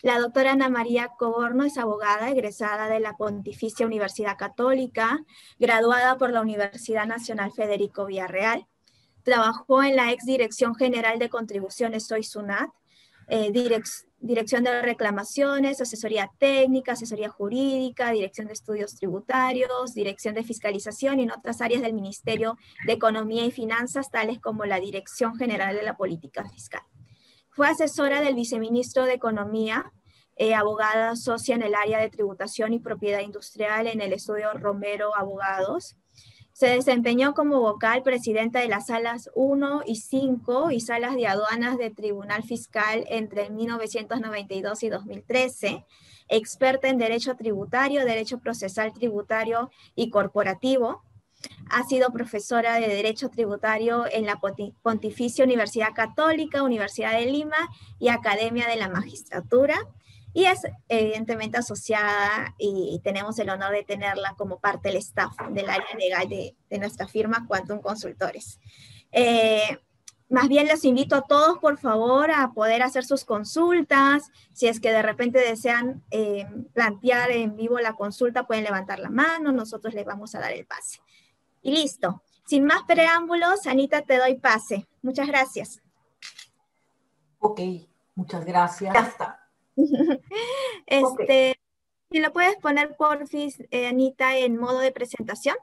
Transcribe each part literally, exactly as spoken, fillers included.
La doctora Ana María Coborno es abogada egresada de la Pontificia Universidad Católica, graduada por la Universidad Nacional Federico Villarreal. Trabajó en la ex Dirección General de Contribuciones Soy SUNAT, eh, direc Dirección de Reclamaciones, Asesoría Técnica, Asesoría Jurídica, Dirección de Estudios Tributarios, Dirección de Fiscalización y en otras áreas del Ministerio de Economía y Finanzas, tales como la Dirección General de la Política Fiscal. Fue asesora del viceministro de Economía, eh, abogada socia en el área de tributación y propiedad industrial en el estudio Romero Abogados. Se desempeñó como vocal presidenta de las salas uno y cinco y salas de aduanas del Tribunal Fiscal entre mil novecientos noventa y dos y dos mil trece, experta en derecho tributario, derecho procesal tributario y corporativo. Ha sido profesora de Derecho Tributario en la Pontificia Universidad Católica, Universidad de Lima y Academia de la Magistratura. Y es evidentemente asociada y tenemos el honor de tenerla como parte del staff del área legal de, de nuestra firma Quantum Consultores. Eh, más bien les invito a todos, por favor, a poder hacer sus consultas. Si es que de repente desean eh, plantear en vivo la consulta, pueden levantar la mano, nosotros les vamos a dar el pase. Y listo. Sin más preámbulos, Anita, te doy pase. Muchas gracias. Ok, muchas gracias. Ya está. Este, okay. Si lo puedes poner, porfis, eh, Anita, en modo de presentación.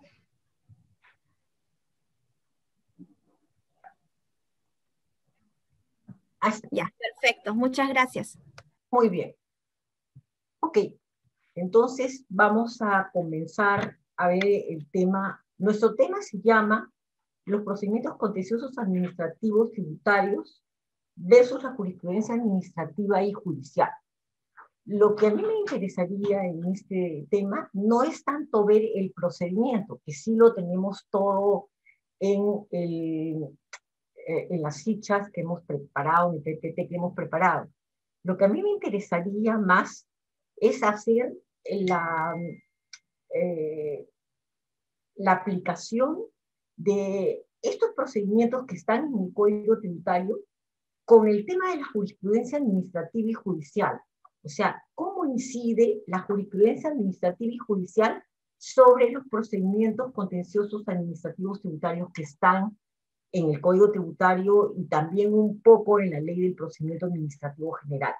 Ahí está. Ya, perfecto. Muchas gracias. Muy bien. Ok, entonces vamos a comenzar a ver el tema. Nuestro tema se llama los procedimientos contenciosos administrativos tributarios versus la jurisprudencia administrativa y judicial. Lo que a mí me interesaría en este tema no es tanto ver el procedimiento, que sí lo tenemos todo en, el, en las fichas que hemos preparado, en el P P T que hemos preparado. Lo que a mí me interesaría más es hacer la, eh, la aplicación de estos procedimientos que están en el Código Tributario con el tema de la jurisprudencia administrativa y judicial. O sea, cómo incide la jurisprudencia administrativa y judicial sobre los procedimientos contenciosos administrativos tributarios que están en el Código Tributario y también un poco en la Ley del Procedimiento Administrativo General.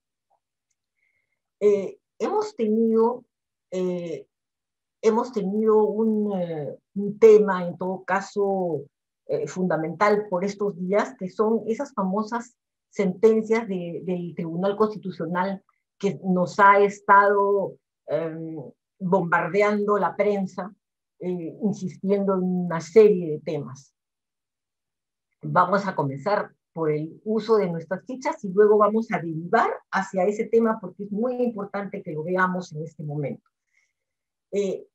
Eh, hemos tenido, eh, hemos tenido un, eh, un tema, en todo caso, eh, fundamental por estos días, que son esas famosas sentencias de, del Tribunal Constitucional que nos ha estado eh, bombardeando la prensa, eh, insistiendo en una serie de temas. Vamos a comenzar por el uso de nuestras fichas y luego vamos a derivar hacia ese tema porque es muy importante que lo veamos en este momento. Eh,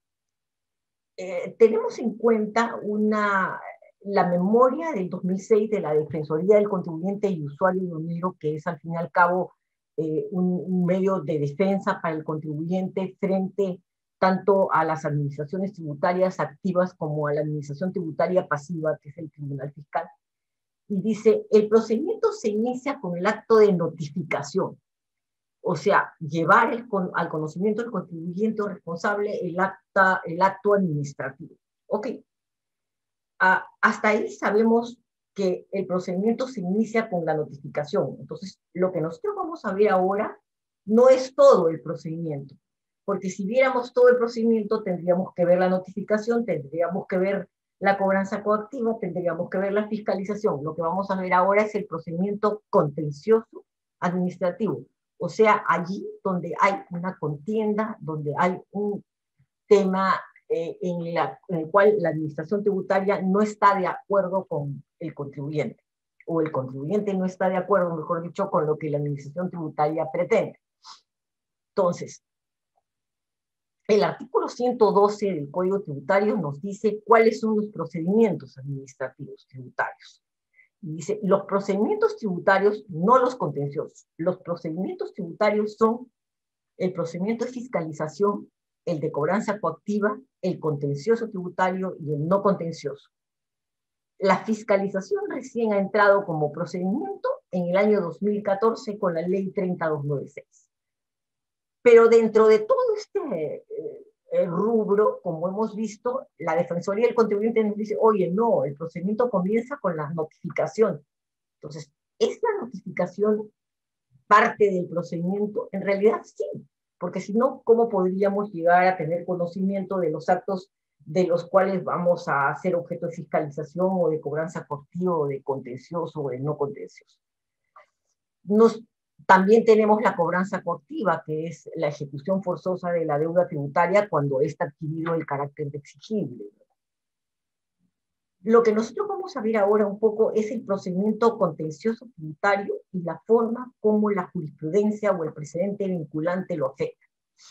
eh, tenemos en cuenta una, la memoria del dos mil seis de la Defensoría del Contribuyente y Usuario Idóneo, que es al fin y al cabo eh, un, un medio de defensa para el contribuyente frente tanto a las administraciones tributarias activas como a la administración tributaria pasiva, que es el Tribunal Fiscal. Y dice, el procedimiento se inicia con el acto de notificación, o sea, llevar el, al conocimiento del contribuyente responsable el, acta, el acto administrativo. Ok, ah, hasta ahí sabemos que el procedimiento se inicia con la notificación. Entonces, lo que nosotros vamos a ver ahora no es todo el procedimiento, porque si viéramos todo el procedimiento tendríamos que ver la notificación, tendríamos que ver la cobranza coactiva, tendríamos que ver la fiscalización. Lo que vamos a ver ahora es el procedimiento contencioso administrativo, o sea, allí donde hay una contienda, donde hay un tema eh, en, la, en el cual la administración tributaria no está de acuerdo con el contribuyente, o el contribuyente no está de acuerdo, mejor dicho, con lo que la administración tributaria pretende. Entonces, el artículo ciento doce del Código Tributario nos dice cuáles son los procedimientos administrativos tributarios. Y dice, los procedimientos tributarios, no los contenciosos, los procedimientos tributarios son el procedimiento de fiscalización, el de cobranza coactiva, el contencioso tributario y el no contencioso. La fiscalización recién ha entrado como procedimiento en el año dos mil catorce con la ley treinta mil doscientos noventa y seis. Pero dentro de todo este eh, rubro, como hemos visto, la Defensoría del Contribuyente nos dice, oye, no, el procedimiento comienza con la notificación. Entonces, ¿es la notificación parte del procedimiento? En realidad sí, porque si no, ¿cómo podríamos llegar a tener conocimiento de los actos de los cuales vamos a ser objeto de fiscalización o de cobranza coactiva o de contencioso o de no contencioso? Nos, también tenemos la cobranza coactiva, que es la ejecución forzosa de la deuda tributaria cuando ésta ha adquirido el carácter de exigible. Lo que nosotros vamos a ver ahora un poco es el procedimiento contencioso tributario y la forma como la jurisprudencia o el precedente vinculante lo afecta.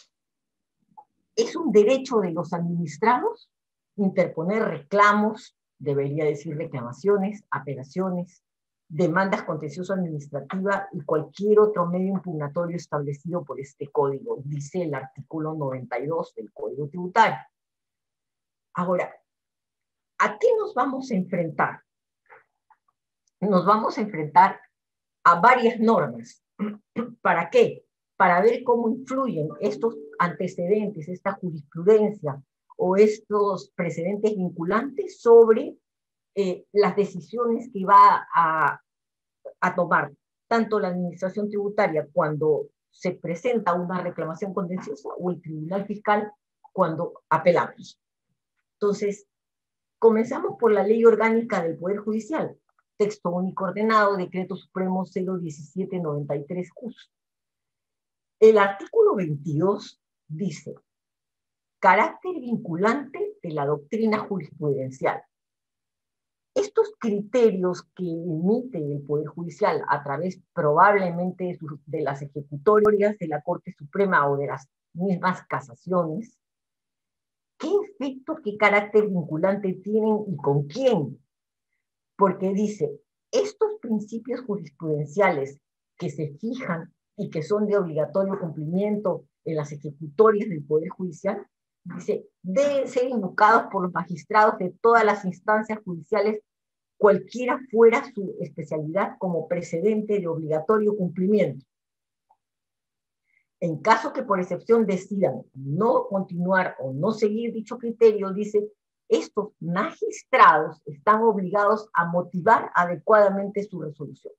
Es un derecho de los administrados interponer reclamos, debería decir reclamaciones, apelaciones, demandas contencioso-administrativas y cualquier otro medio impugnatorio establecido por este código, dice el artículo noventa y dos del Código Tributario. Ahora, ¿a qué nos vamos a enfrentar? Nos vamos a enfrentar a varias normas. ¿Para qué? Para ver cómo influyen estos antecedentes, esta jurisprudencia o estos precedentes vinculantes sobre eh, las decisiones que va a, a tomar tanto la administración tributaria cuando se presenta una reclamación contenciosa o el tribunal fiscal cuando apelamos. Entonces, comenzamos por la Ley Orgánica del Poder Judicial, texto único ordenado, Decreto Supremo cero diecisiete noventa y tres justo. El artículo veintidós dice, carácter vinculante de la doctrina jurisprudencial. Estos criterios que emite el Poder Judicial a través probablemente de, sus, de las ejecutorias de la Corte Suprema o de las mismas casaciones, ¿qué efecto, qué carácter vinculante tienen y con quién? Porque dice, estos principios jurisprudenciales que se fijan y que son de obligatorio cumplimiento en las ejecutorias del Poder Judicial, dice, deben ser invocados por los magistrados de todas las instancias judiciales, cualquiera fuera su especialidad, como precedente de obligatorio cumplimiento. En caso que por excepción decidan no continuar o no seguir dicho criterio, dice, estos magistrados están obligados a motivar adecuadamente su resolución.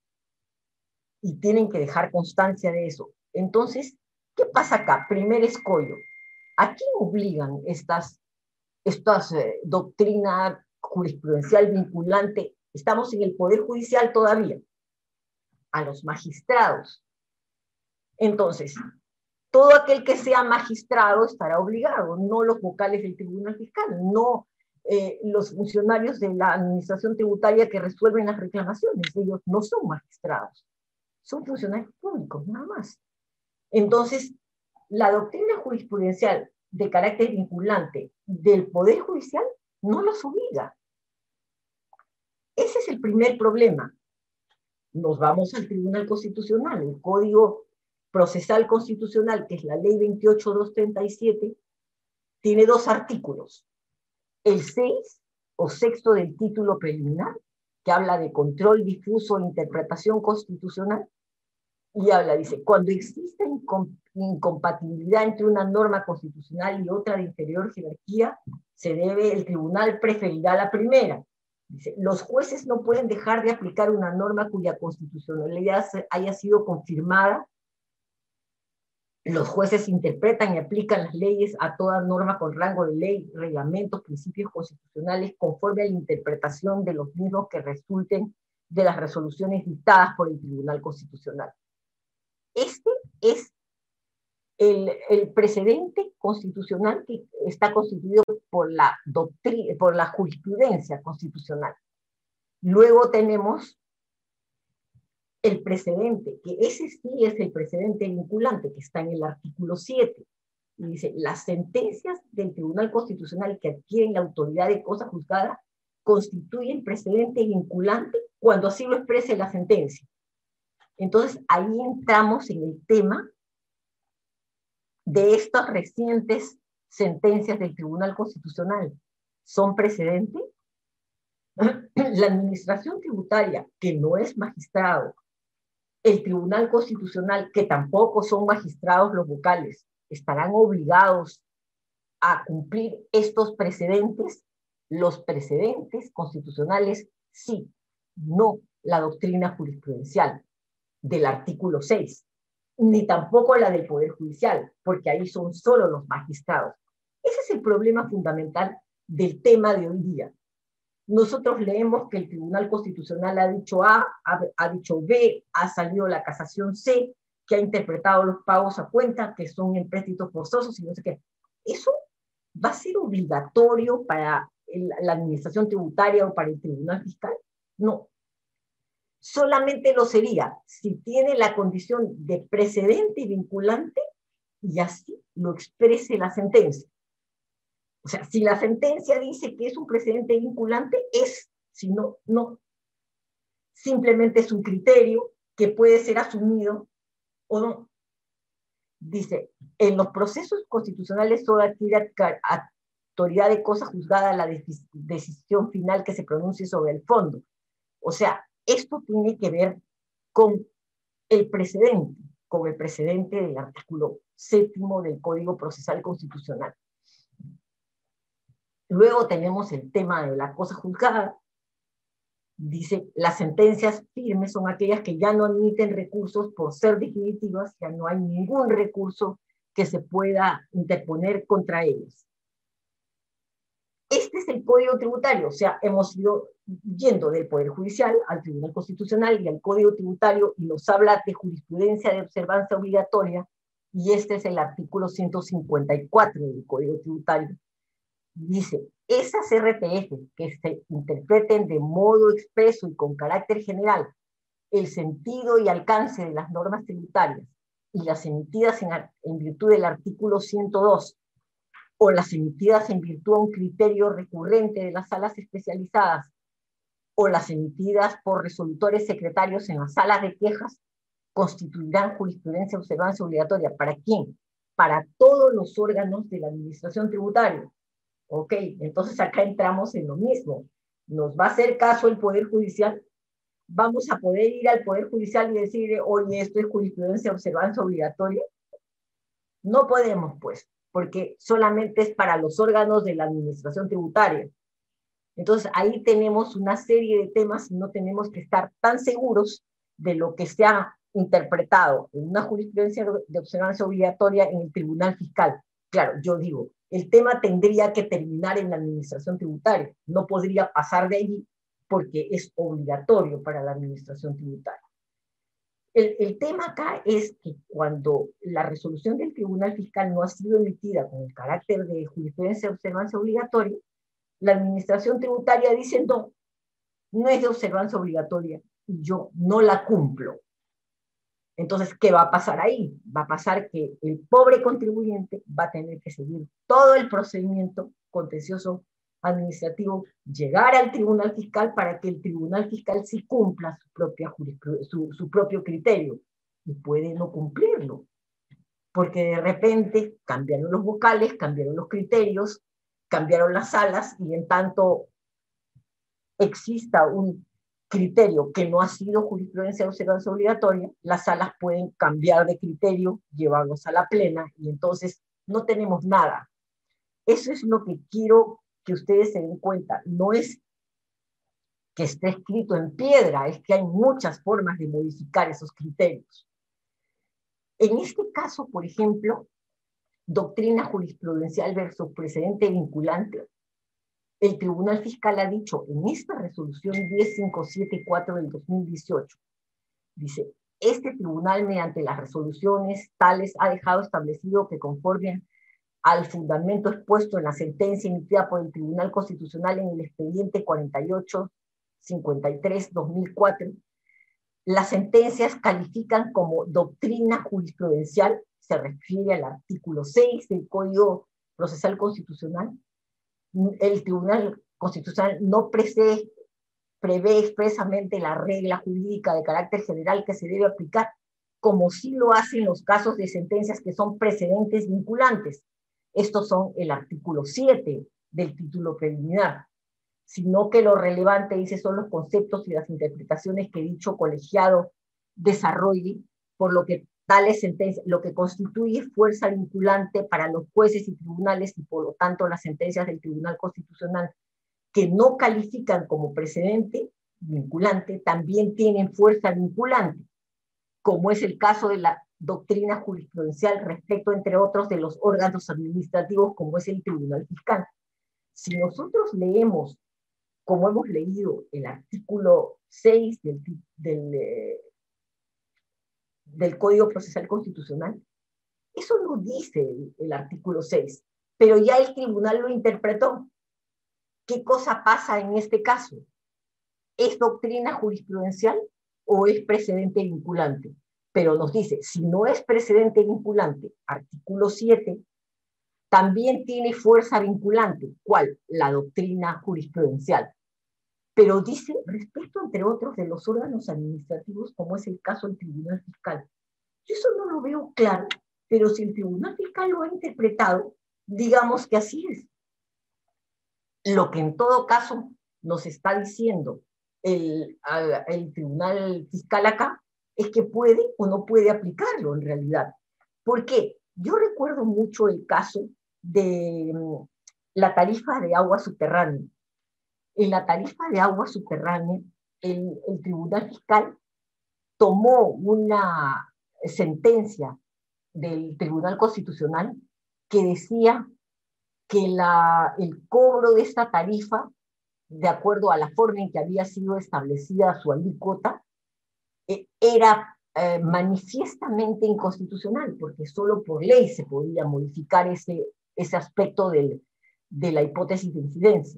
Y tienen que dejar constancia de eso. Entonces, ¿qué pasa acá? Primer escollo. ¿A quién obligan estas, estas eh, doctrina jurisprudencial vinculante? Estamos en el Poder Judicial todavía. A los magistrados. Entonces, todo aquel que sea magistrado estará obligado, no los vocales del Tribunal Fiscal, no eh, los funcionarios de la administración tributaria que resuelven las reclamaciones. Ellos no son magistrados, son funcionarios públicos, nada más. Entonces, la doctrina jurisprudencial de carácter vinculante del Poder Judicial no los obliga. Ese es el primer problema. Nos vamos al Tribunal Constitucional, el Código Procesal Constitucional, que es la Ley veintiocho mil doscientos treinta y siete, tiene dos artículos. El seis, o sexto del título preliminar, que habla de control difuso e interpretación constitucional, y habla, dice, cuando exista incom incompatibilidad entre una norma constitucional y otra de inferior jerarquía, se debe, el tribunal preferirá la primera. Dice, los jueces no pueden dejar de aplicar una norma cuya constitucionalidad haya sido confirmada. Los jueces interpretan y aplican las leyes a toda norma con rango de ley, reglamentos, principios constitucionales, conforme a la interpretación de los mismos que resulten de las resoluciones dictadas por el Tribunal Constitucional. Este es el, el precedente constitucional que está constituido por la doctrina, por la jurisprudencia constitucional. Luego tenemos el precedente, que ese sí es el precedente vinculante, que está en el artículo siete. Y dice, las sentencias del Tribunal Constitucional que adquieren la autoridad de cosa juzgada constituyen precedente vinculante cuando así lo exprese la sentencia. Entonces, ahí entramos en el tema de estas recientes sentencias del Tribunal Constitucional. ¿Son precedente? La administración tributaria, que no es magistrado, el Tribunal Constitucional, que tampoco son magistrados los vocales, estarán obligados a cumplir estos precedentes. Los precedentes constitucionales, sí, no la doctrina jurisprudencial del artículo seis, ni tampoco la del Poder Judicial, porque ahí son solo los magistrados. Ese es el problema fundamental del tema de hoy día. Nosotros leemos que el Tribunal Constitucional ha dicho A, ha, ha dicho B, ha salido la casación C, que ha interpretado los pagos a cuenta, que son empréstitos forzosos y no sé qué. ¿Eso va a ser obligatorio para el, la administración tributaria o para el Tribunal Fiscal? No. Solamente lo sería si tiene la condición de precedente y vinculante y así lo exprese la sentencia. O sea, si la sentencia dice que es un precedente vinculante, es, si no, no. Simplemente es un criterio que puede ser asumido o no. Dice, en los procesos constitucionales solo adquiere autoridad de cosa juzgada la decisión final que se pronuncie sobre el fondo. O sea, esto tiene que ver con el precedente, con el precedente del artículo séptimo del Código Procesal Constitucional. Luego tenemos el tema de la cosa juzgada. Dice, las sentencias firmes son aquellas que ya no admiten recursos por ser definitivas, ya no hay ningún recurso que se pueda interponer contra ellas. Este es el Código Tributario, o sea, hemos ido yendo del Poder Judicial al Tribunal Constitucional y al Código Tributario, y nos habla de jurisprudencia de observancia obligatoria, y este es el artículo ciento cincuenta y cuatro del Código Tributario. Dice, esas R T F que se interpreten de modo expreso y con carácter general el sentido y alcance de las normas tributarias y las emitidas en, en virtud del artículo ciento dos o las emitidas en virtud de un criterio recurrente de las salas especializadas o las emitidas por resolutores secretarios en las salas de quejas constituirán jurisprudencia de observancia obligatoria. ¿Para quién? Para todos los órganos de la administración tributaria. Ok, entonces acá entramos en lo mismo. ¿Nos va a hacer caso el Poder Judicial? ¿Vamos a poder ir al Poder Judicial y decir, oye, esto es jurisprudencia de observancia obligatoria? No podemos, pues, porque solamente es para los órganos de la administración tributaria. Entonces ahí tenemos una serie de temas y no tenemos que estar tan seguros de lo que se ha interpretado en una jurisprudencia de observancia obligatoria en el Tribunal Fiscal. Claro, yo digo, el tema tendría que terminar en la administración tributaria, no podría pasar de allí porque es obligatorio para la administración tributaria. El, el tema acá es que cuando la resolución del Tribunal Fiscal no ha sido emitida con el carácter de jurisprudencia de observancia obligatoria, la administración tributaria dice no, no es de observancia obligatoria y yo no la cumplo. Entonces, ¿qué va a pasar ahí? Va a pasar que el pobre contribuyente va a tener que seguir todo el procedimiento contencioso administrativo, llegar al Tribunal Fiscal para que el Tribunal Fiscal sí cumpla su, propia su, su propio criterio, y puede no cumplirlo, porque de repente cambiaron los vocales, cambiaron los criterios, cambiaron las salas, y en tanto exista un criterio que no ha sido jurisprudencia de observancia obligatoria, las salas pueden cambiar de criterio, llevarlos a la plena, y entonces no tenemos nada. Eso es lo que quiero que ustedes se den cuenta. No es que esté escrito en piedra, es que hay muchas formas de modificar esos criterios. En este caso, por ejemplo, doctrina jurisprudencial versus precedente vinculante, el Tribunal Fiscal ha dicho en esta resolución diez mil quinientos setenta y cuatro del dos mil dieciocho, dice, este tribunal mediante las resoluciones tales ha dejado establecido que conforme al fundamento expuesto en la sentencia emitida por el Tribunal Constitucional en el expediente cuarenta y ocho cincuenta y tres guión dos mil cuatro, las sentencias califican como doctrina jurisprudencial, se refiere al artículo seis del Código Procesal Constitucional. El Tribunal Constitucional no prevé, prevé expresamente la regla jurídica de carácter general que se debe aplicar, como sí lo hacen los casos de sentencias que son precedentes vinculantes. Estos son el artículo siete del título preliminar, sino que lo relevante, dice, son los conceptos y las interpretaciones que dicho colegiado desarrolle, por lo que tales sentencias, lo que constituye fuerza vinculante para los jueces y tribunales, y por lo tanto las sentencias del Tribunal Constitucional que no califican como precedente vinculante, también tienen fuerza vinculante, como es el caso de la doctrina jurisprudencial respecto, entre otros, de los órganos administrativos, como es el Tribunal Fiscal. Si nosotros leemos, como hemos leído, el artículo seis del, del, eh, del Código Procesal Constitucional, eso no dice el, el artículo seis, pero ya el tribunal lo interpretó. ¿Qué cosa pasa en este caso? ¿Es doctrina jurisprudencial o es precedente vinculante? Pero nos dice, si no es precedente vinculante, artículo siete, también tiene fuerza vinculante. ¿Cuál? La doctrina jurisprudencial. Pero dice, respecto, entre otros, de los órganos administrativos, como es el caso del Tribunal Fiscal. Yo eso no lo veo claro, pero si el Tribunal Fiscal lo ha interpretado, digamos que así es. Lo que en todo caso nos está diciendo el, el Tribunal Fiscal acá es que puede o no puede aplicarlo en realidad. ¿Por qué? Yo recuerdo mucho el caso de um, la tarifa de agua subterránea. En la tarifa de agua subterránea, el, el Tribunal Fiscal tomó una sentencia del Tribunal Constitucional que decía que la, el cobro de esta tarifa, de acuerdo a la forma en que había sido establecida su alícuota, eh, era eh, manifiestamente inconstitucional, porque solo por ley se podía modificar ese, ese aspecto del, de la hipótesis de incidencia.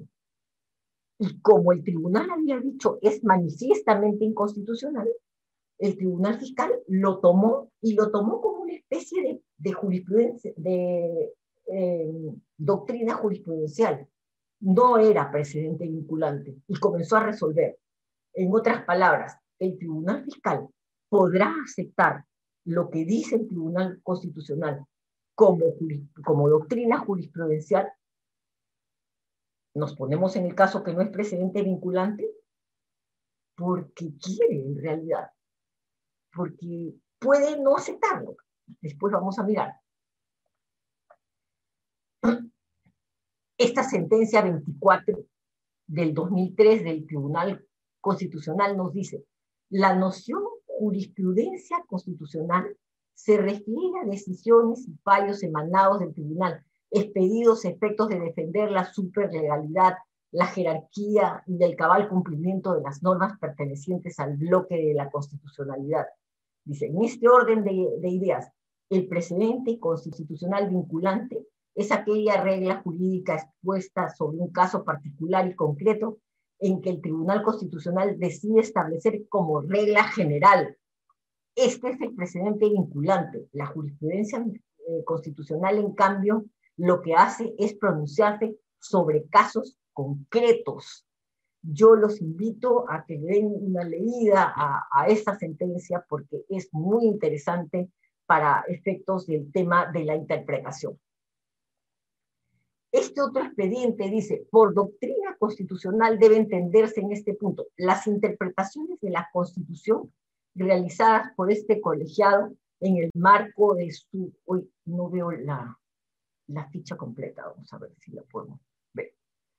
Y como el tribunal había dicho es manifiestamente inconstitucional, el Tribunal Fiscal lo tomó y lo tomó como una especie de, de jurisprudencia, de eh, doctrina jurisprudencial. No era precedente vinculante y comenzó a resolver. En otras palabras, el Tribunal Fiscal podrá aceptar lo que dice el Tribunal Constitucional como, como doctrina jurisprudencial. Nos ponemos en el caso que no es precedente vinculante porque quiere en realidad, porque puede no aceptarlo. Después vamos a mirar. Esta sentencia veinticuatro del dos mil tres del Tribunal Constitucional nos dice: la noción jurisprudencia constitucional se refiere a decisiones y fallos emanados del tribunal, expedidos a efectos de defender la superlegalidad, la jerarquía y el cabal cumplimiento de las normas pertenecientes al bloque de la constitucionalidad. Dice, en este orden de, de ideas, el precedente constitucional vinculante es aquella regla jurídica expuesta sobre un caso particular y concreto en que el Tribunal Constitucional decide establecer como regla general. Este es el precedente vinculante. La jurisprudencia eh, constitucional, en cambio, lo que hace es pronunciarse sobre casos concretos. Yo los invito a que den una leída a, a esta sentencia porque es muy interesante para efectos del tema de la interpretación. Este otro expediente dice, por doctrina constitucional debe entenderse en este punto las interpretaciones de la Constitución realizadas por este colegiado en el marco de su... Hoy no veo la, la ficha completa, vamos a ver si la podemos ver.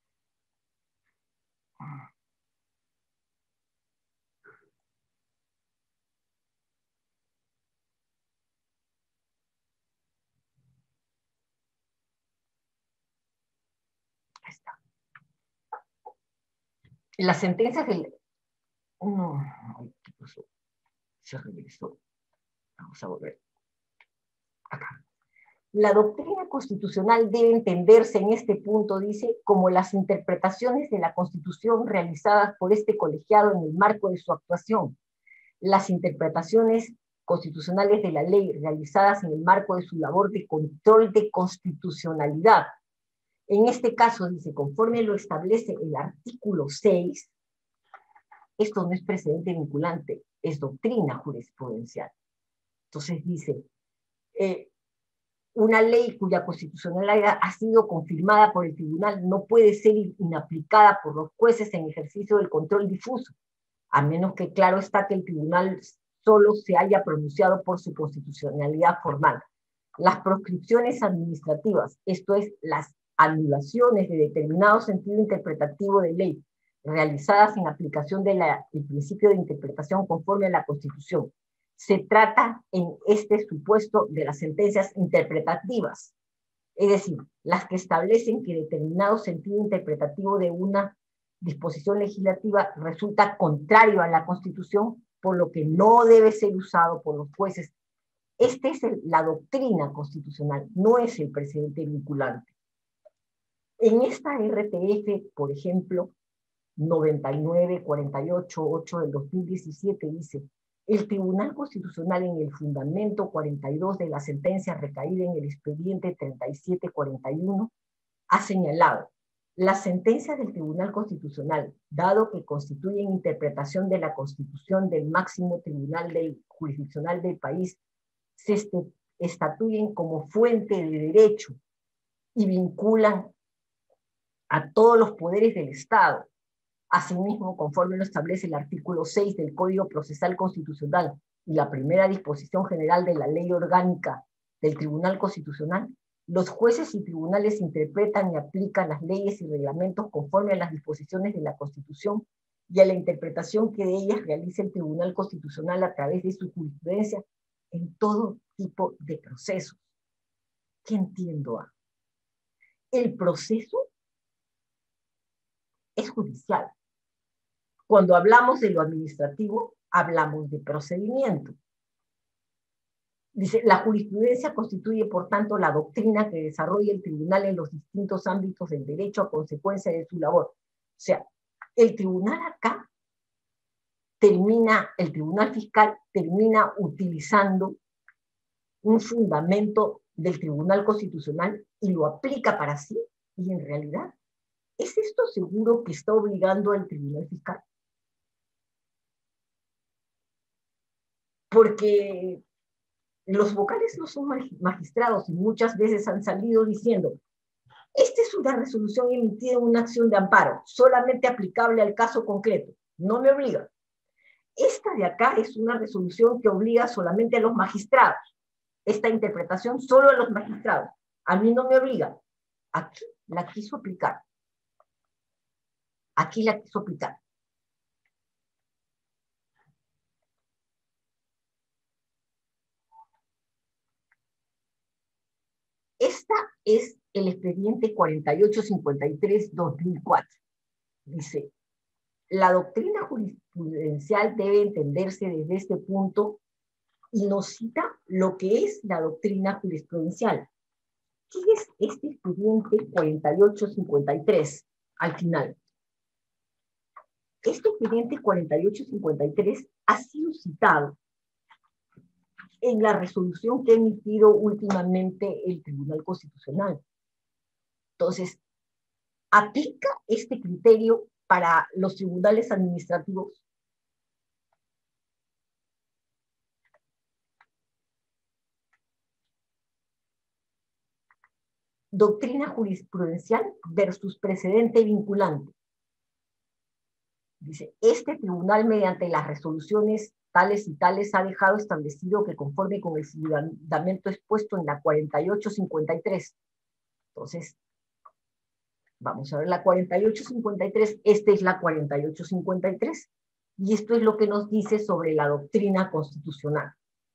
Ahí está. Las sentencias del... No, ¿qué pasó? Se regresó. Vamos a volver. Acá. La doctrina constitucional debe entenderse en este punto, dice, como las interpretaciones de la Constitución realizadas por este colegiado en el marco de su actuación. Las interpretaciones constitucionales de la ley realizadas en el marco de su labor de control de constitucionalidad. En este caso, dice, conforme lo establece el artículo seis, esto no es precedente vinculante, es doctrina jurisprudencial. Entonces dice, eh, una ley cuya constitucionalidad ha sido confirmada por el tribunal no puede ser inaplicada por los jueces en ejercicio del control difuso, a menos que claro está que el tribunal solo se haya pronunciado por su constitucionalidad formal. Las proscripciones administrativas, esto es, las anulaciones de determinado sentido interpretativo de ley, realizadas en aplicación del principio de interpretación conforme a la Constitución. Se trata en este supuesto de las sentencias interpretativas, es decir, las que establecen que determinado sentido interpretativo de una disposición legislativa resulta contrario a la Constitución, por lo que no debe ser usado por los jueces. Esta es el, la doctrina constitucional, no es el precedente vinculante. En esta R T F, por ejemplo, noventa y nueve cuarenta y ocho ocho del dos mil diecisiete dice: el Tribunal Constitucional, en el fundamento cuarenta y dos de la sentencia recaída en el expediente treinta y siete cuarenta y uno, ha señalado: la sentencia del Tribunal Constitucional, dado que constituyen interpretación de la Constitución del máximo tribunal del, jurisdiccional del país, se estatuyen como fuente de derecho y vinculan a todos los poderes del Estado. Asimismo, conforme lo establece el artículo seis del Código Procesal Constitucional y la primera disposición general de la Ley Orgánica del Tribunal Constitucional, los jueces y tribunales interpretan y aplican las leyes y reglamentos conforme a las disposiciones de la Constitución y a la interpretación que de ellas realiza el Tribunal Constitucional a través de su jurisprudencia en todo tipo de procesos. ¿Qué entiendo? A? El proceso es judicial. Cuando hablamos de lo administrativo, hablamos de procedimiento. Dice, la jurisprudencia constituye, por tanto, la doctrina que desarrolla el tribunal en los distintos ámbitos del derecho a consecuencia de su labor. O sea, el tribunal acá termina, el tribunal fiscal termina utilizando un fundamento del Tribunal Constitucional y lo aplica para sí, y en realidad, ¿es esto seguro que está obligando al tribunal fiscal? Porque los vocales no son magistrados y muchas veces han salido diciendo: esta es una resolución emitida en una acción de amparo, solamente aplicable al caso concreto, no me obliga. Esta de acá es una resolución que obliga solamente a los magistrados. Esta interpretación solo a los magistrados. A mí no me obliga. Aquí la quiso aplicar. Aquí la quiso aplicar. Esta es el expediente cuarenta y ocho cincuenta y tres guión dos mil cuatro. Dice: la doctrina jurisprudencial debe entenderse desde este punto y nos cita lo que es la doctrina jurisprudencial. ¿Qué es este expediente cuarenta y ocho cincuenta y tres al final? Este expediente cuarenta y ocho cincuenta y tres ha sido citado en la resolución que ha emitido últimamente el Tribunal Constitucional. Entonces, ¿aplica este criterio para los tribunales administrativos? Doctrina jurisprudencial versus precedente vinculante. Dice: este tribunal, mediante las resoluciones tales y tales, ha dejado establecido que, conforme con el fundamento expuesto en la cuarenta y ocho cincuenta y tres. Entonces, vamos a ver la cuarenta y ocho cincuenta y tres. Esta es la cuarenta y ocho cincuenta y tres. Y esto es lo que nos dice sobre la doctrina constitucional.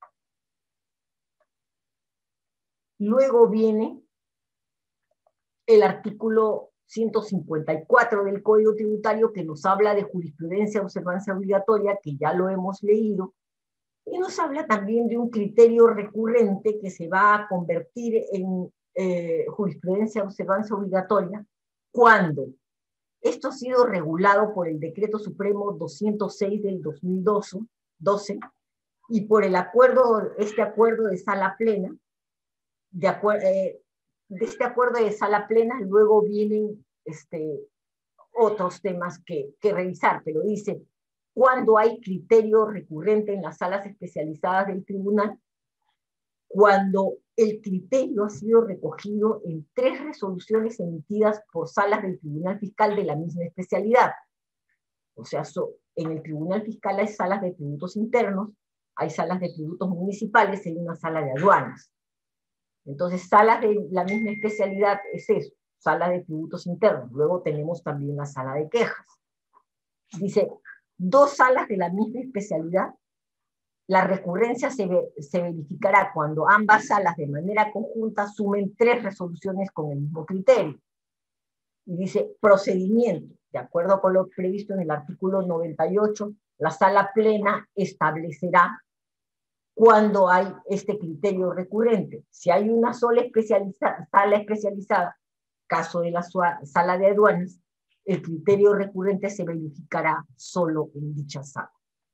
Luego viene el artículo ciento cincuenta y cuatro del Código Tributario, que nos habla de jurisprudencia de observancia obligatoria, que ya lo hemos leído, y nos habla también de un criterio recurrente que se va a convertir en eh, jurisprudencia de observancia obligatoria cuando esto ha sido regulado por el Decreto Supremo doscientos seis del dos mil doce y por el acuerdo, este acuerdo de sala plena, de acuerdo... Eh, de este acuerdo de sala plena, luego vienen este, otros temas que, que revisar, pero dice: cuando hay criterio recurrente en las salas especializadas del tribunal, cuando el criterio ha sido recogido en tres resoluciones emitidas por salas del Tribunal Fiscal de la misma especialidad. O sea, so, en el Tribunal Fiscal hay salas de tributos internos, hay salas de tributos municipales y hay una sala de aduanas. Entonces, salas de la misma especialidad es eso, sala de tributos internos. Luego tenemos también la sala de quejas. Dice, dos salas de la misma especialidad, la recurrencia se, ve, se verificará cuando ambas salas de manera conjunta sumen tres resoluciones con el mismo criterio. Y dice, procedimiento, de acuerdo con lo previsto en el artículo noventa y ocho, la sala plena establecerá cuando hay este criterio recurrente. Si hay una sola especializa, sala especializada, caso de la sala de aduanas, el criterio recurrente se verificará solo en dicha sala.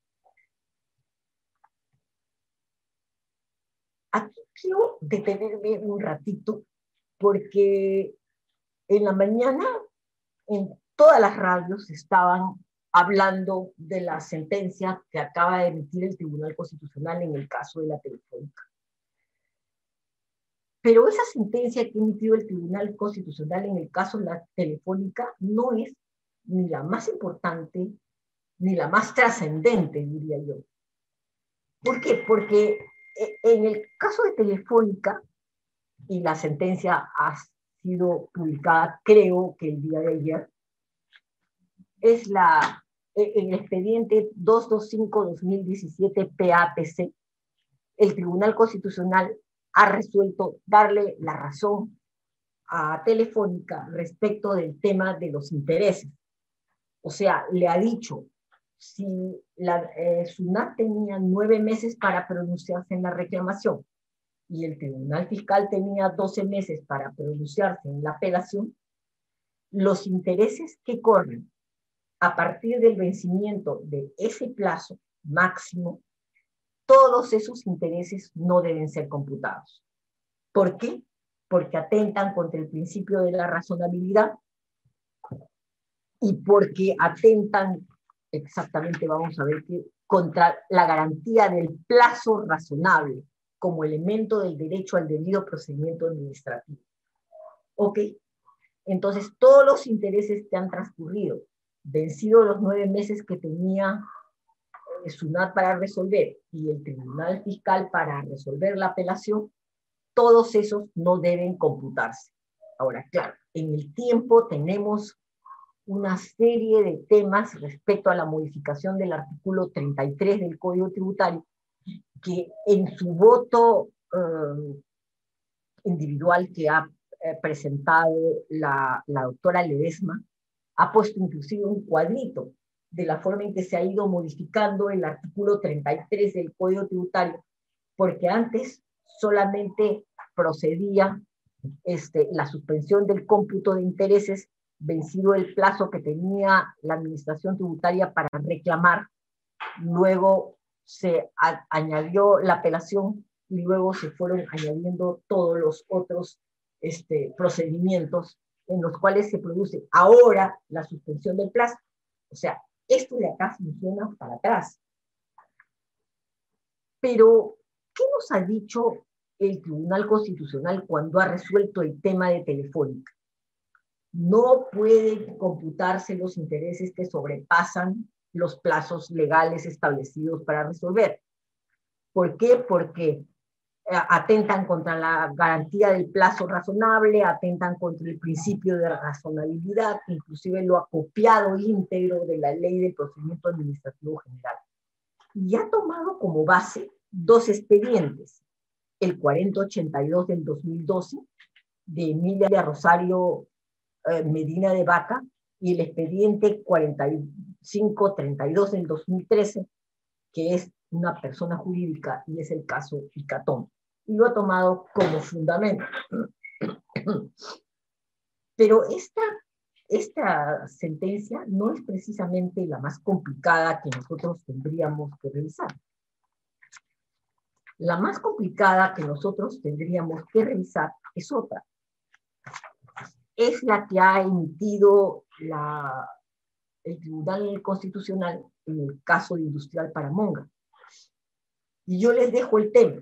Aquí quiero detenerme un ratito, porque en la mañana en todas las radios estaban hablando de la sentencia que acaba de emitir el Tribunal Constitucional en el caso de la Telefónica. Pero esa sentencia que ha emitido el Tribunal Constitucional en el caso de la Telefónica no es ni la más importante ni la más trascendente, diría yo. ¿Por qué? Porque en el caso de Telefónica, y la sentencia ha sido publicada, creo que el día de ayer, es la, el expediente doscientos veinticinco guión dos mil diecisiete P A T C. El Tribunal Constitucional ha resuelto darle la razón a Telefónica respecto del tema de los intereses. O sea, le ha dicho, si la eh, SUNAT tenía nueve meses para pronunciarse en la reclamación y el Tribunal Fiscal tenía doce meses para pronunciarse en la apelación, los intereses que corren a partir del vencimiento de ese plazo máximo, todos esos intereses no deben ser computados. ¿Por qué? Porque atentan contra el principio de la razonabilidad y porque atentan, exactamente vamos a ver, que contra la garantía del plazo razonable como elemento del derecho al debido procedimiento administrativo. ¿Ok? Entonces, todos los intereses que han transcurrido, vencidos los nueve meses que tenía eh, SUNAT para resolver y el Tribunal Fiscal para resolver la apelación, todos esos no deben computarse. Ahora, claro, en el tiempo tenemos una serie de temas respecto a la modificación del artículo treinta y tres del Código Tributario, que en su voto eh, individual que ha eh, presentado la, la doctora Ledesma, ha puesto inclusive un cuadrito de la forma en que se ha ido modificando el artículo treinta y tres del Código Tributario, porque antes solamente procedía este, la suspensión del cómputo de intereses vencido el plazo que tenía la administración tributaria para reclamar, luego se a, añadió la apelación y luego se fueron añadiendo todos los otros este, procedimientos en los cuales se produce ahora la suspensión del plazo. O sea, esto de acá funciona para atrás. Pero, ¿qué nos ha dicho el Tribunal Constitucional cuando ha resuelto el tema de Telefónica? No pueden computarse los intereses que sobrepasan los plazos legales establecidos para resolver. ¿Por qué? Porque atentan contra la garantía del plazo razonable, atentan contra el principio de razonabilidad, inclusive lo ha copiado íntegro de la Ley del Procedimiento Administrativo General. Y ha tomado como base dos expedientes, el cuarenta ochenta y dos del dos mil doce, de Emilia Rosario eh, Medina de Vaca, y el expediente cuarenta y cinco treinta y dos del dos mil trece, que es una persona jurídica y es el caso Icatón. Y lo ha tomado como fundamento. Pero esta, esta sentencia no es precisamente la más complicada que nosotros tendríamos que revisar. La más complicada que nosotros tendríamos que revisar es otra. Es la que ha emitido la, el Tribunal Constitucional en el caso de Industrial Paramonga. Y yo les dejo el tema.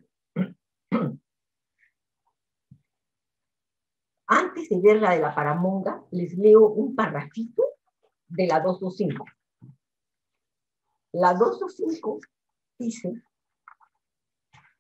Antes de ver la de la Paramonga, les leo un parrafito de la doscientos veinticinco. La doscientos veinticinco dice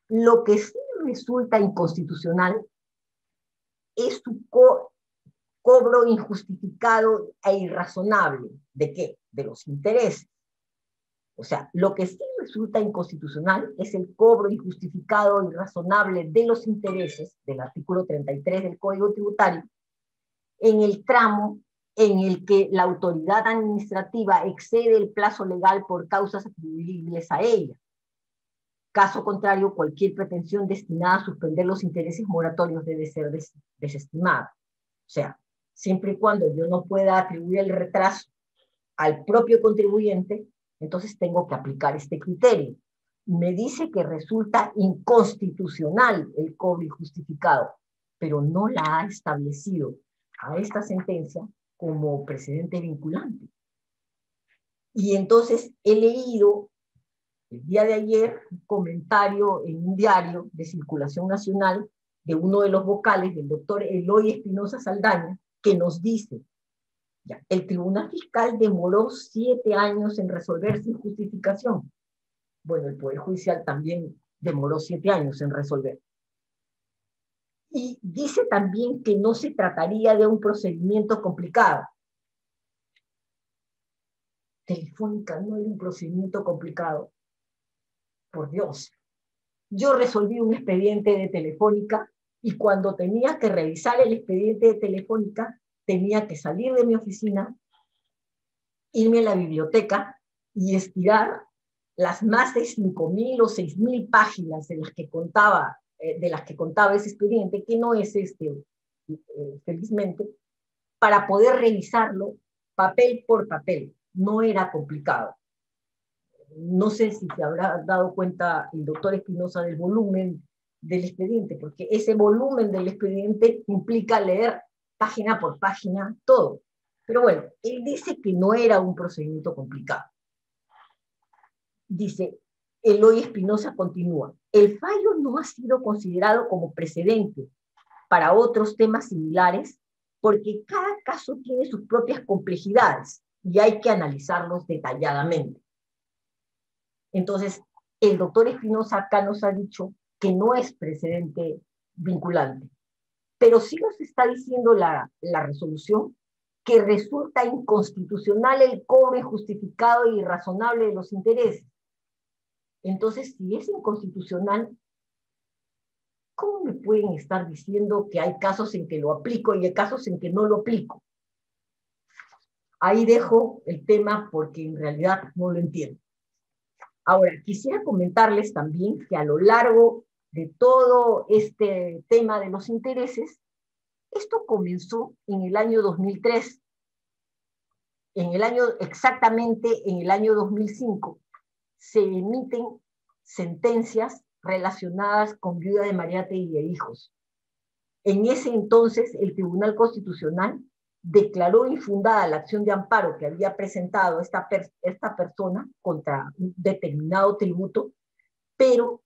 Lo que sí resulta inconstitucional es su co cobro injustificado e irrazonable. ¿De qué? De los intereses. O sea, lo que sí resulta inconstitucional es el cobro injustificado e irrazonable de los intereses del artículo treinta y tres del Código Tributario en el tramo en el que la autoridad administrativa excede el plazo legal por causas atribuibles a ella. Caso contrario, cualquier pretensión destinada a suspender los intereses moratorios debe ser des desestimada. O sea, siempre y cuando yo no pueda atribuir el retraso al propio contribuyente, entonces tengo que aplicar este criterio. Me dice que resulta inconstitucional el cobro injustificado, pero no la ha establecido a esta sentencia como precedente vinculante. Y entonces he leído el día de ayer un comentario en un diario de circulación nacional de uno de los vocales, del doctor Eloy Espinosa Saldaña, que nos dice: ya, el Tribunal Fiscal demoró siete años en resolver sin justificación. Bueno, el Poder Judicial también demoró siete años en resolver. Y dice también que no se trataría de un procedimiento complicado. Telefónica no es un procedimiento complicado. Por Dios. Yo resolví un expediente de Telefónica y cuando tenía que revisar el expediente de Telefónica, tenía que salir de mi oficina, irme a la biblioteca y estirar las más de cinco mil o seis mil páginas de las que contaba, eh, de las que contaba ese expediente, que no es este, eh, felizmente, para poder revisarlo papel por papel. No era complicado. No sé si se habrá dado cuenta el doctor Espinosa del volumen del expediente, porque ese volumen del expediente implica leer página por página todo. Pero bueno, él dice que no era un procedimiento complicado. Dice, Eloy Espinosa continúa, el fallo no ha sido considerado como precedente para otros temas similares porque cada caso tiene sus propias complejidades y hay que analizarlos detalladamente. Entonces, el doctor Espinosa acá nos ha dicho que no es precedente vinculante, pero sí nos está diciendo la, la resolución que resulta inconstitucional el cobro injustificado e irrazonable de los intereses. Entonces, si es inconstitucional, ¿cómo me pueden estar diciendo que hay casos en que lo aplico y hay casos en que no lo aplico? Ahí dejo el tema porque en realidad no lo entiendo. Ahora, quisiera comentarles también que a lo largo de todo este tema de los intereses, esto comenzó en el año dos mil tres. En el año, exactamente en el año dos mil cinco, se emiten sentencias relacionadas con viuda de Mariátegui e hijos. En ese entonces, el Tribunal Constitucional declaró infundada la acción de amparo que había presentado esta, per esta persona contra un determinado tributo, pero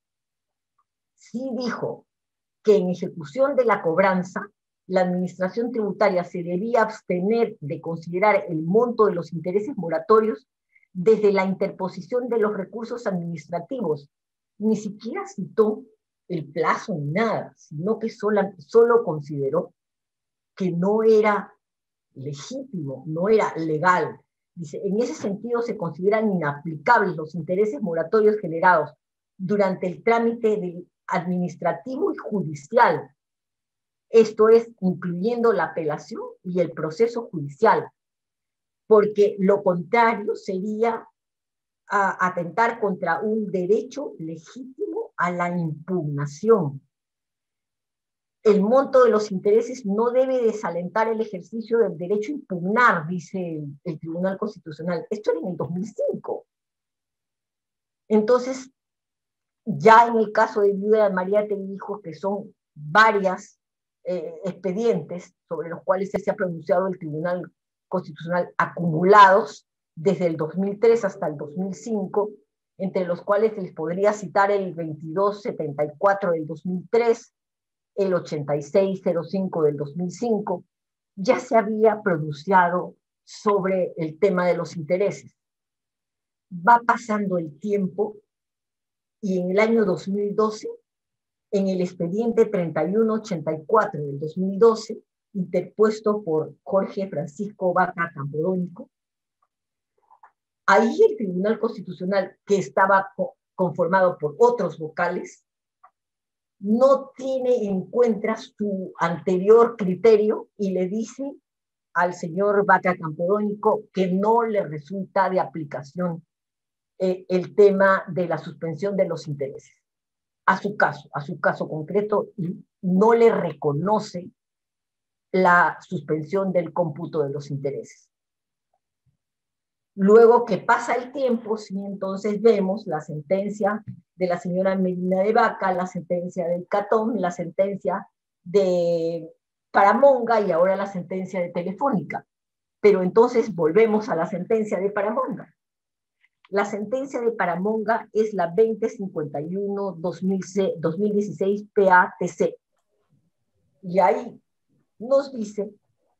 sí dijo que en ejecución de la cobranza, la administración tributaria se debía abstener de considerar el monto de los intereses moratorios desde la interposición de los recursos administrativos. Ni siquiera citó el plazo ni nada, sino que sola, solo consideró que no era legítimo, no era legal. Dice, en ese sentido se consideran inaplicables los intereses moratorios generados durante el trámite de administrativo y judicial. Esto es, incluyendo la apelación y el proceso judicial, porque lo contrario sería a, atentar contra un derecho legítimo a la impugnación. El monto de los intereses no debe desalentar el ejercicio del derecho a impugnar, dice el, el Tribunal Constitucional. Esto era en el dos mil cinco. Entonces, ya en el caso de viuda de Mariátegui e hijos, que son varias eh, expedientes sobre los cuales se ha pronunciado el Tribunal Constitucional acumulados desde el dos mil tres hasta el dos mil cinco, entre los cuales se les podría citar el veintidós setenta y cuatro del dos mil tres, el ochenta y seis cero cinco del dos mil cinco, ya se había pronunciado sobre el tema de los intereses. Va pasando el tiempo y en el año dos mil doce en el expediente treinta y uno ochenta y cuatro del dos mil doce, interpuesto por Jorge Francisco Vaca Campodónico. Ahí el Tribunal Constitucional, que estaba conformado por otros vocales, no tiene en cuenta su anterior criterio y le dice al señor Vaca Campodónico que no le resulta de aplicación eh, el tema de la suspensión de los intereses. A su caso, a su caso concreto, no le reconoce la suspensión del cómputo de los intereses. Luego que pasa el tiempo, sí, entonces vemos la sentencia de la señora Medina de Vaca, la sentencia del Catón, la sentencia de Paramonga y ahora la sentencia de Telefónica. Pero entonces volvemos a la sentencia de Paramonga. La sentencia de Paramonga es la veinte cincuenta y uno dos mil dieciséis P A T C. Y ahí nos dice: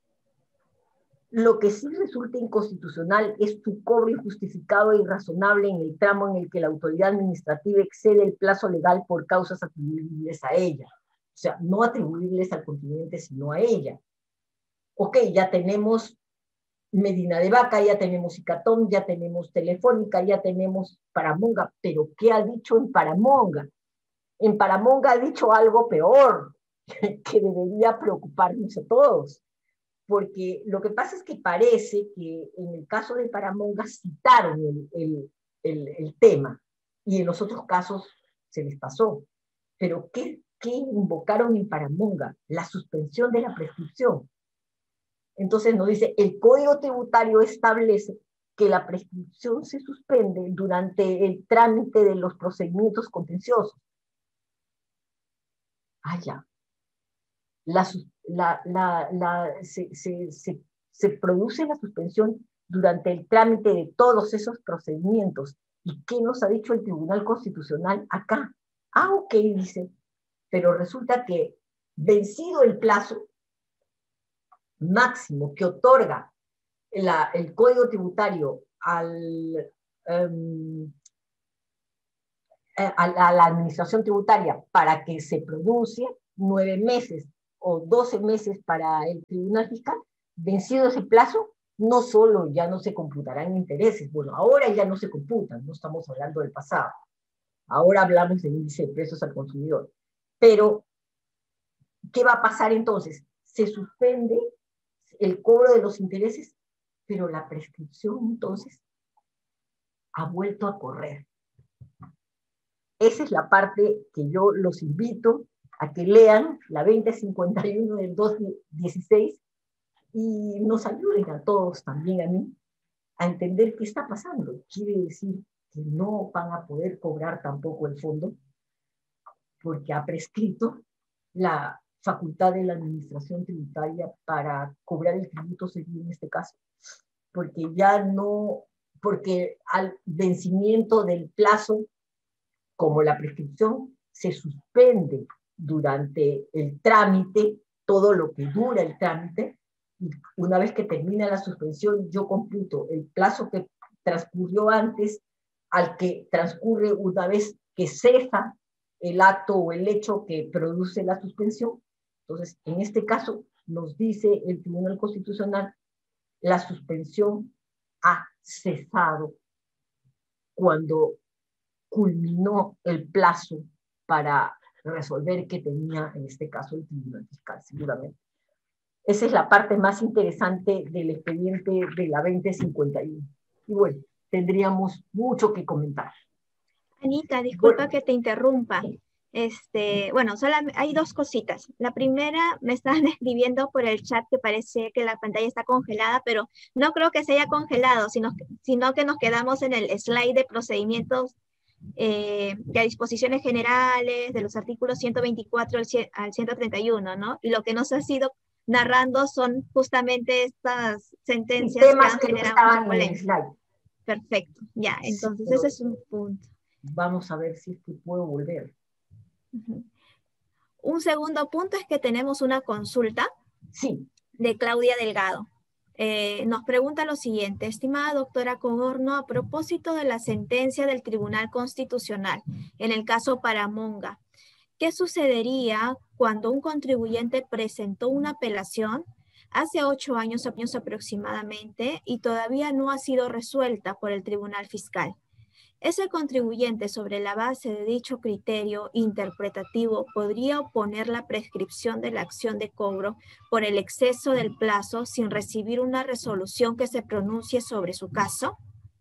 lo que sí resulta inconstitucional es su cobro injustificado e irrazonable en el tramo en el que la autoridad administrativa excede el plazo legal por causas atribuibles a ella. O sea, no atribuibles al contribuyente, sino a ella. Ok, ya tenemos Medina de Vaca, ya tenemos Icatón, ya tenemos Telefónica, ya tenemos Paramonga, pero ¿qué ha dicho en Paramonga? En Paramonga ha dicho algo peor, que debería preocuparnos a todos, porque lo que pasa es que parece que en el caso de Paramonga citaron el, el, el, el tema, y en los otros casos se les pasó. Pero ¿qué, qué invocaron en Paramonga? La suspensión de la prescripción. Entonces nos dice, el Código Tributario establece que la prescripción se suspende durante el trámite de los procedimientos contenciosos. Ah, ya. La, la, la, la, se, se, se, se produce la suspensión durante el trámite de todos esos procedimientos. ¿Y qué nos ha dicho el Tribunal Constitucional acá? Ah, ok, dice, pero resulta que vencido el plazo máximo que otorga la, el Código Tributario al, um, a, a la administración tributaria para que se pronuncie, nueve meses o doce meses para el Tribunal Fiscal, vencido ese plazo, no solo ya no se computarán intereses, bueno, ahora ya no se computan, no estamos hablando del pasado, ahora hablamos del índice de precios al consumidor, pero ¿qué va a pasar entonces? Se suspende el cobro de los intereses, pero la prescripción entonces ha vuelto a correr. Esa es la parte que yo los invito a que lean, la veinte cincuenta y uno del dos mil dieciséis, y nos ayuden a todos, también a mí, a entender qué está pasando. Quiere decir que no van a poder cobrar tampoco el fondo, porque ha prescrito la facultad de la administración tributaria para cobrar el tributo civil en este caso, porque ya no, porque al vencimiento del plazo, como la prescripción, se suspende durante el trámite, todo lo que dura el trámite, y una vez que termina la suspensión, yo computo el plazo que transcurrió antes al que transcurre una vez que cesa el acto o el hecho que produce la suspensión. Entonces, en este caso, nos dice el Tribunal Constitucional, la suspensión ha cesado cuando culminó el plazo para resolver que tenía, en este caso, el Tribunal Fiscal, seguramente. Esa es la parte más interesante del expediente de la veinte cincuenta y uno. Y bueno, tendríamos mucho que comentar. Anita, disculpa bueno, que te interrumpa. Este, bueno, solo hay dos cositas. La primera, me están escribiendo por el chat que parece que la pantalla está congelada, pero no creo que se haya congelado, sino, sino que nos quedamos en el slide de procedimientos eh, de disposiciones generales, de los artículos ciento veinticuatro al, al ciento treinta y uno, ¿no? Y lo que nos ha sido narrando son justamente estas sentencias sí, temas que han generado mucha polémica. Perfecto, ya, entonces sí, ese es un punto. Vamos a ver si es que puedo volver. Uh-huh. Un segundo punto es que tenemos una consulta sí. de Claudia Delgado. Eh, nos pregunta lo siguiente: estimada doctora Cogorno, a propósito de la sentencia del Tribunal Constitucional en el caso Paramonga, ¿Qué sucedería cuando un contribuyente presentó una apelación hace ocho años, años aproximadamente y todavía no ha sido resuelta por el Tribunal Fiscal? Ese contribuyente, sobre la base de dicho criterio interpretativo, podría oponer la prescripción de la acción de cobro por el exceso del plazo sin recibir una resolución que se pronuncie sobre su caso.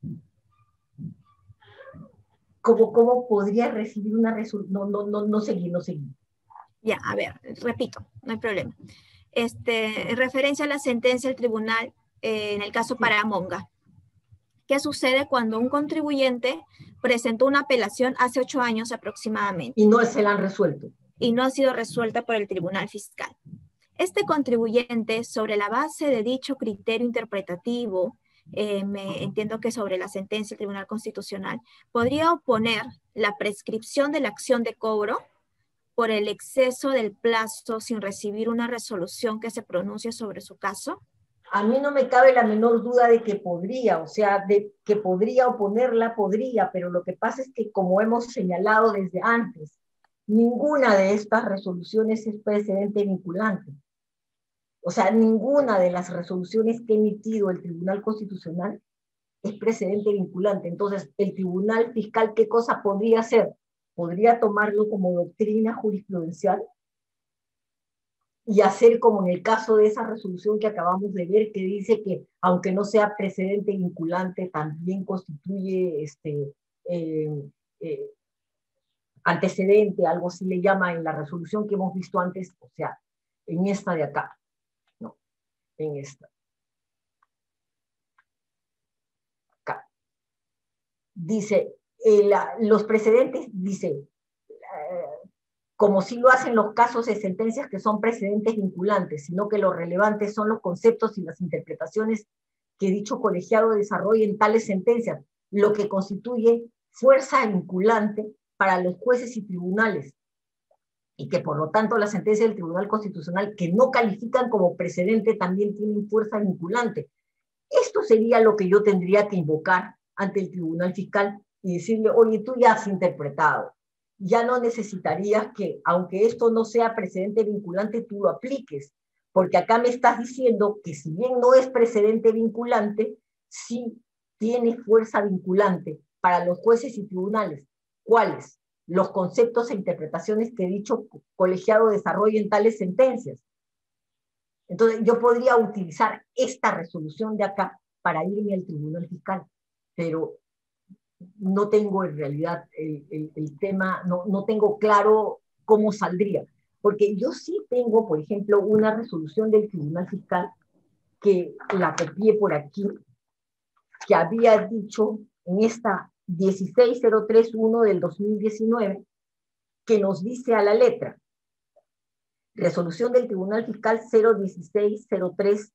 ¿Cómo, cómo podría recibir una resolución? No, no, no, no seguí, no seguí. Ya, a ver, repito, no hay problema. Este, en referencia a la sentencia del tribunal eh, en el caso Paramonga. ¿Qué sucede cuando un contribuyente presentó una apelación hace ocho años aproximadamente? Y no se la han resuelto. Y no ha sido resuelta por el Tribunal Fiscal. Este contribuyente, sobre la base de dicho criterio interpretativo, eh, me entiendo que sobre la sentencia del Tribunal Constitucional, podría oponer la prescripción de la acción de cobro por el exceso del plazo sin recibir una resolución que se pronuncie sobre su caso. A mí no me cabe la menor duda de que podría, o sea, de que podría oponerla, podría, pero lo que pasa es que, como hemos señalado desde antes, ninguna de estas resoluciones es precedente vinculante. O sea, ninguna de las resoluciones que ha emitido el Tribunal Constitucional es precedente vinculante. Entonces, el Tribunal Fiscal, ¿qué cosa podría hacer? Podría tomarlo como doctrina jurisprudencial y hacer como en el caso de esa resolución que acabamos de ver, que dice que aunque no sea precedente vinculante, también constituye este, eh, eh, antecedente, algo así le llama en la resolución que hemos visto antes, o sea, en esta de acá, no, en esta. Acá. Dice, eh, la, los precedentes, dice, eh, como si lo hacen los casos de sentencias que son precedentes vinculantes, sino que lo relevante son los conceptos y las interpretaciones que dicho colegiado desarrolle en tales sentencias, lo que constituye fuerza vinculante para los jueces y tribunales, y que por lo tanto las sentencias del Tribunal Constitucional que no califican como precedente también tienen fuerza vinculante. Esto sería lo que yo tendría que invocar ante el Tribunal Fiscal y decirle, oye, tú ya has interpretado, ya no necesitarías que, aunque esto no sea precedente vinculante, tú lo apliques, porque acá me estás diciendo que si bien no es precedente vinculante, sí tiene fuerza vinculante para los jueces y tribunales. ¿Cuáles? Los conceptos e interpretaciones que dicho colegiado desarrolla en tales sentencias. Entonces yo podría utilizar esta resolución de acá para irme al Tribunal Fiscal, pero no tengo en realidad el, el, el tema, no, no tengo claro cómo saldría, porque yo sí tengo, por ejemplo, una resolución del Tribunal Fiscal que la copié por aquí, que había dicho en esta dieciséis cero tres uno del dos mil diecinueve, que nos dice a la letra, resolución del Tribunal Fiscal cero dieciséis cero tres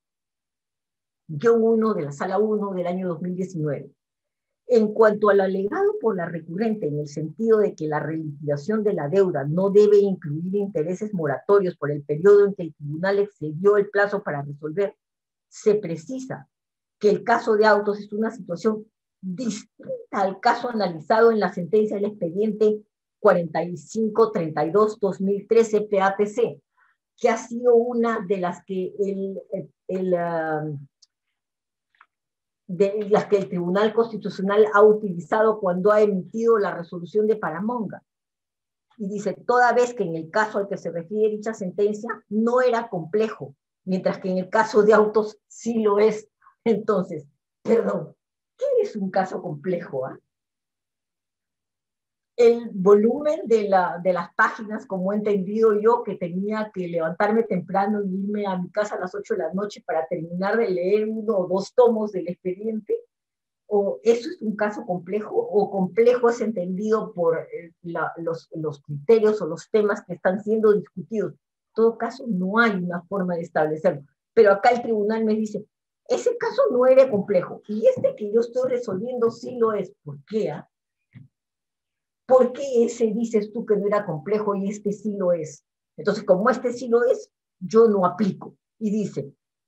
uno de la Sala uno del año dos mil diecinueve. En cuanto al alegado por la recurrente, en el sentido de que la reliquidación de la deuda no debe incluir intereses moratorios por el periodo en que el tribunal excedió el plazo para resolver, se precisa que el caso de autos es una situación distinta al caso analizado en la sentencia del expediente cuarenta y cinco treinta y dos dos mil trece P A T C, que ha sido una de las que el, el, el uh, de las que el Tribunal Constitucional ha utilizado cuando ha emitido la resolución de Paramonga. Y dice, toda vez que en el caso al que se refiere dicha sentencia no era complejo, mientras que en el caso de autos sí lo es. Entonces, perdón, ¿qué es un caso complejo? ¿eh? El volumen de, la, de las páginas, como he entendido yo, que tenía que levantarme temprano y irme a mi casa a las ocho de la noche para terminar de leer uno o dos tomos del expediente, o eso es un caso complejo, o complejo es entendido por eh, la, los, los criterios o los temas que están siendo discutidos. En todo caso, no hay una forma de establecerlo. Pero acá el tribunal me dice, ese caso no era complejo, y este que yo estoy resolviendo sí lo es. ¿Por qué? ¿Ah? ¿Por qué ese dices tú que no era complejo y este sí lo es? Entonces, como este sí lo es, yo no aplico. Y dice,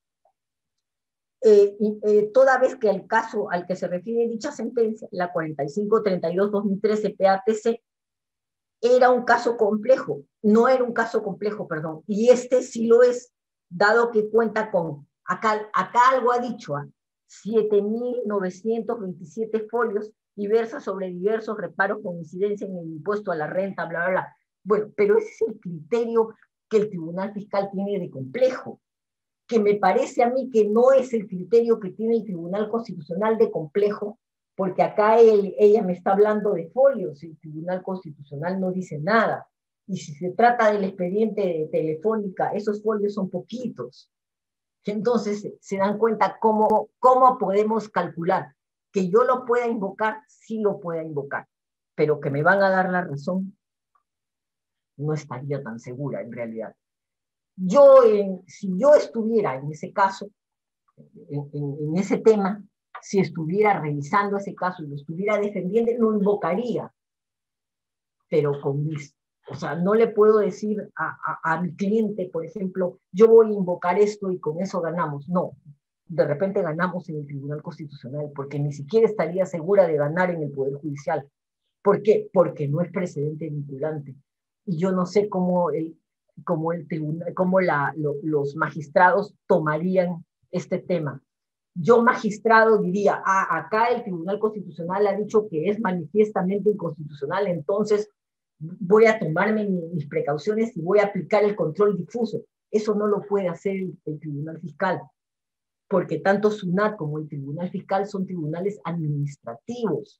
eh, eh, toda vez que el caso al que se refiere dicha sentencia, la cuarenta y cinco treinta y dos dos mil trece P A T C, era un caso complejo, no era un caso complejo, perdón, y este sí lo es, dado que cuenta con, acá, acá algo ha dicho, ¿eh? siete mil novecientos veintisiete folios y versa sobre diversos reparos con incidencia en el impuesto a la renta, bla, bla, bla. Bueno, pero ese es el criterio que el Tribunal Fiscal tiene de complejo, que me parece a mí que no es el criterio que tiene el Tribunal Constitucional de complejo, porque acá él, ella me está hablando de folios, el Tribunal Constitucional no dice nada. Y si se trata del expediente de Telefónica, esos folios son poquitos. Entonces se dan cuenta cómo, cómo podemos calcular. Que yo lo pueda invocar, sí lo pueda invocar, pero que me van a dar la razón, no estaría tan segura en realidad. Yo, en, si yo estuviera en ese caso, en, en, en ese tema, si estuviera revisando ese caso y lo estuviera defendiendo, lo invocaría, pero con mis, o sea, no le puedo decir a, a, a mi cliente, por ejemplo, yo voy a invocar esto y con eso ganamos. No, de repente ganamos en el Tribunal Constitucional, porque ni siquiera estaría segura de ganar en el Poder Judicial. ¿Por qué? Porque no es precedente vinculante. Y yo no sé cómo el, cómo el tribunal, cómo la, lo, los magistrados tomarían este tema. Yo, magistrado, diría, ah, acá el Tribunal Constitucional ha dicho que es manifiestamente inconstitucional, entonces voy a tomarme mis precauciones y voy a aplicar el control difuso. Eso no lo puede hacer el, el Tribunal Fiscal, porque tanto SUNAT como el Tribunal Fiscal son tribunales administrativos.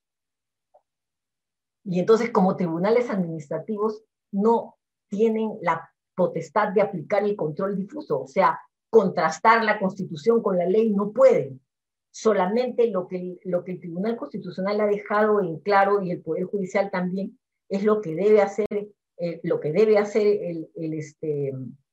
Y entonces, como tribunales administrativos, no tienen la potestad de aplicar el control difuso, o sea, contrastar la Constitución con la ley no pueden. Solamente lo que, lo que el Tribunal Constitucional ha dejado en claro, y el Poder Judicial también, es lo que debe hacer, eh, lo que debe hacer el, el, este,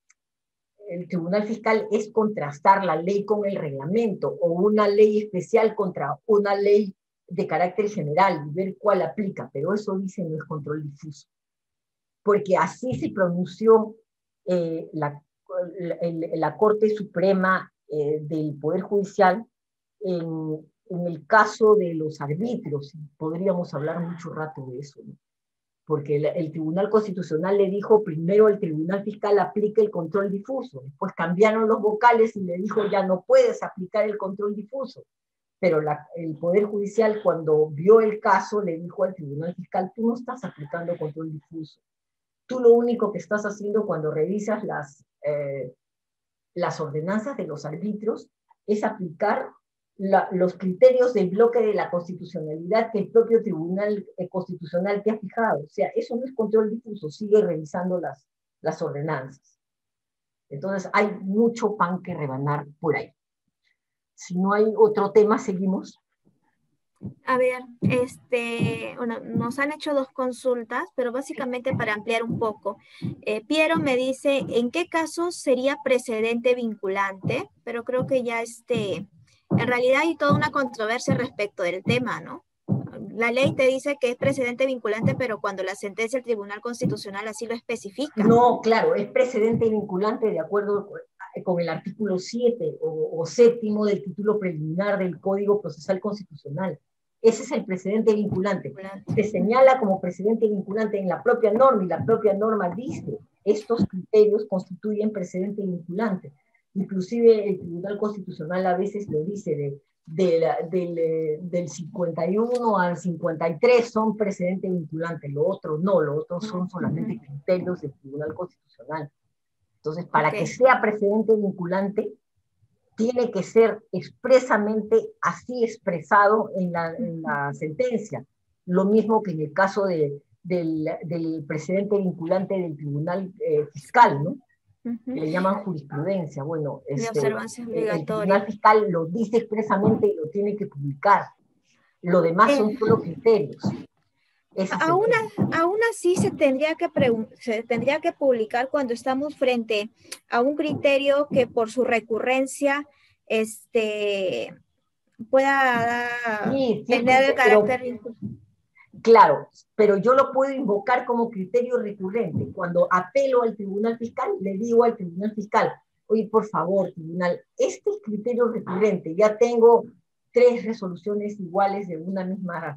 el Tribunal Fiscal es contrastar la ley con el reglamento, o una ley especial contra una ley de carácter general, y ver cuál aplica, pero eso dice no es control difuso. Porque así se pronunció eh, la, la, la Corte Suprema eh, del Poder Judicial en, en el caso de los arbitrios. Podríamos hablar mucho rato de eso, ¿no? Porque el, el Tribunal Constitucional le dijo primero el Tribunal Fiscal aplica el control difuso, después cambiaron los vocales y le dijo ya no puedes aplicar el control difuso. Pero la, el Poder Judicial, cuando vio el caso, le dijo al Tribunal Fiscal, tú no estás aplicando control difuso. Tú lo único que estás haciendo cuando revisas las, eh, las ordenanzas de los arbitrios es aplicar la, los criterios del bloque de la constitucionalidad que el propio Tribunal eh, Constitucional te ha fijado. O sea, eso no es control difuso, sigue revisando las, las ordenanzas. Entonces hay mucho pan que rebanar por ahí. Si no hay otro tema, seguimos. A ver, este, bueno, nos han hecho dos consultas, pero básicamente para ampliar un poco. Eh, Piero me dice, ¿en qué casos sería precedente vinculante? Pero creo que ya este, en realidad hay toda una controversia respecto del tema, ¿no? La ley te dice que es precedente vinculante, pero cuando la sentencia del Tribunal Constitucional así lo especifica. No, claro, es precedente vinculante de acuerdo con el artículo siete o, o séptimo del título preliminar del Código Procesal Constitucional. Ese es el precedente vinculante. vinculante. Se señala como precedente vinculante en la propia norma, y la propia norma dice, estos criterios constituyen precedente vinculante. Inclusive el Tribunal Constitucional a veces lo dice, de, de la, del, del cincuenta y uno al cincuenta y tres son precedente vinculante, lo otro no, lo otro son solamente criterios del Tribunal Constitucional. Entonces, para okay. que sea precedente vinculante, tiene que ser expresamente así expresado en la, en la sentencia. Lo mismo que en el caso de, del, del precedente vinculante del Tribunal eh, Fiscal, ¿no? Uh-huh. Que le llaman jurisprudencia. Bueno, este, el Tribunal Fiscal lo dice expresamente y lo tiene que publicar. Lo demás eh. son solo criterios. Aún, aún así se tendría, que se tendría que publicar cuando estamos frente a un criterio que por su recurrencia este, pueda sí, tener el carácter pero, claro, pero yo lo puedo invocar como criterio recurrente. Cuando apelo al Tribunal Fiscal, le digo al Tribunal Fiscal, oye, por favor, Tribunal, este es criterio recurrente, ya tengo tres resoluciones iguales de una misma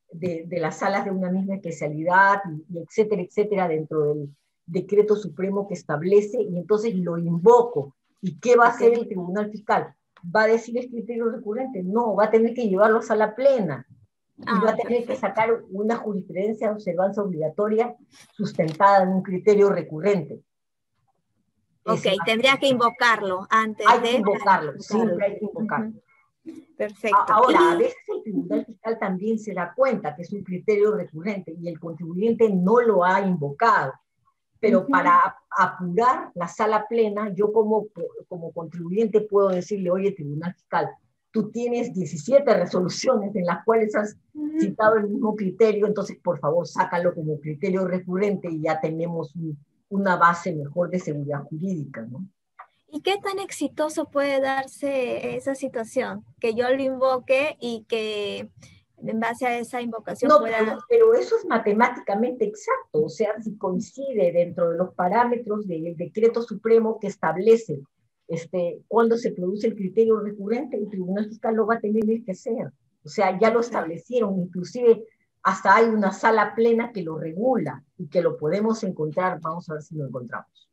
de, de las salas de una misma especialidad, y, y etcétera, etcétera, dentro del decreto supremo que establece, y entonces lo invoco. ¿Y qué va a hacer el Tribunal Fiscal? ¿Va a decir el criterio recurrente? No, va a tener que llevarlo a sala plena. Y ah, va a tener perfecto. que sacar una jurisprudencia de observancia obligatoria sustentada en un criterio recurrente. Ok, es tendría que invocarlo antes hay de... Hay que invocarlo, siempre hay que invocarlo. Uh-huh. Perfecto. Ahora, y... a veces el Tribunal Fiscal también se da cuenta que es un criterio recurrente y el contribuyente no lo ha invocado. Pero uh-huh. para apurar la sala plena, yo como, como contribuyente puedo decirle, oye, Tribunal Fiscal, tú tienes diecisiete resoluciones en las cuales has uh-huh. citado el mismo criterio, entonces por favor sácalo como criterio recurrente y ya tenemos un, una base mejor de seguridad jurídica, ¿no? ¿Y qué tan exitoso puede darse esa situación? Que yo lo invoque y que en base a esa invocación no, pueda... Pero, pero eso es matemáticamente exacto, o sea, si coincide dentro de los parámetros del decreto supremo que establece este, cuando se produce el criterio recurrente, el Tribunal Fiscal lo va a tener que hacer. O sea, ya lo establecieron, inclusive hasta hay una sala plena que lo regula y que lo podemos encontrar, vamos a ver si lo encontramos.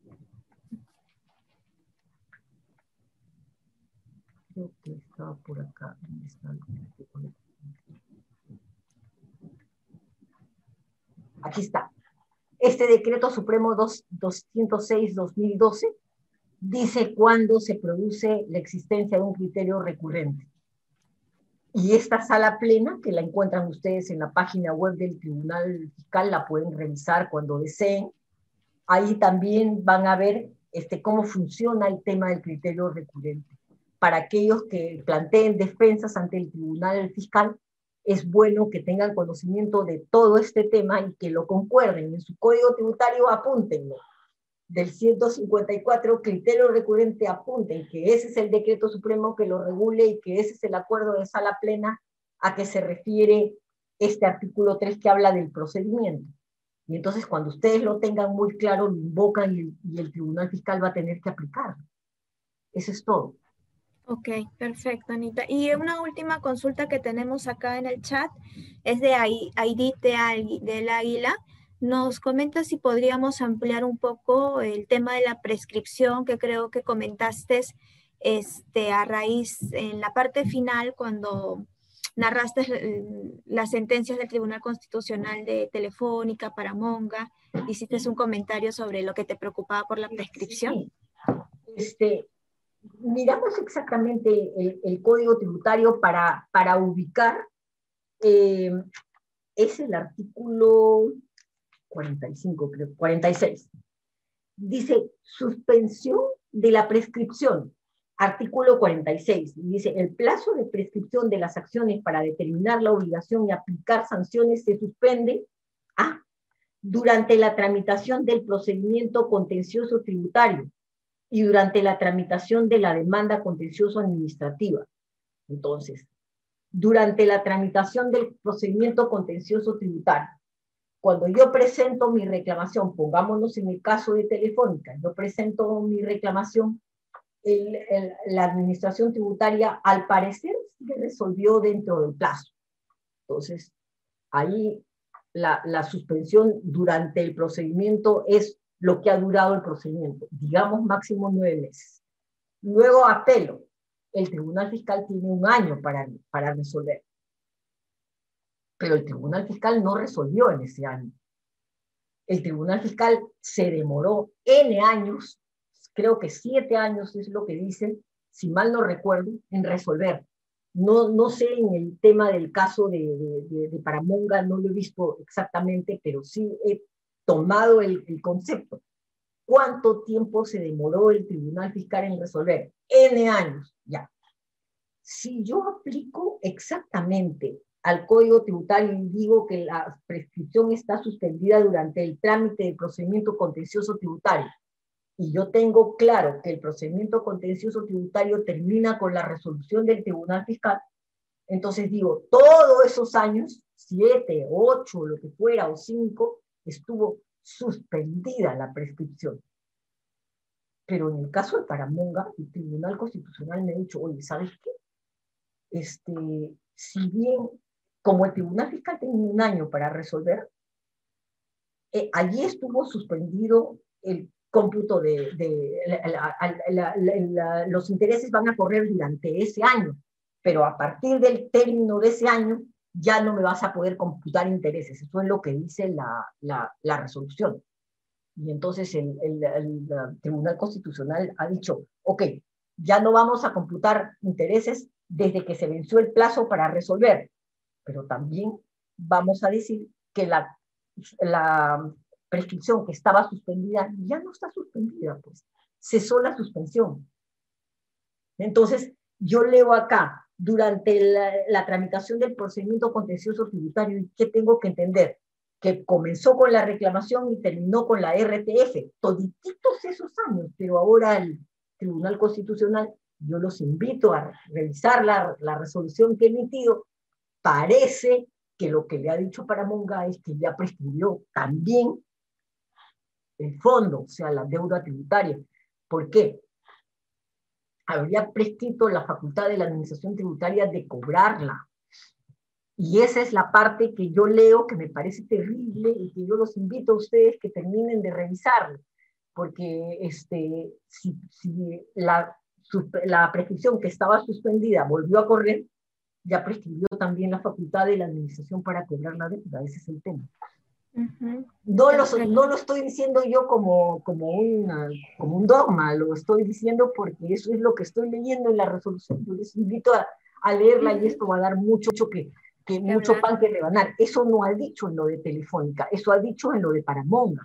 Creo que estaba por acá. ¿Dónde está? Aquí está. Este decreto supremo doscientos seis guión dos mil doce dice cuándo se produce la existencia de un criterio recurrente. Y esta sala plena, que la encuentran ustedes en la página web del Tribunal Fiscal, la pueden revisar cuando deseen. Ahí también van a ver este, cómo funciona el tema del criterio recurrente. Para aquellos que planteen defensas ante el Tribunal Fiscal, es bueno que tengan conocimiento de todo este tema y que lo concuerden. En su código tributario apúntenlo. Del ciento cincuenta y cuatro, criterio recurrente, apunten que ese es el decreto supremo que lo regule y que ese es el acuerdo de sala plena a que se refiere este artículo tres que habla del procedimiento. Y entonces cuando ustedes lo tengan muy claro, lo invocan y el, y el Tribunal Fiscal va a tener que aplicarlo. Eso es todo. Ok, perfecto, Anita. Y una última consulta que tenemos acá en el chat es de Aidit del Águila. Nos comenta si podríamos ampliar un poco el tema de la prescripción que creo que comentaste este, a raíz en la parte final cuando narraste las sentencias del Tribunal Constitucional de Telefónica para Monga. Hiciste un comentario sobre lo que te preocupaba por la prescripción. Sí. Este... Miramos exactamente el, el código tributario para, para ubicar, eh, es el artículo cuarenta y cinco, creo, cuarenta y seis. Dice, suspensión de la prescripción, artículo cuarenta y seis. Dice, el plazo de prescripción de las acciones para determinar la obligación y aplicar sanciones se suspende a, durante la tramitación del procedimiento contencioso tributario, y durante la tramitación de la demanda contencioso administrativa. Entonces, durante la tramitación del procedimiento contencioso tributario, cuando yo presento mi reclamación, pongámonos en el caso de Telefónica, yo presento mi reclamación, el, el, la administración tributaria al parecer se resolvió dentro del plazo. Entonces, ahí la, la suspensión durante el procedimiento es lo que ha durado el procedimiento, digamos máximo nueve meses. Luego apelo, el Tribunal Fiscal tiene un año para, para resolver. Pero el Tribunal Fiscal no resolvió en ese año. El Tribunal Fiscal se demoró N años, creo que siete años es lo que dice, si mal no recuerdo, en resolver. No, no sé en el tema del caso de, de, de, de Paramonga, no lo he visto exactamente, pero sí he tomado el, el concepto. ¿Cuánto tiempo se demoró el Tribunal Fiscal en resolver? N años, ya. Si yo aplico exactamente al Código Tributario y digo que la prescripción está suspendida durante el trámite del procedimiento contencioso tributario, y yo tengo claro que el procedimiento contencioso tributario termina con la resolución del Tribunal Fiscal, entonces digo, todos esos años, siete, ocho, lo que fuera, o cinco, estuvo suspendida la prescripción. Pero en el caso de Paramonga, el Tribunal Constitucional me ha dicho, oye, ¿sabes qué? Este, si bien como el Tribunal Fiscal tenía un año para resolver, eh, allí estuvo suspendido el cómputo de, de la, la, la, la, los intereses van a correr durante ese año, pero a partir del término de ese año ya no me vas a poder computar intereses. Eso es lo que dice la, la, la resolución. Y entonces el, el, el, el Tribunal Constitucional ha dicho, ok, ya no vamos a computar intereses desde que se venció el plazo para resolver, pero también vamos a decir que la, la prescripción que estaba suspendida ya no está suspendida, pues cesó la suspensión. Entonces, yo leo acá, durante la, la tramitación del procedimiento contencioso tributario, ¿y qué tengo que entender? Que comenzó con la reclamación y terminó con la R T F, todititos esos años, pero ahora el Tribunal Constitucional, yo los invito a revisar la, la resolución que he emitido, parece que lo que le ha dicho Paramonga es que ya prescribió también el fondo, o sea, la deuda tributaria. ¿Por qué? Habría prescrito la facultad de la administración tributaria de cobrarla. Y esa es la parte que yo leo que me parece terrible y que yo los invito a ustedes que terminen de revisarlo, porque este, si, si la, la prescripción que estaba suspendida volvió a correr, ya prescribió también la facultad de la administración para cobrar la deuda. Ese es el tema. Uh-huh. No, lo, no lo estoy diciendo yo como, como, una, como un dogma, lo estoy diciendo porque eso es lo que estoy leyendo en la resolución. Yo les invito a, a leerla uh-huh. y esto va a dar mucho, mucho, que, que, mucho pan que rebanar. Eso no ha dicho en lo de Telefónica, eso ha dicho en lo de Paramonga.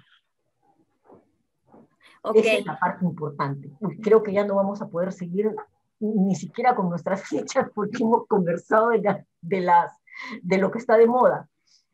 Okay. Esa es la parte importante. Uy, creo que ya no vamos a poder seguir ni siquiera con nuestras fechas porque hemos conversado de, la, de, las, de lo que está de moda.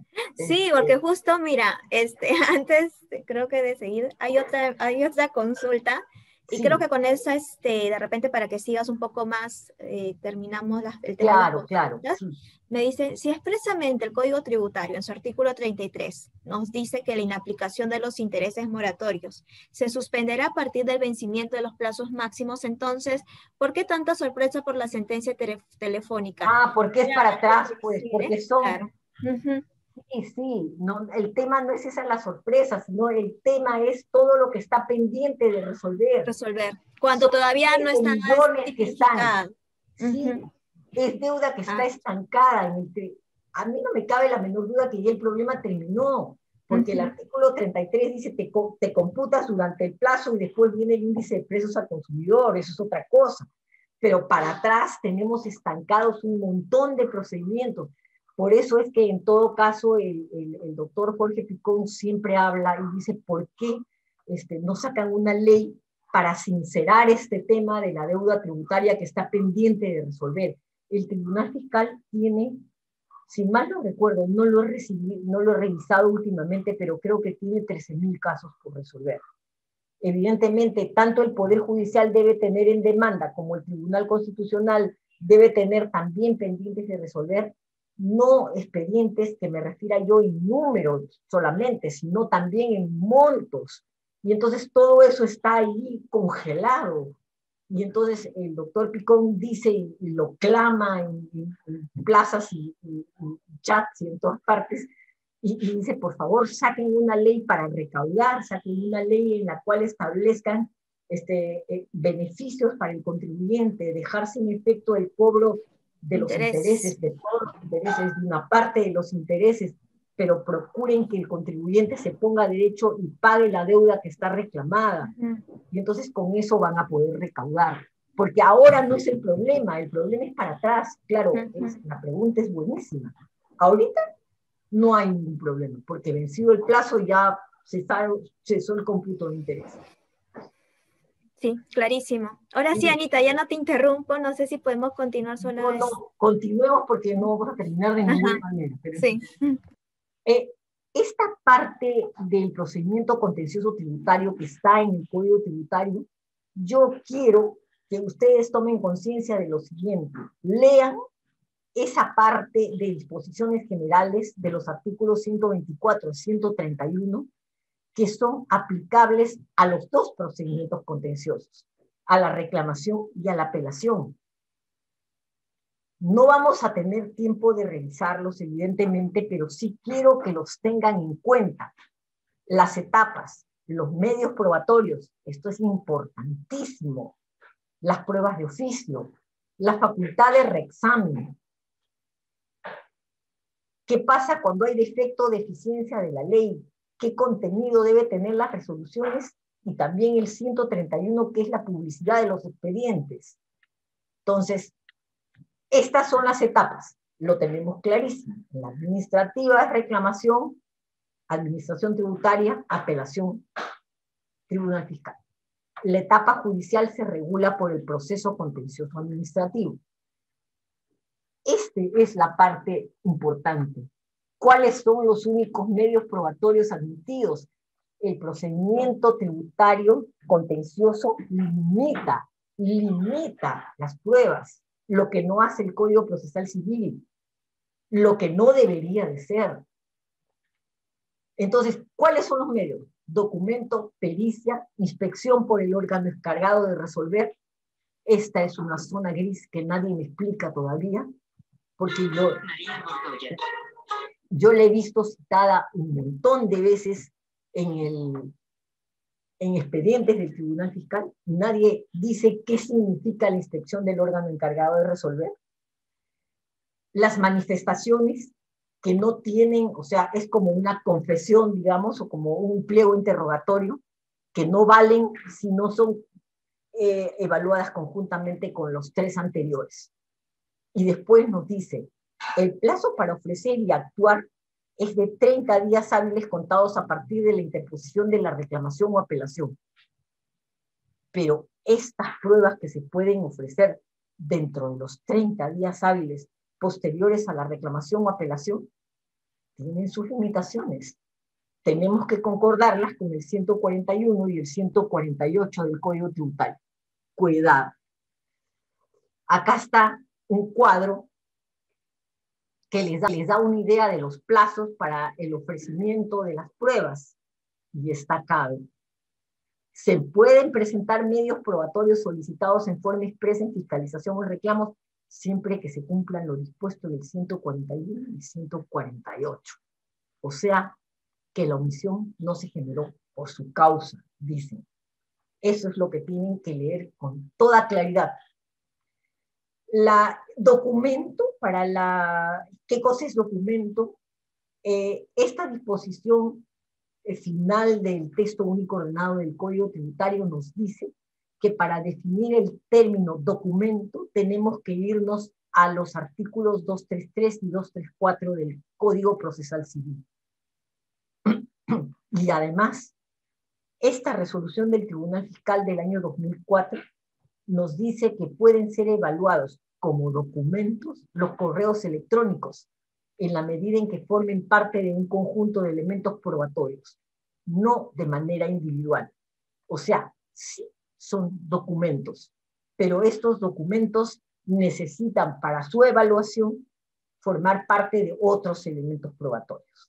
Sí, porque justo, mira, este, antes creo que de seguir, hay otra, hay otra consulta, y sí. creo que con esa, este, de repente, para que sigas un poco más, eh, terminamos la, el tema claro, de las consultas. Claro, sí. Me dice, si expresamente el Código Tributario, en su artículo treinta y tres, nos dice que la inaplicación de los intereses moratorios se suspenderá a partir del vencimiento de los plazos máximos, entonces, ¿por qué tanta sorpresa por la sentencia telefónica? Ah, porque es para atrás, pues, sí, porque son... Claro. Uh-huh. Sí, sí, no, el tema no es esa la sorpresa, sino el tema es todo lo que está pendiente de resolver. Resolver, cuando Son todavía no está millones que están. Sí, uh-huh. es deuda que está ah. estancada. Entre, a mí no me cabe la menor duda que ya el problema terminó, porque uh-huh. el artículo treinta y tres dice te, te computas durante el plazo y después viene el índice de precios al consumidor, eso es otra cosa. Pero para atrás tenemos estancados un montón de procedimientos. Por eso es que en todo caso el, el, el doctor Jorge Picón siempre habla y dice por qué este, no sacan una ley para sincerar este tema de la deuda tributaria que está pendiente de resolver. El Tribunal Fiscal tiene, si mal no recuerdo, no lo he recibido, no lo he revisado últimamente, pero creo que tiene trece mil casos por resolver. Evidentemente, tanto el Poder Judicial debe tener en demanda como el Tribunal Constitucional debe tener también pendientes de resolver, no expedientes que me refiera yo en números solamente, sino también en montos. Y entonces todo eso está ahí congelado. Y entonces el doctor Picón dice y, y lo clama en, en, en plazas y, y, y chats y en todas partes, y, y dice, por favor, saquen una ley para recaudar, saquen una ley en la cual establezcan este, eh, beneficios para el contribuyente, dejar sin efecto el cobro de los Interés. intereses, de todos los intereses, de una parte de los intereses, pero procuren que el contribuyente se ponga derecho y pague la deuda que está reclamada. Uh-huh. Y entonces con eso van a poder recaudar. Porque ahora no es el problema, el problema es para atrás. Claro, uh-huh. es, la pregunta es buenísima. Ahorita no hay ningún problema, porque vencido el plazo ya cesó, cesó el cómputo de interés. Sí, clarísimo. Ahora sí, Anita, ya no te interrumpo, no sé si podemos continuar sola. No, no, continuemos porque no vamos a terminar de ninguna Ajá. manera. Pero sí. Eh, esta parte del procedimiento contencioso tributario que está en el Código Tributario, yo quiero que ustedes tomen conciencia de lo siguiente. Lean esa parte de disposiciones generales de los artículos ciento veinticuatro y ciento treinta y uno, que son aplicables a los dos procedimientos contenciosos, a la reclamación y a la apelación. No vamos a tener tiempo de revisarlos, evidentemente, pero sí quiero que los tengan en cuenta. Las etapas, los medios probatorios, esto es importantísimo. Las pruebas de oficio, la facultad de reexamen. ¿Qué pasa cuando hay defecto o deficiencia de la ley? ¿Qué contenido debe tener las resoluciones? Y también el ciento treinta y uno, que es la publicidad de los expedientes. Entonces, estas son las etapas. Lo tenemos clarísimo. La administrativa es reclamación, administración tributaria, apelación, tribunal fiscal. La etapa judicial se regula por el proceso contencioso administrativo. Esta es la parte importante. ¿Cuáles son los únicos medios probatorios admitidos? El procedimiento tributario contencioso limita, limita las pruebas, lo que no hace el Código Procesal Civil, lo que no debería de ser. Entonces, ¿cuáles son los medios? Documento, pericia, inspección por el órgano encargado de resolver. Esta es una zona gris que nadie me explica todavía, porque yo, yo la he visto citada un montón de veces en, el, en expedientes del Tribunal Fiscal. Nadie dice qué significa la inspección del órgano encargado de resolver. Las manifestaciones que no tienen, o sea, es como una confesión, digamos, o como un pliego interrogatorio, que no valen si no son eh, evaluadas conjuntamente con los tres anteriores. Y después nos dice, el plazo para ofrecer y actuar es de treinta días hábiles contados a partir de la interposición de la reclamación o apelación. Pero estas pruebas que se pueden ofrecer dentro de los treinta días hábiles posteriores a la reclamación o apelación tienen sus limitaciones. Tenemos que concordarlas con el ciento cuarenta y uno y el ciento cuarenta y ocho del Código Tributario. Cuidado. Acá está un cuadro que les da, les da una idea de los plazos para el ofrecimiento de las pruebas. Y está acá. Se pueden presentar medios probatorios solicitados en forma expresa en fiscalización o reclamos siempre que se cumplan lo dispuesto en el ciento cuarenta y uno y ciento cuarenta y ocho. O sea, que la omisión no se generó por su causa, dicen. Eso es lo que tienen que leer con toda claridad. La documento, para la... ¿Qué cosa es documento? Eh, esta disposición eh, final del texto único ordenado del Código Tributario nos dice que para definir el término documento tenemos que irnos a los artículos doscientos treinta y tres y doscientos treinta y cuatro del Código Procesal Civil. Y además, esta resolución del Tribunal Fiscal del año dos mil cuatro nos dice que pueden ser evaluados como documentos los correos electrónicos, en la medida en que formen parte de un conjunto de elementos probatorios, no de manera individual. O sea, sí son documentos, pero estos documentos necesitan para su evaluación formar parte de otros elementos probatorios.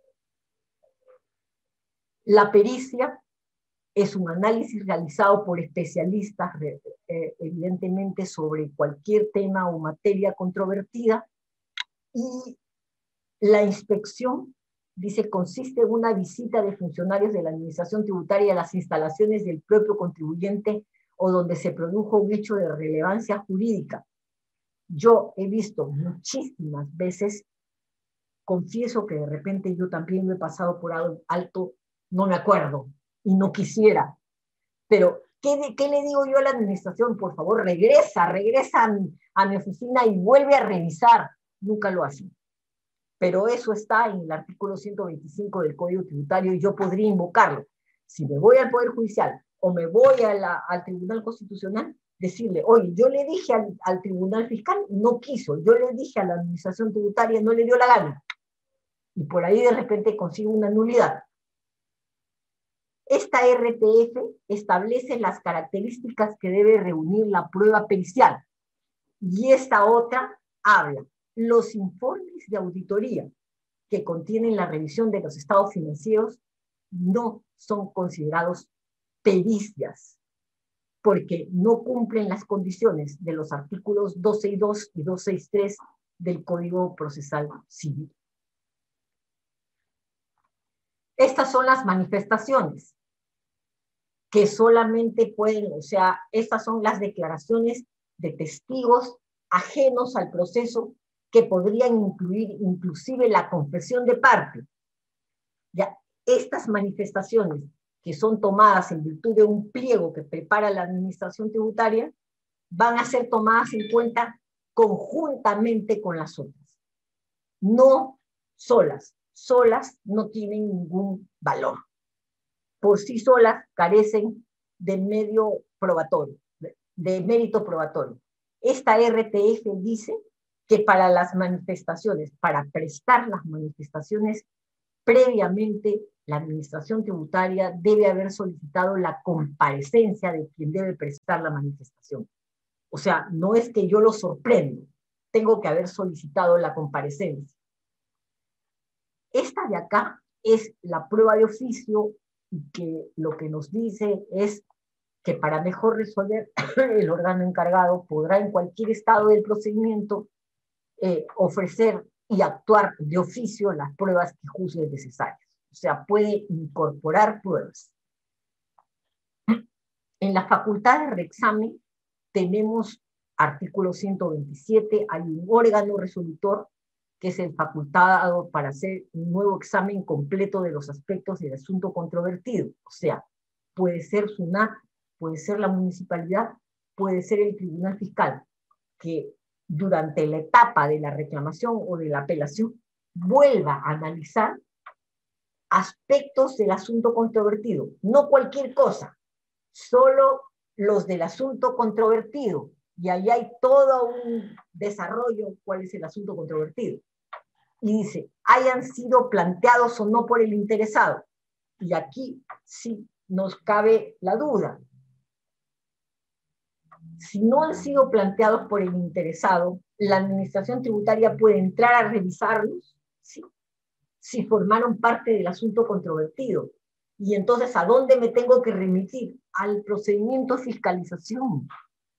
La pericia es un análisis realizado por especialistas, eh, evidentemente, sobre cualquier tema o materia controvertida, y la inspección, dice, consiste en una visita de funcionarios de la administración tributaria a las instalaciones del propio contribuyente o donde se produjo un hecho de relevancia jurídica. Yo he visto muchísimas veces, confieso que de repente yo también me he pasado por alto, no me acuerdo, y no quisiera. Pero, ¿qué, ¿qué le digo yo a la administración? Por favor, regresa, regresa a mi, a mi oficina y vuelve a revisar. Nunca lo hacen. Pero eso está en el artículo ciento veinticinco del Código Tributario y yo podría invocarlo. Si me voy al Poder Judicial o me voy a la, al Tribunal Constitucional, decirle, oye, yo le dije al, al Tribunal Fiscal, no quiso. Yo le dije a la Administración Tributaria, no le dio la gana. Y por ahí de repente consigo una nulidad. Esta R T F establece las características que debe reunir la prueba pericial. Y esta otra habla. Los informes de auditoría que contienen la revisión de los estados financieros no son considerados pericias, porque no cumplen las condiciones de los artículos doce y dos y doscientos sesenta y tres del Código Procesal Civil. Estas son las manifestaciones que solamente pueden, o sea, estas son las declaraciones de testigos ajenos al proceso que podrían incluir inclusive la confesión de parte. Ya, estas manifestaciones que son tomadas en virtud de un pliego que prepara la administración tributaria van a ser tomadas en cuenta conjuntamente con las otras, no solas. Solas no tienen ningún valor. Por sí solas carecen de medio probatorio, de, de mérito probatorio. Esta R T F dice que para las manifestaciones, para prestar las manifestaciones, previamente la administración tributaria debe haber solicitado la comparecencia de quien debe prestar la manifestación. O sea, no es que yo lo sorprendo, tengo que haber solicitado la comparecencia. Esta de acá es la prueba de oficio y que lo que nos dice es que para mejor resolver el órgano encargado podrá en cualquier estado del procedimiento eh, ofrecer y actuar de oficio las pruebas que juzgue necesarias. O sea, puede incorporar pruebas. En la facultad de reexamen tenemos artículo ciento veintisiete, hay un órgano resolutor que es el facultado para hacer un nuevo examen completo de los aspectos del asunto controvertido. O sea, puede ser SUNAT, puede ser la municipalidad, puede ser el tribunal fiscal, que durante la etapa de la reclamación o de la apelación vuelva a analizar aspectos del asunto controvertido, no cualquier cosa, solo los del asunto controvertido. Y ahí hay todo un desarrollo cuál es el asunto controvertido. Y dice, hayan sido planteados o no por el interesado. Y aquí sí nos cabe la duda. Si no han sido planteados por el interesado, la administración tributaria puede entrar a revisarlos, ¿sí?, si formaron parte del asunto controvertido. Y entonces, ¿a dónde me tengo que remitir? Al procedimiento de fiscalización.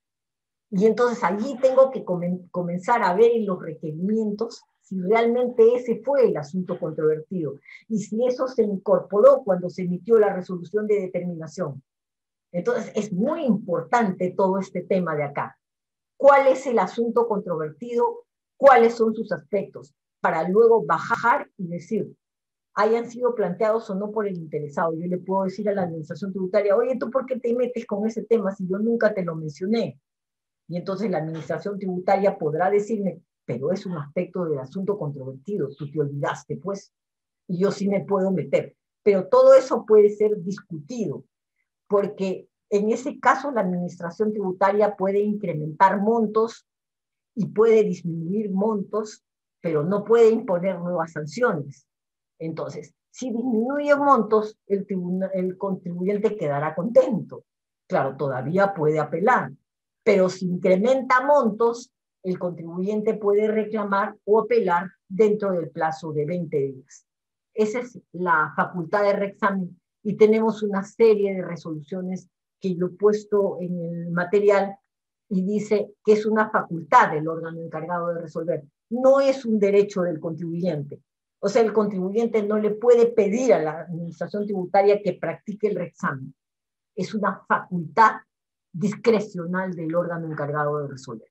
Y entonces allí tengo que comen- comenzar a ver en los requerimientos si realmente ese fue el asunto controvertido y si eso se incorporó cuando se emitió la resolución de determinación. Entonces es muy importante todo este tema de acá. ¿Cuál es el asunto controvertido? ¿Cuáles son sus aspectos? Para luego bajar y decir, hayan sido planteados o no por el interesado. Yo le puedo decir a la administración tributaria, oye, ¿tú por qué te metes con ese tema si yo nunca te lo mencioné? Y entonces la administración tributaria podrá decirme, pero es un aspecto del asunto controvertido, tú te olvidaste, pues, y yo sí me puedo meter. Pero todo eso puede ser discutido, porque en ese caso la administración tributaria puede incrementar montos y puede disminuir montos, pero no puede imponer nuevas sanciones. Entonces, si disminuye montos, el, tribunal, el contribuyente quedará contento. Claro, todavía puede apelar. Pero si incrementa montos, el contribuyente puede reclamar o apelar dentro del plazo de veinte días. Esa es la facultad de reexamen y tenemos una serie de resoluciones que yo he puesto en el material y dice que es una facultad del órgano encargado de resolver. No es un derecho del contribuyente. O sea, el contribuyente no le puede pedir a la administración tributaria que practique el reexamen. Es una facultad discrecional del órgano encargado de resolver.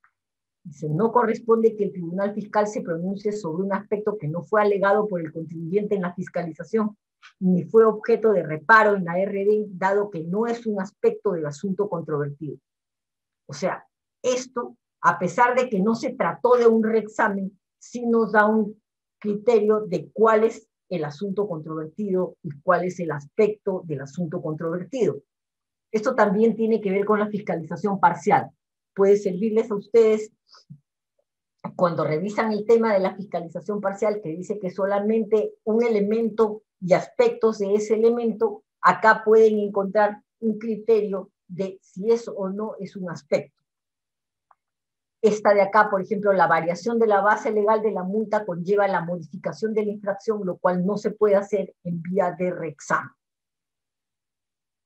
Dice, no corresponde que el tribunal fiscal se pronuncie sobre un aspecto que no fue alegado por el contribuyente en la fiscalización, ni fue objeto de reparo en la R D, dado que no es un aspecto del asunto controvertido. O sea, esto, a pesar de que no se trató de un reexamen, sí nos da un criterio de cuál es el asunto controvertido y cuál es el aspecto del asunto controvertido. Esto también tiene que ver con la fiscalización parcial. Puede servirles a ustedes cuando revisan el tema de la fiscalización parcial, que dice que solamente un elemento y aspectos de ese elemento, acá pueden encontrar un criterio de si eso o no es un aspecto. Esta de acá, por ejemplo, la variación de la base legal de la multa conlleva la modificación de la infracción, lo cual no se puede hacer en vía de reexamen.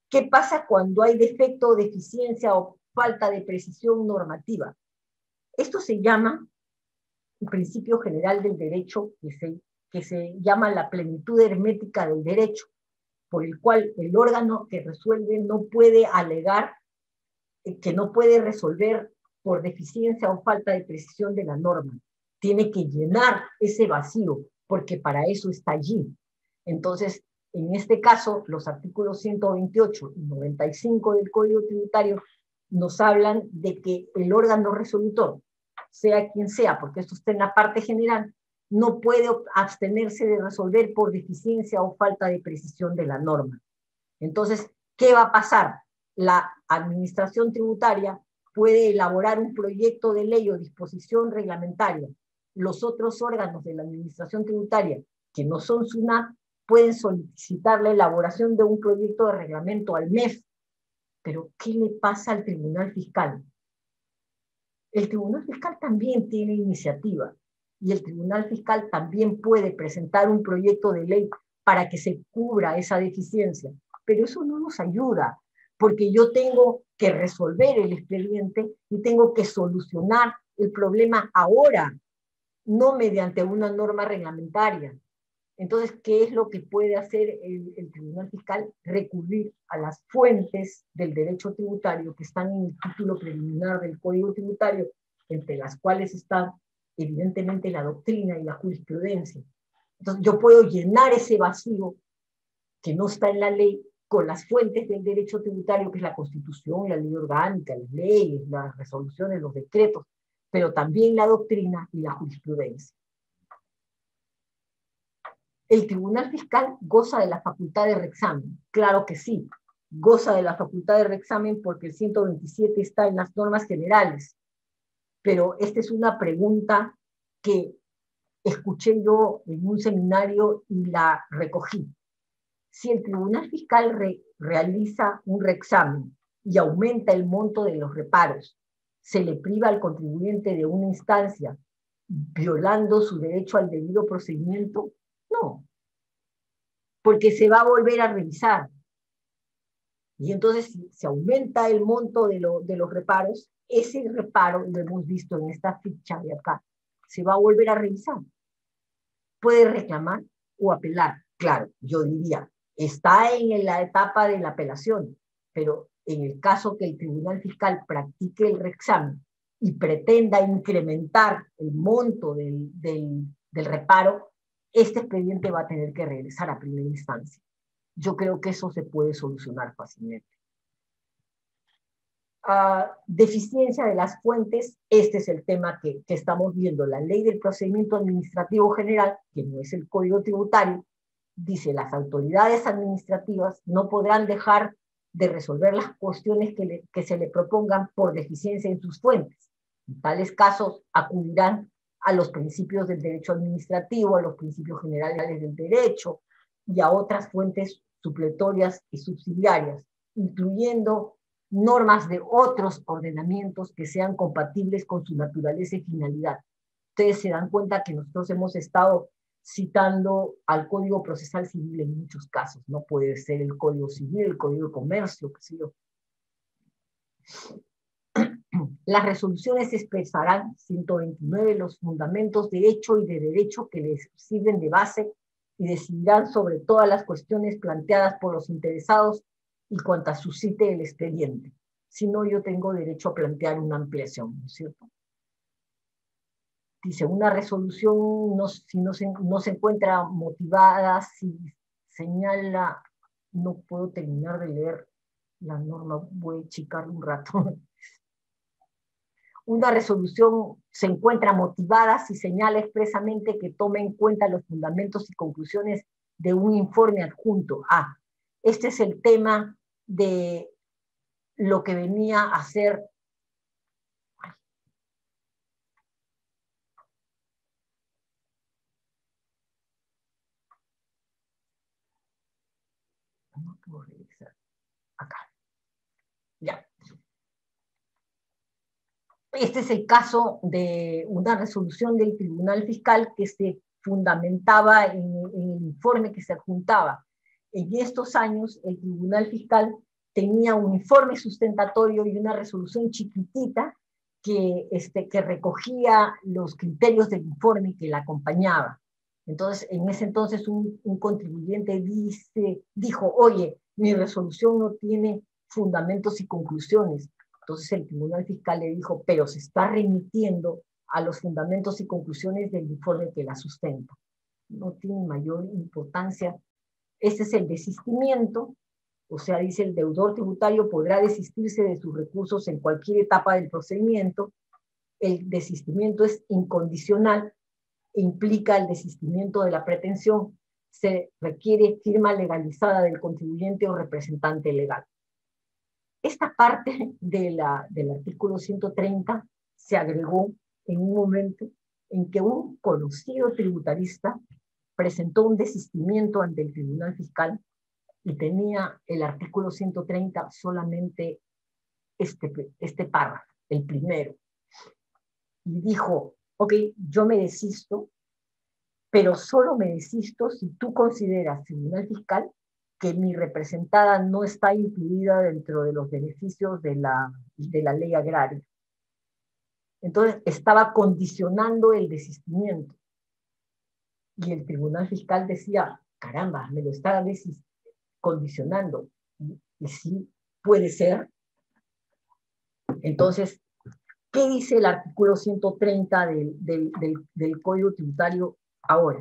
¿Qué pasa cuando hay defecto, deficiencia o falta de precisión normativa? Esto se llama un principio general del derecho que se, que se llama la plenitud hermética del derecho, por el cual el órgano que resuelve no puede alegar, que no puede resolver por deficiencia o falta de precisión de la norma. Tiene que llenar ese vacío, porque para eso está allí. Entonces, en este caso, los artículos ciento veintiocho y noventa y cinco del Código Tributario nos hablan de que el órgano resolutor, sea quien sea, porque esto está en la parte general, no puede abstenerse de resolver por deficiencia o falta de precisión de la norma. Entonces, ¿qué va a pasar? La administración tributaria puede elaborar un proyecto de ley o disposición reglamentaria. Los otros órganos de la administración tributaria, que no son SUNAT, pueden solicitar la elaboración de un proyecto de reglamento al M E F. Pero, ¿qué le pasa al Tribunal Fiscal? El Tribunal Fiscal también tiene iniciativa y el Tribunal Fiscal también puede presentar un proyecto de ley para que se cubra esa deficiencia. Pero eso no nos ayuda, porque yo tengo que resolver el expediente y tengo que solucionar el problema ahora, no mediante una norma reglamentaria. Entonces, ¿qué es lo que puede hacer el, el Tribunal Fiscal? Recurrir a las fuentes del derecho tributario que están en el título preliminar del Código Tributario, entre las cuales están evidentemente la doctrina y la jurisprudencia. Entonces, yo puedo llenar ese vacío que no está en la ley con las fuentes del derecho tributario, que es la Constitución, la ley orgánica, las leyes, las resoluciones, los decretos, pero también la doctrina y la jurisprudencia. ¿El Tribunal Fiscal goza de la facultad de reexamen? Claro que sí, goza de la facultad de reexamen porque el ciento veintisiete está en las normas generales. Pero esta es una pregunta que escuché yo en un seminario y la recogí. Si el Tribunal Fiscal re realiza un reexamen y aumenta el monto de los reparos, ¿se le priva al contribuyente de una instancia violando su derecho al debido procedimiento? No, porque se va a volver a revisar. Y entonces, si se aumenta el monto de, lo, de los reparos, ese reparo, lo hemos visto en esta ficha de acá, se va a volver a revisar. Puede reclamar o apelar. Claro, yo diría, está en la etapa de la apelación, pero en el caso que el Tribunal Fiscal practique el reexamen y pretenda incrementar el monto del, del, del reparo, este expediente va a tener que regresar a primera instancia. Yo creo que eso se puede solucionar fácilmente. Uh, deficiencia de las fuentes, este es el tema que, que estamos viendo. La Ley del Procedimiento Administrativo General, que no es el Código Tributario, dice las autoridades administrativas no podrán dejar de resolver las cuestiones que, le, que se le propongan por deficiencia en sus fuentes. En tales casos acudirán a los principios del derecho administrativo, a los principios generales del derecho y a otras fuentes supletorias y subsidiarias, incluyendo normas de otros ordenamientos que sean compatibles con su naturaleza y finalidad. Ustedes se dan cuenta que nosotros hemos estado citando al Código Procesal Civil en muchos casos, no puede ser el Código Civil, el Código de Comercio, qué sé yo. Las resoluciones expresarán, ciento veintinueve, los fundamentos de hecho y de derecho que les sirven de base y decidirán sobre todas las cuestiones planteadas por los interesados y cuantas suscite el expediente. Si no, yo tengo derecho a plantear una ampliación, ¿no es cierto? Dice, una resolución, no, si no se, no se encuentra motivada, si señala, no puedo terminar de leer la norma, voy a checar un rato. Una resolución se encuentra motivada si señala expresamente que tome en cuenta los fundamentos y conclusiones de un informe adjunto. Ah, este es el tema de lo que venía a ser no puedo revisar acá. Ya. Este es el caso de una resolución del Tribunal Fiscal que se fundamentaba en, en el informe que se adjuntaba. En estos años, el Tribunal Fiscal tenía un informe sustentatorio y una resolución chiquitita que, este, que recogía los criterios del informe que la acompañaba. Entonces, en ese entonces un, un contribuyente dice, dijo, oye, mi resolución no tiene fundamentos y conclusiones. Entonces el Tribunal Fiscal le dijo, pero se está remitiendo a los fundamentos y conclusiones del informe que la sustenta. No tiene mayor importancia. Este es el desistimiento, o sea, dice el deudor tributario podrá desistirse de sus recursos en cualquier etapa del procedimiento. El desistimiento es incondicional, implica el desistimiento de la pretensión, se requiere firma legalizada del contribuyente o representante legal. Esta parte de la, del artículo ciento treinta se agregó en un momento en que un conocido tributarista presentó un desistimiento ante el Tribunal Fiscal y tenía el artículo ciento treinta solamente este, este párrafo, el primero. Y dijo, ok, yo me desisto, pero solo me desisto si tú consideras, Tribunal Fiscal, que mi representada no está incluida dentro de los beneficios de la, de la ley agraria. Entonces estaba condicionando el desistimiento. Y el Tribunal Fiscal decía, caramba, me lo está condicionando. Y, y sí, puede ser. Entonces, ¿qué dice el artículo ciento treinta del, del, del, del Código Tributario ahora?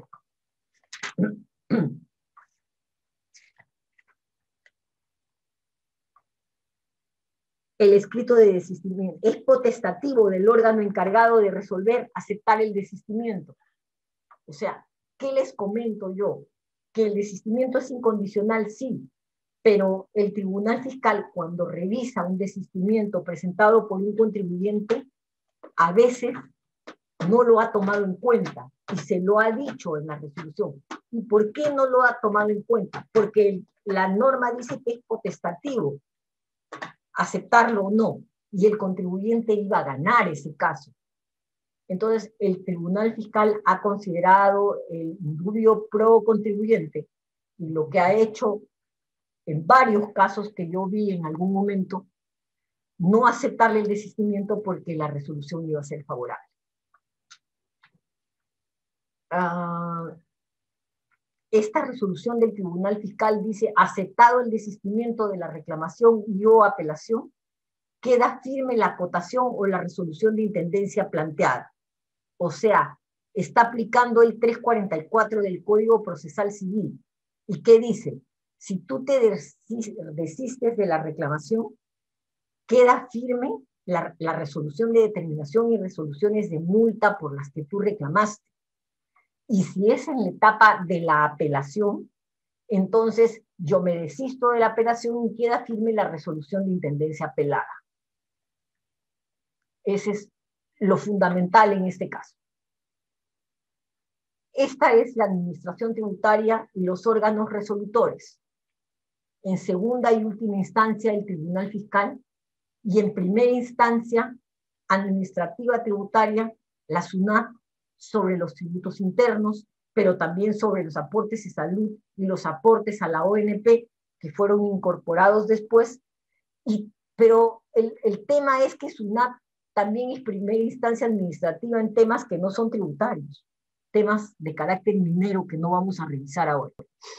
El escrito de desistimiento es potestativo del órgano encargado de resolver, aceptar el desistimiento. O sea, ¿qué les comento yo? Que el desistimiento es incondicional, sí, pero el Tribunal Fiscal, cuando revisa un desistimiento presentado por un contribuyente, a veces no lo ha tomado en cuenta y se lo ha dicho en la resolución. ¿Y por qué no lo ha tomado en cuenta? Porque el, la norma dice que es potestativo aceptarlo o no, y el contribuyente iba a ganar ese caso. Entonces, el Tribunal Fiscal ha considerado el indubio pro contribuyente y lo que ha hecho en varios casos que yo vi en algún momento, no aceptarle el desistimiento porque la resolución iba a ser favorable. Uh, esta resolución del Tribunal Fiscal dice, aceptado el desistimiento de la reclamación y o apelación, queda firme la acotación o la resolución de intendencia planteada. O sea, está aplicando el trescientos cuarenta y cuatro del Código Procesal Civil. ¿Y qué dice? Si tú te desistes de la reclamación, queda firme la, la resolución de determinación y resoluciones de multa por las que tú reclamaste. Y si es en la etapa de la apelación, entonces yo me desisto de la apelación y queda firme la resolución de intendencia apelada. Ese es lo fundamental en este caso. Esta es la administración tributaria y los órganos resolutores. En segunda y última instancia, el Tribunal Fiscal, y en primera instancia, administrativa tributaria, la SUNAT, sobre los tributos internos, pero también sobre los aportes de salud y los aportes a la O N P, que fueron incorporados después. Y, pero el, el tema es que SUNAT también es primera instancia administrativa en temas que no son tributarios, temas de carácter minero que no vamos a revisar ahora.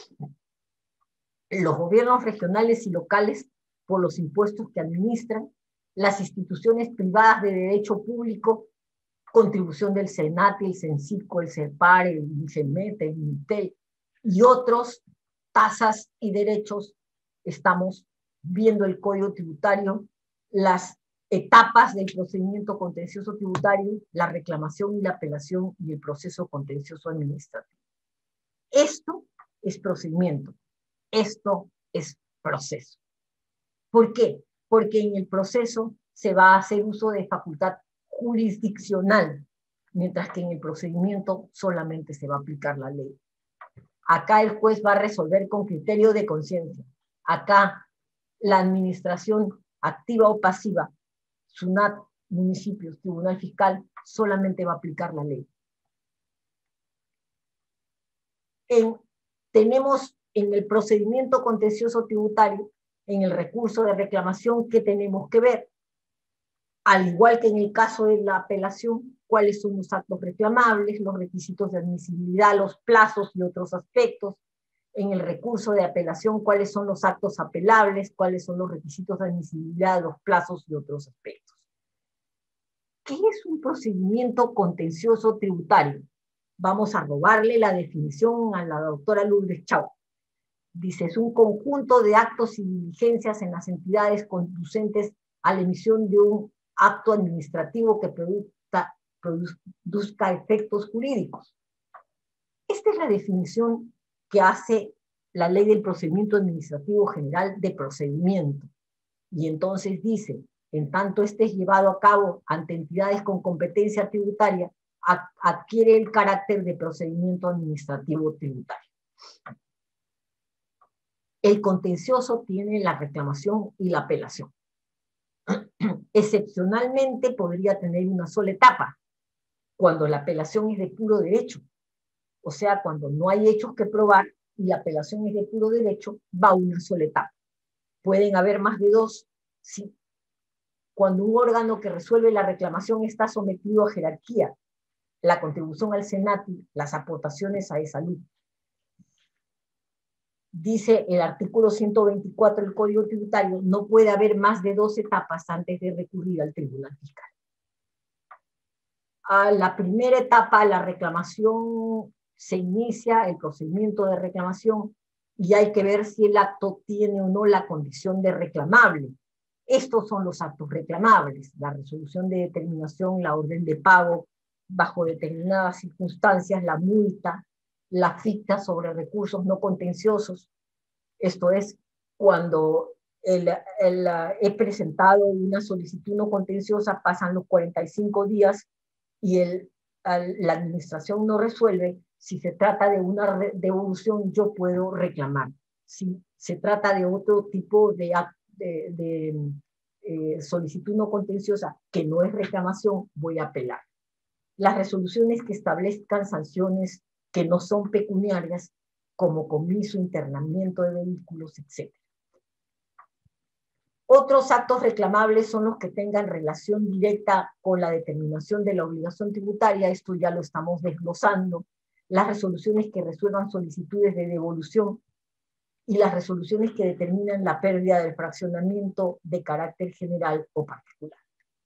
Los gobiernos regionales y locales, por los impuestos que administran, las instituciones privadas de derecho público, contribución del SENATI, el CENCICO, el CERPAR, el INCEMET, el INTEL y otros, tasas y derechos. Estamos viendo el Código Tributario, las etapas del procedimiento contencioso tributario, la reclamación y la apelación y el proceso contencioso administrativo. Esto es procedimiento, esto es proceso. ¿Por qué? Porque en el proceso se va a hacer uso de facultad jurisdiccional, mientras que en el procedimiento solamente se va a aplicar la ley. Acá el juez va a resolver con criterio de conciencia. Acá la administración activa o pasiva, SUNAT, municipios, Tribunal Fiscal, solamente va a aplicar la ley. En, tenemos en el procedimiento contencioso tributario En el recurso de reclamación, ¿qué tenemos que ver? Al igual que en el caso de la apelación, cuáles son los actos reclamables, los requisitos de admisibilidad, los plazos y otros aspectos. En el recurso de apelación, cuáles son los actos apelables, cuáles son los requisitos de admisibilidad, los plazos y otros aspectos. ¿Qué es un procedimiento contencioso tributario? Vamos a robarle la definición a la doctora Lourdes Chau. Dice, es un conjunto de actos y diligencias en las entidades conducentes a la emisión de un acto administrativo que produzca, produzca efectos jurídicos. Esta es la definición que hace la Ley del Procedimiento Administrativo General de Procedimiento. Y entonces dice, en tanto este es llevado a cabo ante entidades con competencia tributaria, adquiere el carácter de procedimiento administrativo tributario. El contencioso tiene la reclamación y la apelación. Excepcionalmente podría tener una sola etapa, cuando la apelación es de puro derecho. O sea, cuando no hay hechos que probar y la apelación es de puro derecho, va una sola etapa. Pueden haber más de dos, sí. Cuando un órgano que resuelve la reclamación está sometido a jerarquía, la contribución al SENATI, las aportaciones a E-Salud. Dice el artículo ciento veinticuatro del Código Tributario, no puede haber más de dos etapas antes de recurrir al Tribunal Fiscal. A la primera etapa, la reclamación, se inicia el procedimiento de reclamación y hay que ver si el acto tiene o no la condición de reclamable. Estos son los actos reclamables: la resolución de determinación, la orden de pago bajo determinadas circunstancias, la multa, la ficta sobre recursos no contenciosos. Esto es cuando el, el, he presentado una solicitud no contenciosa, pasan los cuarenta y cinco días y el, el, la administración no resuelve. Si se trata de una devolución, yo puedo reclamar. Si se trata de otro tipo de, de, de eh, solicitud no contenciosa que no es reclamación, voy a apelar. Las resoluciones que establezcan sanciones que no son pecuniarias, como comiso, internamiento de vehículos, etcétera. Otros actos reclamables son los que tengan relación directa con la determinación de la obligación tributaria. Esto ya lo estamos desglosando. Las resoluciones que resuelvan solicitudes de devolución y las resoluciones que determinan la pérdida del fraccionamiento de carácter general o particular.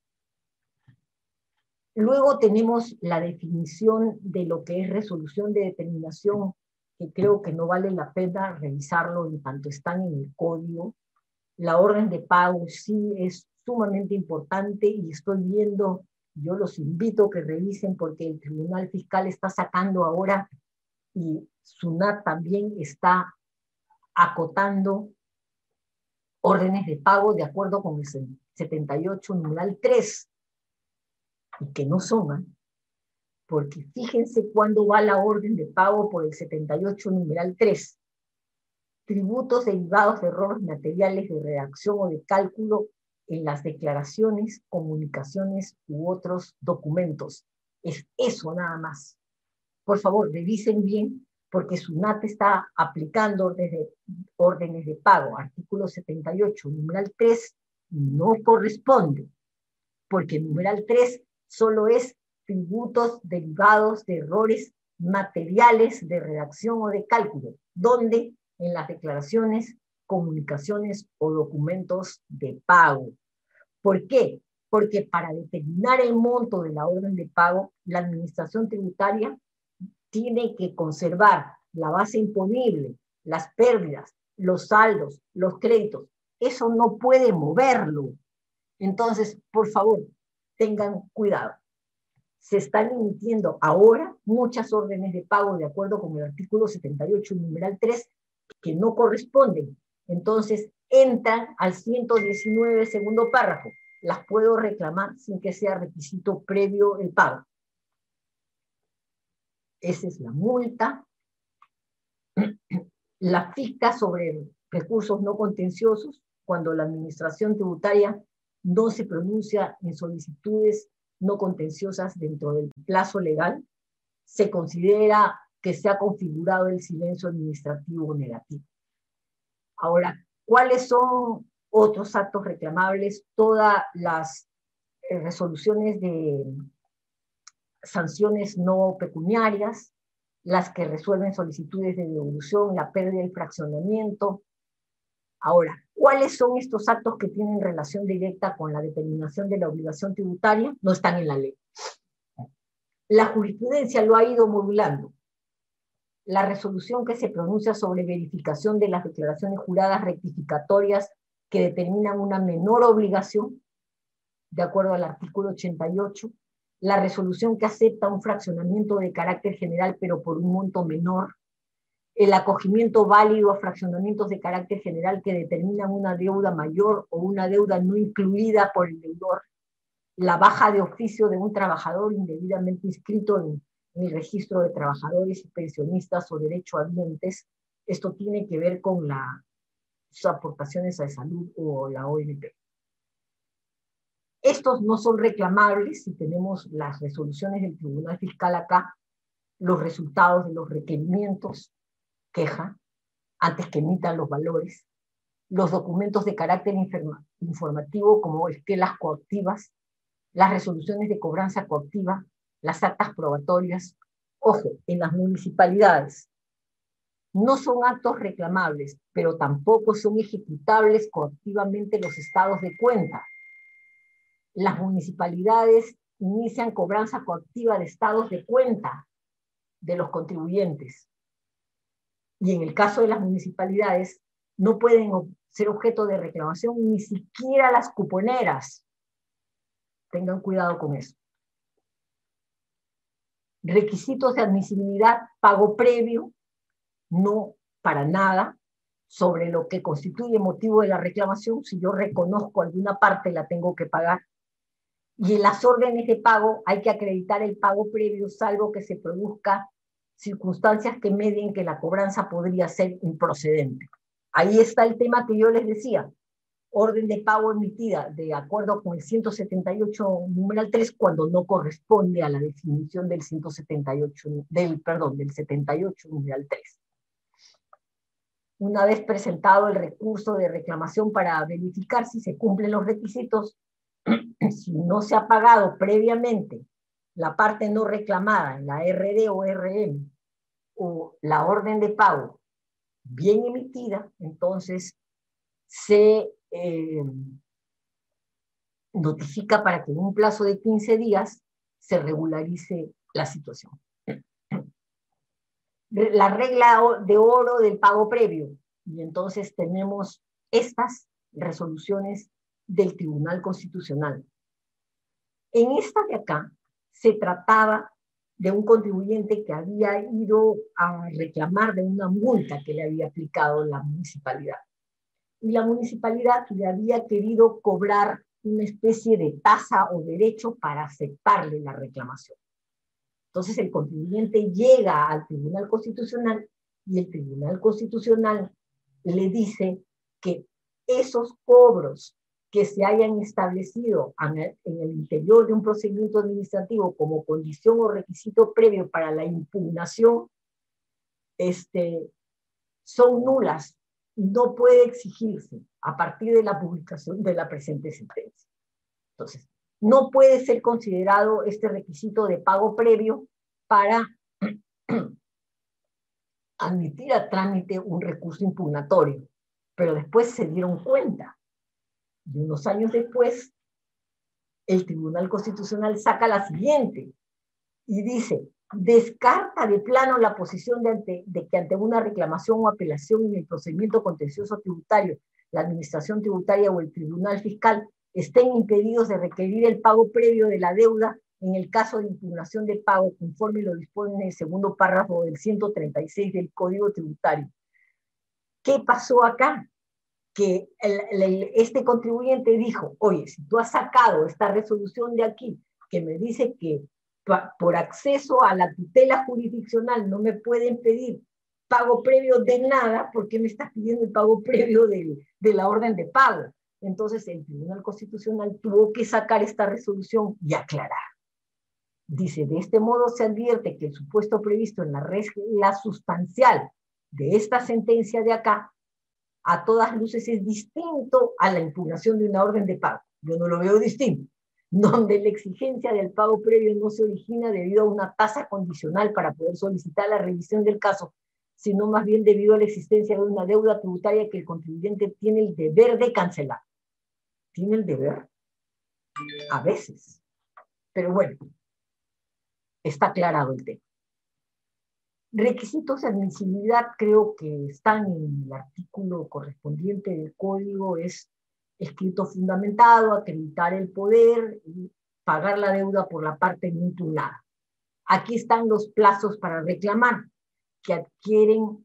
Luego tenemos la definición de lo que es resolución de determinación, que creo que no vale la pena revisarlo en tanto están en el código. La orden de pago sí es sumamente importante y estoy viendo, yo los invito a que revisen porque el Tribunal Fiscal está sacando ahora y SUNAT también está acotando órdenes de pago de acuerdo con el setenta y ocho numeral tres. Y que no son, ¿eh? Porque fíjense cuándo va la orden de pago por el setenta y ocho numeral tres. Tributos derivados de errores materiales de redacción o de cálculo en las declaraciones, comunicaciones u otros documentos. Es eso nada más. Por favor, revisen bien, porque SUNAT está aplicando órdenes de, órdenes de pago. Artículo setenta y ocho numeral tres no corresponde, porque el numeral tres solo es tributos derivados de errores materiales de redacción o de cálculo, donde en las declaraciones, comunicaciones o documentos de pago. ¿Por qué? Porque para determinar el monto de la orden de pago, la administración tributaria tiene que conservar la base imponible, las pérdidas, los saldos, los créditos. Eso no puede moverlo. Entonces, por favor, tengan cuidado. Se están emitiendo ahora muchas órdenes de pago de acuerdo con el artículo setenta y ocho numeral tres que no corresponden. Entonces entran al ciento diecinueve segundo párrafo. Las puedo reclamar sin que sea requisito previo el pago. Esa es la multa. La ficta sobre recursos no contenciosos, cuando la administración tributaria no se pronuncia en solicitudes no contenciosas dentro del plazo legal, se considera que se ha configurado el silencio administrativo negativo. Ahora, ¿Cuáles son otros actos reclamables? Todas las eh, resoluciones de sanciones no pecuniarias, las que resuelven solicitudes de devolución, la pérdida del fraccionamiento. Ahora, ¿cuáles son estos actos que tienen relación directa con la determinación de la obligación tributaria? No están en la ley. La jurisprudencia lo ha ido modulando. La resolución que se pronuncia sobre verificación de las declaraciones juradas rectificatorias que determinan una menor obligación, de acuerdo al artículo ochenta y ocho, la resolución que acepta un fraccionamiento de carácter general pero por un monto menor, el acogimiento válido a fraccionamientos de carácter general que determinan una deuda mayor o una deuda no incluida por el deudor, la baja de oficio de un trabajador indebidamente inscrito en, en el registro de trabajadores y pensionistas o derechohabientes. Esto tiene que ver con la, sus aportaciones a salud o la O N P. Estos no son reclamables si tenemos las resoluciones del Tribunal Fiscal acá, los resultados de los requerimientos, queja, antes que emitan los valores, los documentos de carácter informativo como esquelas coactivas, las resoluciones de cobranza coactiva, las actas probatorias. Ojo, en las municipalidades no son actos reclamables, pero tampoco son ejecutables coactivamente los estados de cuenta. Las municipalidades inician cobranza coactiva de estados de cuenta de los contribuyentes. Y en el caso de las municipalidades, no pueden ser objeto de reclamación ni siquiera las cuponeras. Tengan cuidado con eso. Requisitos de admisibilidad, pago previo, no para nada, sobre lo que constituye motivo de la reclamación. Si yo reconozco alguna parte, la tengo que pagar. Y en las órdenes de pago hay que acreditar el pago previo, salvo que se produzca circunstancias que medien que la cobranza podría ser improcedente. Ahí está el tema que yo les decía. Orden de pago emitida de acuerdo con el ciento setenta y ocho numeral tres cuando no corresponde a la definición del ciento setenta y ocho, del, perdón, del setenta y ocho numeral tres. Una vez presentado el recurso de reclamación para verificar si se cumplen los requisitos, si no se ha pagado previamente la parte no reclamada en la R D o R M o la orden de pago bien emitida, entonces se eh, notifica para que en un plazo de quince días se regularice la situación. La regla de oro del pago previo, y entonces tenemos estas resoluciones del Tribunal Constitucional. En esta de acá se trataba de un contribuyente que había ido a reclamar de una multa que le había aplicado la municipalidad. Y la municipalidad le había querido cobrar una especie de tasa o derecho para aceptarle la reclamación. Entonces el contribuyente llega al Tribunal Constitucional y el Tribunal Constitucional le dice que esos cobros que se hayan establecido en el, en el interior de un procedimiento administrativo como condición o requisito previo para la impugnación este, son nulas y no puede exigirse a partir de la publicación de la presente sentencia. Entonces, no puede ser considerado este requisito de pago previo para admitir a trámite un recurso impugnatorio, pero después se dieron cuenta. Y unos años después, el Tribunal Constitucional saca la siguiente y dice, descarta de plano la posición de, ante, de que ante una reclamación o apelación en el procedimiento contencioso tributario, la administración tributaria o el tribunal fiscal estén impedidos de requerir el pago previo de la deuda en el caso de impugnación de pago, conforme lo dispone en el segundo párrafo del ciento treinta y seis del Código Tributario. ¿Qué pasó acá? Que el, el, este contribuyente dijo, oye, si tú has sacado esta resolución de aquí, que me dice que pa, por acceso a la tutela jurisdiccional no me pueden pedir pago previo de nada, ¿por qué me estás pidiendo el pago previo de, de la orden de pago? Entonces el Tribunal Constitucional tuvo que sacar esta resolución y aclarar. Dice, de este modo se advierte que el supuesto previsto en la regla sustancial de esta sentencia de acá a todas luces es distinto a la impugnación de una orden de pago. Yo no lo veo distinto, donde la exigencia del pago previo no se origina debido a una tasa condicional para poder solicitar la revisión del caso, sino más bien debido a la existencia de una deuda tributaria que el contribuyente tiene el deber de cancelar. ¿Tiene el deber? A veces. Pero bueno, está aclarado el tema. Requisitos de admisibilidad creo que están en el artículo correspondiente del código, es escrito fundamentado, acreditar el poder y pagar la deuda por la parte no impugnada. Aquí están los plazos para reclamar, que adquieren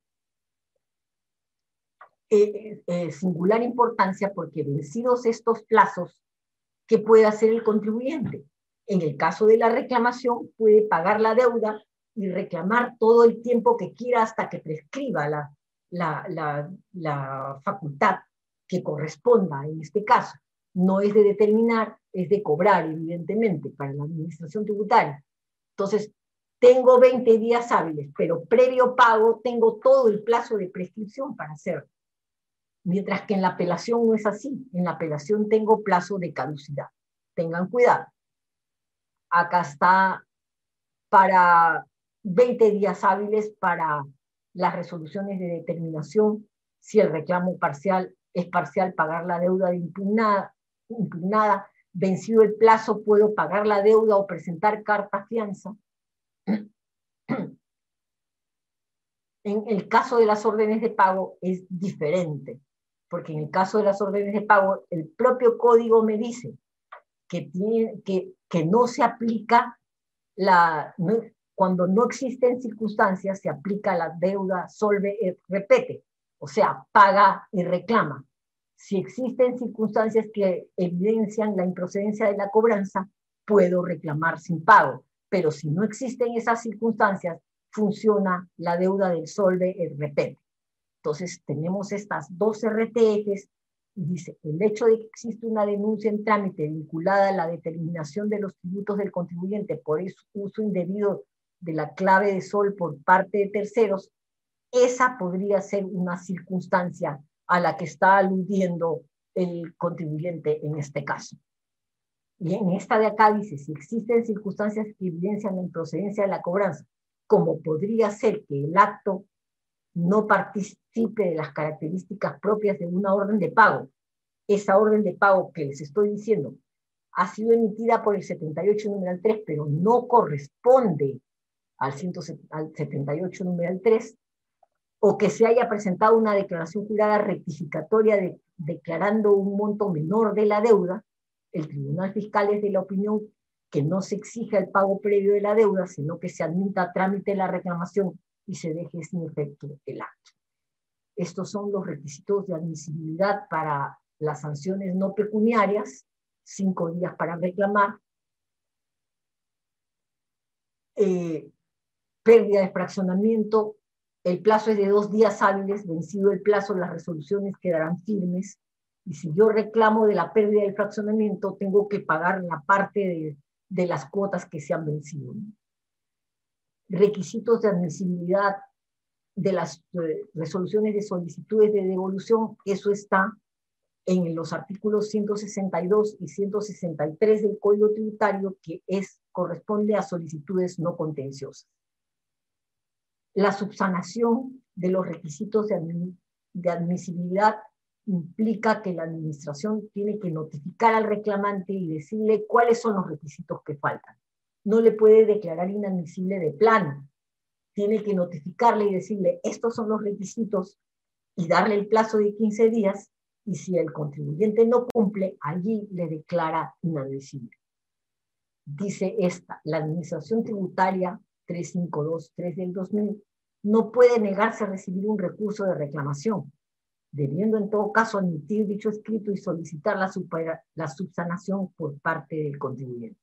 eh, eh, singular importancia porque vencidos estos plazos, ¿qué puede hacer el contribuyente? En el caso de la reclamación, puede pagar la deuda y reclamar todo el tiempo que quiera hasta que prescriba la, la, la, la facultad que corresponda en este caso. No es de determinar, es de cobrar, evidentemente, para la administración tributaria. Entonces, tengo veinte días hábiles, pero previo pago tengo todo el plazo de prescripción para hacerlo. Mientras que en la apelación no es así. En la apelación tengo plazo de caducidad. Tengan cuidado. Acá está para veinte días hábiles para las resoluciones de determinación. Si el reclamo parcial es parcial, pagar la deuda de impugnada, impugnada. Vencido el plazo, puedo pagar la deuda o presentar carta fianza. En el caso de las órdenes de pago es diferente, porque en el caso de las órdenes de pago, el propio código me dice que, tiene, que, que no se aplica, la, no, cuando no existen circunstancias, se aplica la deuda solve et repete, o sea, paga y reclama. Si existen circunstancias que evidencian la improcedencia de la cobranza, puedo reclamar sin pago, pero si no existen esas circunstancias, funciona la deuda del solve et repete. Entonces tenemos estas dos R T Fs y dice, el hecho de que existe una denuncia en trámite vinculada a la determinación de los tributos del contribuyente por uso indebido de la clave de sol por parte de terceros, esa podría ser una circunstancia a la que está aludiendo el contribuyente en este caso. Y en esta de acá dice, si existen circunstancias que evidencian la improcedencia de la cobranza, como podría ser que el acto no participe de las características propias de una orden de pago. Esa orden de pago que les estoy diciendo ha sido emitida por el setenta y ocho numeral tres, pero no corresponde al, ciento, al setenta y ocho numeral tres, o que se haya presentado una declaración jurada rectificatoria de, declarando un monto menor de la deuda, el Tribunal Fiscal es de la opinión que no se exija el pago previo de la deuda, sino que se admita a trámite la reclamación y se deje sin efecto el acto. Estos son los requisitos de admisibilidad para las sanciones no pecuniarias, cinco días para reclamar, eh, pérdida de fraccionamiento, el plazo es de dos días hábiles, vencido el plazo, las resoluciones quedarán firmes, y si yo reclamo de la pérdida del fraccionamiento, tengo que pagar la parte de, de las cuotas que se han vencido. Requisitos de admisibilidad de las eh, resoluciones de solicitudes de devolución, eso está en los artículos ciento sesenta y dos y ciento sesenta y tres del Código Tributario, que es, corresponde a solicitudes no contenciosas. La subsanación de los requisitos de, admi de admisibilidad implica que la administración tiene que notificar al reclamante y decirle cuáles son los requisitos que faltan. No le puede declarar inadmisible de plano. Tiene que notificarle y decirle, estos son los requisitos, y darle el plazo de quince días, y si el contribuyente no cumple, allí le declara inadmisible. Dice esta, la Administración Tributaria trescientos cincuenta y dos punto tres del dos mil no puede negarse a recibir un recurso de reclamación, debiendo en todo caso admitir dicho escrito y solicitar la, supera, la subsanación por parte del contribuyente.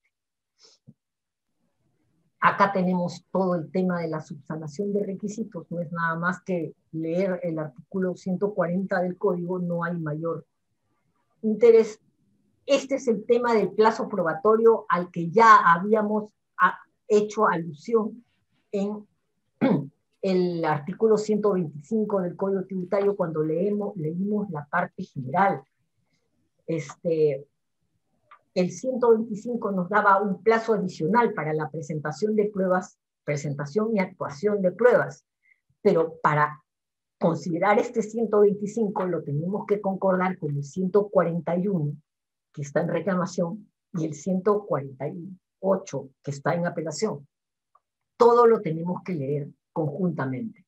Acá tenemos todo el tema de la subsanación de requisitos, no es nada más que leer el artículo ciento cuarenta del código, no hay mayor interés. Este es el tema del plazo probatorio al que ya habíamos hecho alusión en el artículo ciento veinticinco del Código Tributario cuando leemos, leímos la parte general. Este, el ciento veinticinco nos daba un plazo adicional para la presentación de pruebas, presentación y actuación de pruebas, pero para considerar este ciento veinticinco lo tenemos que concordar con el ciento cuarenta y uno, que está en reclamación, y el ciento cuarenta y ocho, que está en apelación. Todo lo tenemos que leer conjuntamente.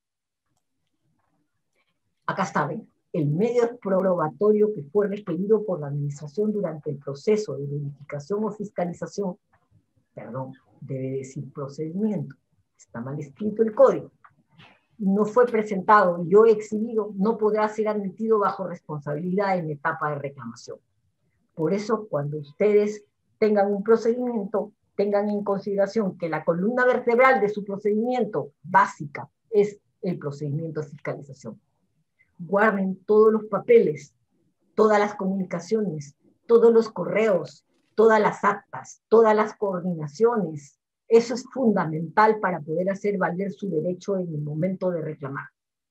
Acá está, ¿ven? El medio probatorio que fue requerido por la administración durante el proceso de verificación o fiscalización, perdón, debe decir procedimiento, está mal escrito el código, no fue presentado y yo exhibido, no podrá ser admitido bajo responsabilidad en etapa de reclamación. Por eso, cuando ustedes tengan un procedimiento, tengan en consideración que la columna vertebral de su procedimiento básica es el procedimiento de fiscalización. Guarden todos los papeles, todas las comunicaciones, todos los correos, todas las actas, todas las coordinaciones. Eso es fundamental para poder hacer valer su derecho en el momento de reclamar.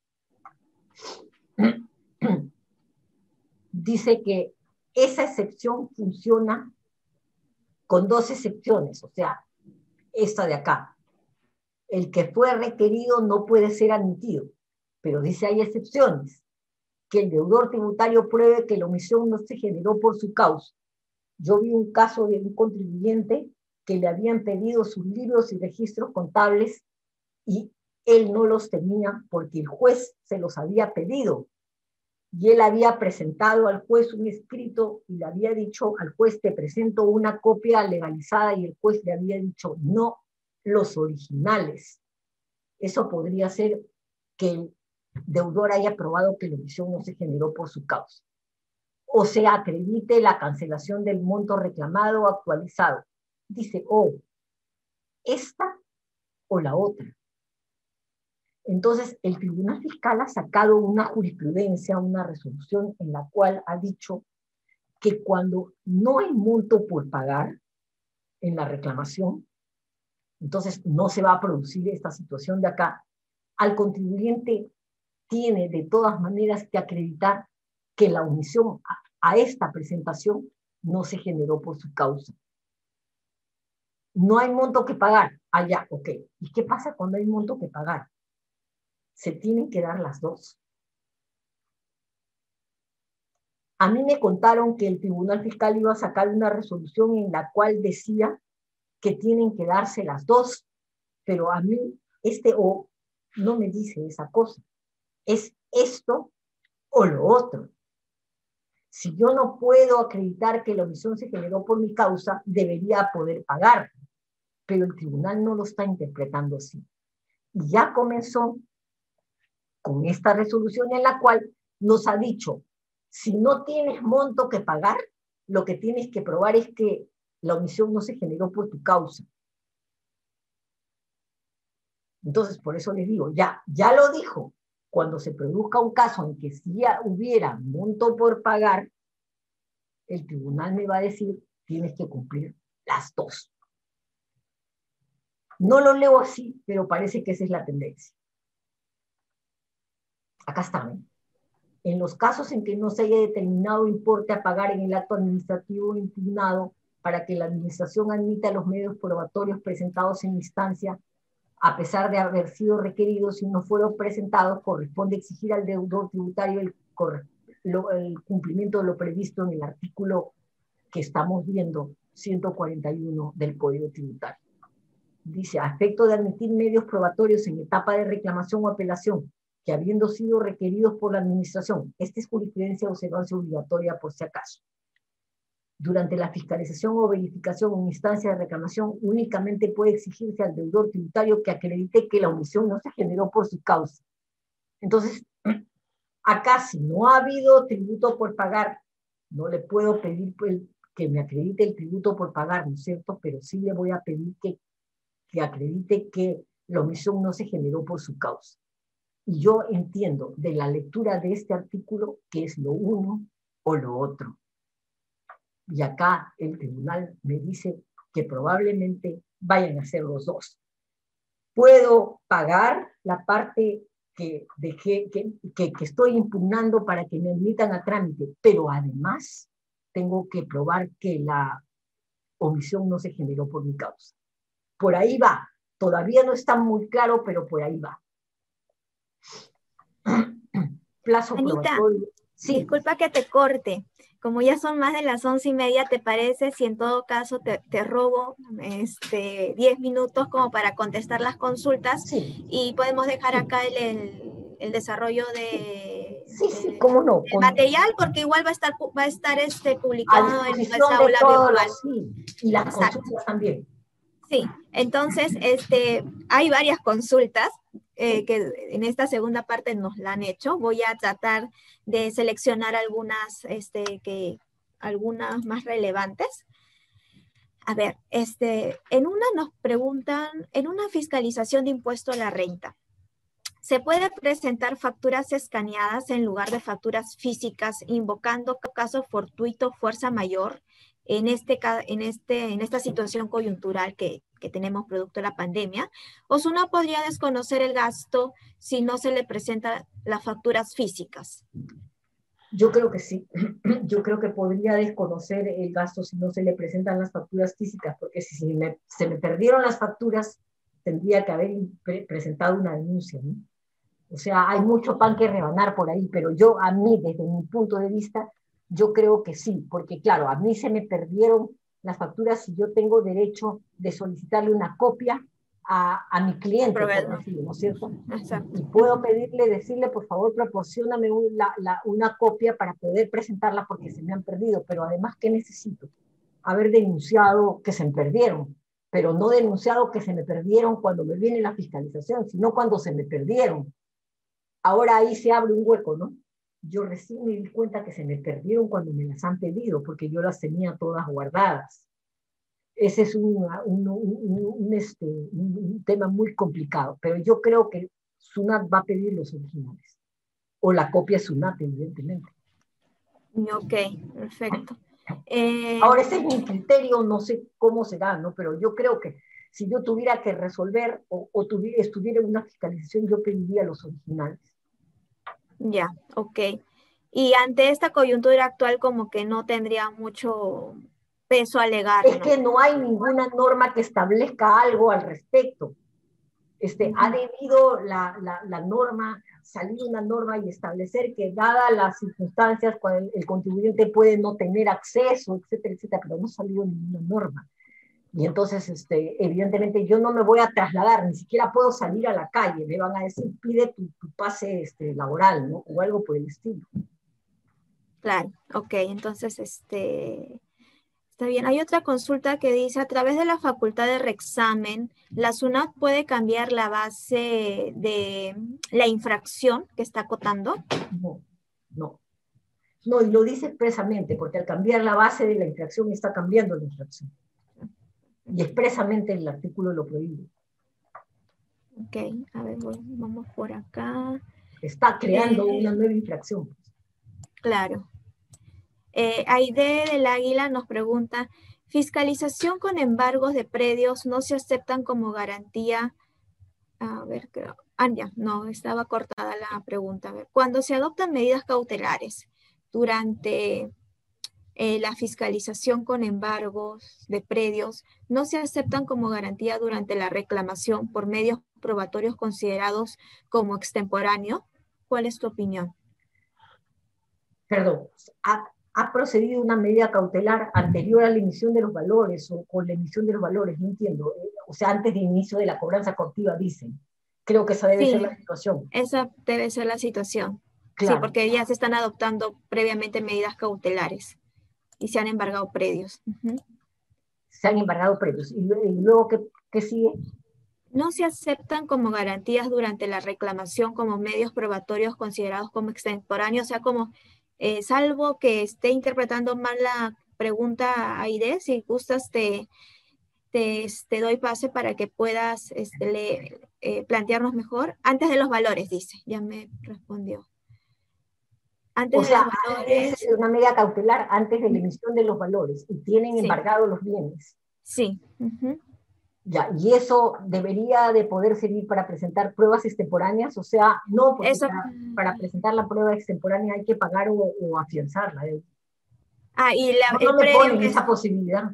Dice que esa excepción funciona con dos excepciones, o sea, esta de acá. El que fue requerido no puede ser admitido, pero dice hay excepciones. Que el deudor tributario pruebe que la omisión no se generó por su causa. Yo vi un caso de un contribuyente que le habían pedido sus libros y registros contables y él no los tenía porque el juez se los había pedido. Y él había presentado al juez un escrito y le había dicho al juez, te presento una copia legalizada, y el juez le había dicho, no los originales. Eso podría ser que el deudor haya probado que la omisión no se generó por su causa. O se acredite la cancelación del monto reclamado o actualizado. Dice, oh, esta o la otra. Entonces, el Tribunal Fiscal ha sacado una jurisprudencia, una resolución en la cual ha dicho que cuando no hay monto por pagar en la reclamación, entonces no se va a producir esta situación de acá. Al contribuyente tiene de todas maneras que acreditar que la omisión a, a esta presentación no se generó por su causa. No hay monto que pagar. Ah, ya, ok. ¿Y qué pasa cuando hay monto que pagar? Se tienen que dar las dos. A mí me contaron que el Tribunal Fiscal iba a sacar una resolución en la cual decía que tienen que darse las dos, pero a mí este o no me dice esa cosa. Es esto o lo otro. Si yo no puedo acreditar que la omisión se generó por mi causa, debería poder pagar, pero el tribunal no lo está interpretando así. Y ya comenzó con esta resolución en la cual nos ha dicho, si no tienes monto que pagar, lo que tienes que probar es que la omisión no se generó por tu causa. Entonces, por eso les digo, ya, ya lo dijo, cuando se produzca un caso en que si ya hubiera monto por pagar, el tribunal me va a decir, tienes que cumplir las dos. No lo leo así, pero parece que esa es la tendencia. Acá están. En los casos en que no se haya determinado importe a pagar en el acto administrativo impugnado para que la administración admita los medios probatorios presentados en instancia, a pesar de haber sido requeridos y no fueron presentados, corresponde exigir al deudor tributario el, lo, el cumplimiento de lo previsto en el artículo que estamos viendo, ciento cuarenta y uno del Código Tributario. Dice, a efecto de admitir medios probatorios en etapa de reclamación o apelación, que habiendo sido requeridos por la administración, esta es jurisprudencia de observancia obligatoria por si acaso. Durante la fiscalización o verificación en instancia de reclamación, únicamente puede exigirse al deudor tributario que acredite que la omisión no se generó por su causa. Entonces, acá si no ha habido tributo por pagar, no le puedo pedir que me acredite el tributo por pagar, ¿no es cierto? Pero sí le voy a pedir que, que acredite que la omisión no se generó por su causa. Y yo entiendo de la lectura de este artículo que es lo uno o lo otro. Y acá el tribunal me dice que probablemente vayan a ser los dos. puedo pagar la parte que, dejé, que, que, que estoy impugnando para que me admitan a trámite, pero además tengo que probar que la omisión no se generó por mi causa. Por ahí va. Todavía no está muy claro, pero por ahí va. Plazo Anita, probatorio. Sí. Disculpa que te corte. Como ya son más de las once y media, ¿te parece si en todo caso te, te robo este, diez minutos como para contestar las consultas? Sí. Y podemos dejar Sí. acá el, el, el desarrollo de, sí, sí, de, cómo no, del con, material, porque igual va a estar, va a estar este, a publicado en disposición nuestra de aula todos virtual. los, sí, y las Exacto. consultas también. Sí, entonces este, hay varias consultas eh, que en esta segunda parte nos la han hecho. Voy a tratar de seleccionar algunas, este, que, algunas más relevantes. A ver, este, en una nos preguntan, en una fiscalización de impuesto a la renta, ¿se puede presentar facturas escaneadas en lugar de facturas físicas, invocando caso fortuito, fuerza mayor, en, este, en, este, en esta situación coyuntural que, que tenemos producto de la pandemia? ¿O si uno podría desconocer el gasto si no se le presentan las facturas físicas? Yo creo que sí. Yo creo que podría desconocer el gasto si no se le presentan las facturas físicas, porque si se me, se me perdieron las facturas, tendría que haber pre presentado una denuncia, ¿no? O sea, hay mucho pan que rebanar por ahí, pero yo, a mí, desde mi punto de vista, yo creo que sí, porque claro, a mí se me perdieron las facturas y yo tengo derecho de solicitarle una copia a, a mi cliente, por decirlo, ¿no es cierto? Exacto. Y puedo pedirle, decirle, por favor, proporcióname un, la, la, una copia para poder presentarla porque se me han perdido, pero además, ¿qué necesito? Haber denunciado que se me perdieron, pero no denunciado que se me perdieron cuando me viene la fiscalización, sino cuando se me perdieron. Ahora ahí se abre un hueco, ¿no? Yo recién me di cuenta que se me perdieron cuando me las han pedido, porque yo las tenía todas guardadas. Ese es un, un, un, un, este, un tema muy complicado, pero yo creo que SUNAT va a pedir los originales, o la copia SUNAT, evidentemente. Ok, perfecto. Eh, Ahora, ese es mi criterio, no sé cómo será, ¿no? Pero yo creo que si yo tuviera que resolver o, o tuviera, estuviera en una fiscalización, yo pediría los originales. Ya, ok. Y ante esta coyuntura actual como que no tendría mucho peso alegar, Es ¿no? que no hay ninguna norma que establezca algo al respecto. Este, uh-huh. Ha debido la, la, la norma, salir una norma y establecer que dadas las circunstancias cuando el, el contribuyente puede no tener acceso, etcétera, etcétera, pero no salió ninguna norma. Y entonces, este, evidentemente, yo no me voy a trasladar, ni siquiera puedo salir a la calle. Me van a decir, pide tu, tu pase este, laboral, ¿no? O algo por el estilo. Claro, ok. Entonces, este, está bien. Hay otra consulta que dice, a través de la facultad de reexamen, ¿la SUNAT puede cambiar la base de la infracción que está acotando? No, no. No, y lo dice expresamente, porque al cambiar la base de la infracción está cambiando la infracción. Y expresamente el artículo lo prohíbe. Ok, a ver, vamos por acá. Está creando eh, una nueva infracción. Claro. Eh, Aide del Águila nos pregunta, ¿fiscalización con embargos de predios no se aceptan como garantía? A ver, creo. Ah, ya, no, estaba cortada la pregunta. A ver, cuando se adoptan medidas cautelares durante eh, la fiscalización con embargos de predios, ¿no se aceptan como garantía durante la reclamación por medios probatorios considerados como extemporáneo? ¿Cuál es tu opinión? Perdón, ha, ha procedido una medida cautelar anterior a la emisión de los valores o con la emisión de los valores, no entiendo. O sea, antes del inicio de la cobranza cortiva, dicen. Creo que esa debe Sí, ser la situación. Esa debe ser la situación. Claro. Sí, porque ya se están adoptando previamente medidas cautelares y se han embargado predios. Uh-huh. Se han embargado predios. ¿Y, y luego qué, qué sigue? No se aceptan como garantías durante la reclamación como medios probatorios considerados como extemporáneos, o sea, como, eh, salvo que esté interpretando mal la pregunta, Aide, si gustas te, te, te doy pase para que puedas este, le, eh, plantearnos mejor. Antes de los valores, dice, ya me respondió. Antes o de sea, los valores, es una medida cautelar antes de la emisión de los valores y tienen sí. embargados los bienes. Sí. Uh-huh. Ya, y eso debería de poder servir para presentar pruebas extemporáneas, o sea, no, porque Eso. para, para presentar la prueba extemporánea hay que pagar o, o afianzarla. Ah, y la, No, no el me predio ponen que es, esa posibilidad.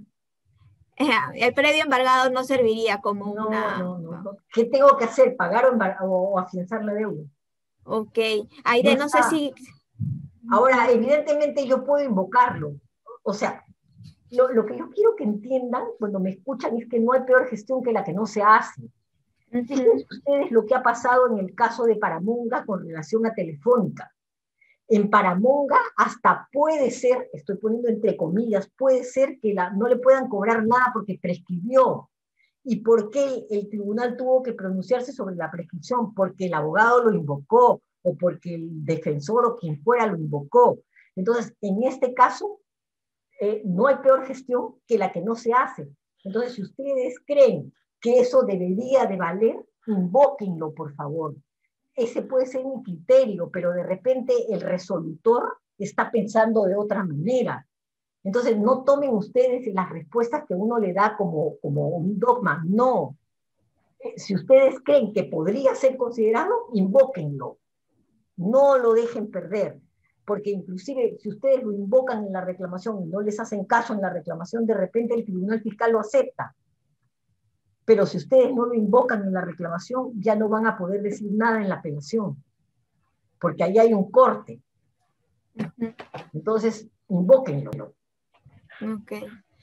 el predio embargado no serviría como No, una. no, no, no. ¿Qué tengo que hacer? ¿Pagar o, embar- o- o afianzar la deuda? Ok, No Aide, no sé está. si. Ahora, evidentemente yo puedo invocarlo. O sea, lo, lo que yo quiero que entiendan cuando me escuchan es que no hay peor gestión que la que no se hace. Ujú, Fíjense ustedes lo que ha pasado en el caso de Paramonga con relación a Telefónica. En Paramonga hasta puede ser, estoy poniendo entre comillas, puede ser que la, no le puedan cobrar nada porque prescribió. ¿Y por qué el, el tribunal tuvo que pronunciarse sobre la prescripción? Porque el abogado lo invocó o porque el defensor o quien fuera lo invocó. Entonces, en este caso, eh, no hay peor gestión que la que no se hace. Entonces, si ustedes creen que eso debería de valer, invóquenlo, por favor. Ese puede ser un criterio, pero de repente el resolutor está pensando de otra manera. Entonces, no tomen ustedes las respuestas que uno le da como, como un dogma, no. Si ustedes creen que podría ser considerado, invóquenlo. No lo dejen perder, porque inclusive si ustedes lo invocan en la reclamación y no les hacen caso en la reclamación, de repente el tribunal fiscal lo acepta. Pero si ustedes no lo invocan en la reclamación, ya no van a poder decir nada en la apelación, porque ahí hay un corte. ujú, Entonces, invóquenlo. ok.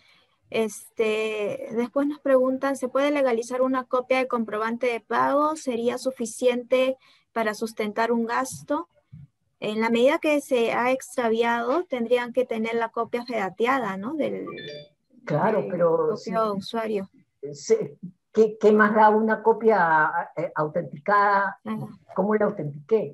Este, después nos preguntan, ¿se puede legalizar una copia de comprobante de pago? ¿Sería suficiente para sustentar un gasto? En la medida que se ha extraviado, tendrían que tener la copia fedateada, ¿no? Del, Claro, del pero si, propio usuario. se, ¿qué, ¿qué más da una copia eh, autenticada? Ah, ¿Cómo la autentiqué?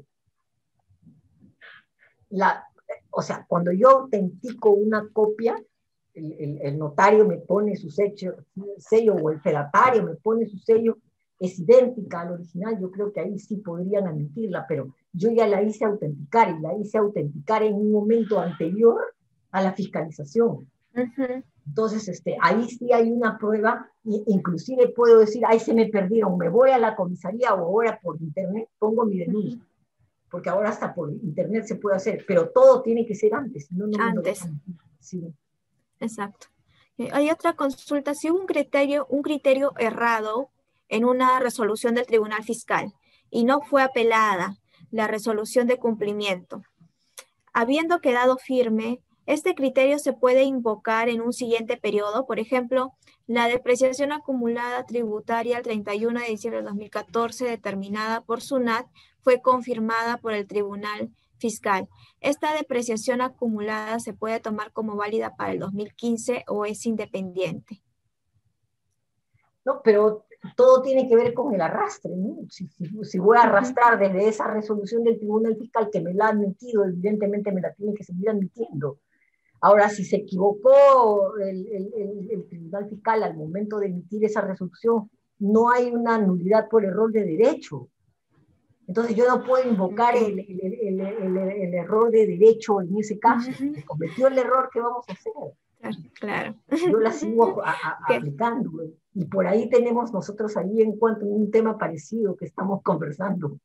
La, o sea, cuando yo autentico una copia, el, el, el notario me pone su sello, sello o el fedatario me pone su sello, es idéntica al original, yo creo que ahí sí podrían admitirla, pero yo ya la hice autenticar y la hice autenticar en un momento anterior a la fiscalización. uh-huh. Entonces, este, ahí sí hay una prueba, e inclusive puedo decir, ahí se me perdieron, me voy a la comisaría o ahora por internet pongo mi denuncia. Uh-huh. Porque ahora hasta por internet se puede hacer, pero todo tiene que ser antes, si no, no me lo Antes. sí. Exacto. Hay otra consulta. Si hubo un criterio, un criterio errado en una resolución del Tribunal Fiscal y no fue apelada la resolución de cumplimiento, habiendo quedado firme, este criterio se puede invocar en un siguiente periodo. Por ejemplo, la depreciación acumulada tributaria al treinta y uno de diciembre de dos mil catorce determinada por SUNAT fue confirmada por el Tribunal Fiscal. ¿Esta depreciación acumulada se puede tomar como válida para el dos mil quince o es independiente? No, pero todo tiene que ver con el arrastre, ¿no? Si, si, si voy a arrastrar desde esa resolución del Tribunal Fiscal que me la ha admitido, evidentemente me la tiene que seguir admitiendo. Ahora, si se equivocó el, el, el, el Tribunal Fiscal al momento de emitir esa resolución, no hay una nulidad por error de derecho. Entonces yo no puedo invocar okay. el, el, el, el, error de derecho en ese caso. Se cometió el error, ¿qué vamos a hacer? Claro. Yo la sigo a, a, okay. aplicando. Y por ahí tenemos nosotros ahí en cuanto a un tema parecido que estamos conversando.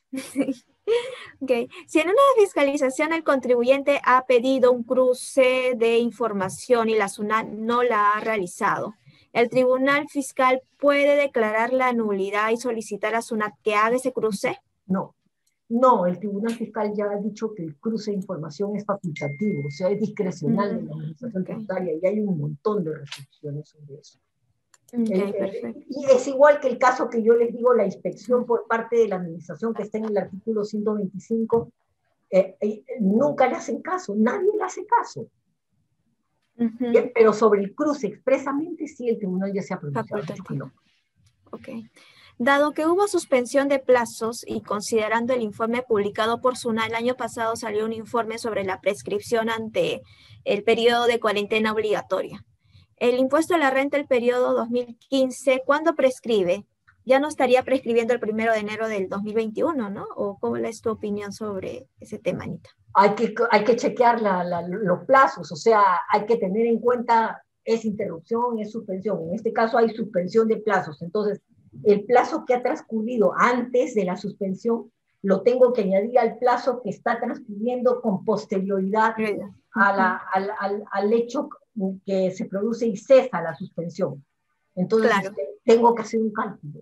Okay. Si en una fiscalización el contribuyente ha pedido un cruce de información y la SUNAT no la ha realizado, ¿el Tribunal Fiscal puede declarar la nulidad y solicitar a SUNAT que haga ese cruce? No, no, el Tribunal Fiscal ya ha dicho que el cruce de información es facultativo, o sea, es discrecional mm, de la Administración okay. Tributaria y hay un montón de restricciones sobre eso. Okay, eh, y es igual que el caso que yo les digo, la inspección por parte de la administración que está en el artículo ciento veinticinco, eh, eh, nunca le hacen caso, nadie le hace caso. Uh-huh. eh, pero sobre el cruce expresamente sí el tribunal ya se ha pronunciado. No. Okay. Dado que hubo suspensión de plazos y considerando el informe publicado por SUNAT, el año pasado salió un informe sobre la prescripción ante el periodo de cuarentena obligatoria. El impuesto a la renta del periodo dos mil quince, ¿cuándo prescribe? Ya no estaría prescribiendo el primero de enero del dos mil veintiuno, ¿no? ¿O cuál es tu opinión sobre ese tema, Anita? Hay que, hay que chequear la, la, los plazos, o sea, hay que tener en cuenta es interrupción, es suspensión. En este caso hay suspensión de plazos. Entonces, el plazo que ha transcurrido antes de la suspensión lo tengo que añadir al plazo que está transcurriendo con posterioridad a la, al, al, al hecho que se produce y cesa la suspensión. Entonces, claro. este, tengo que hacer un cálculo.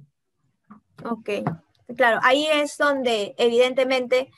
Ok, claro, ahí es donde evidentemente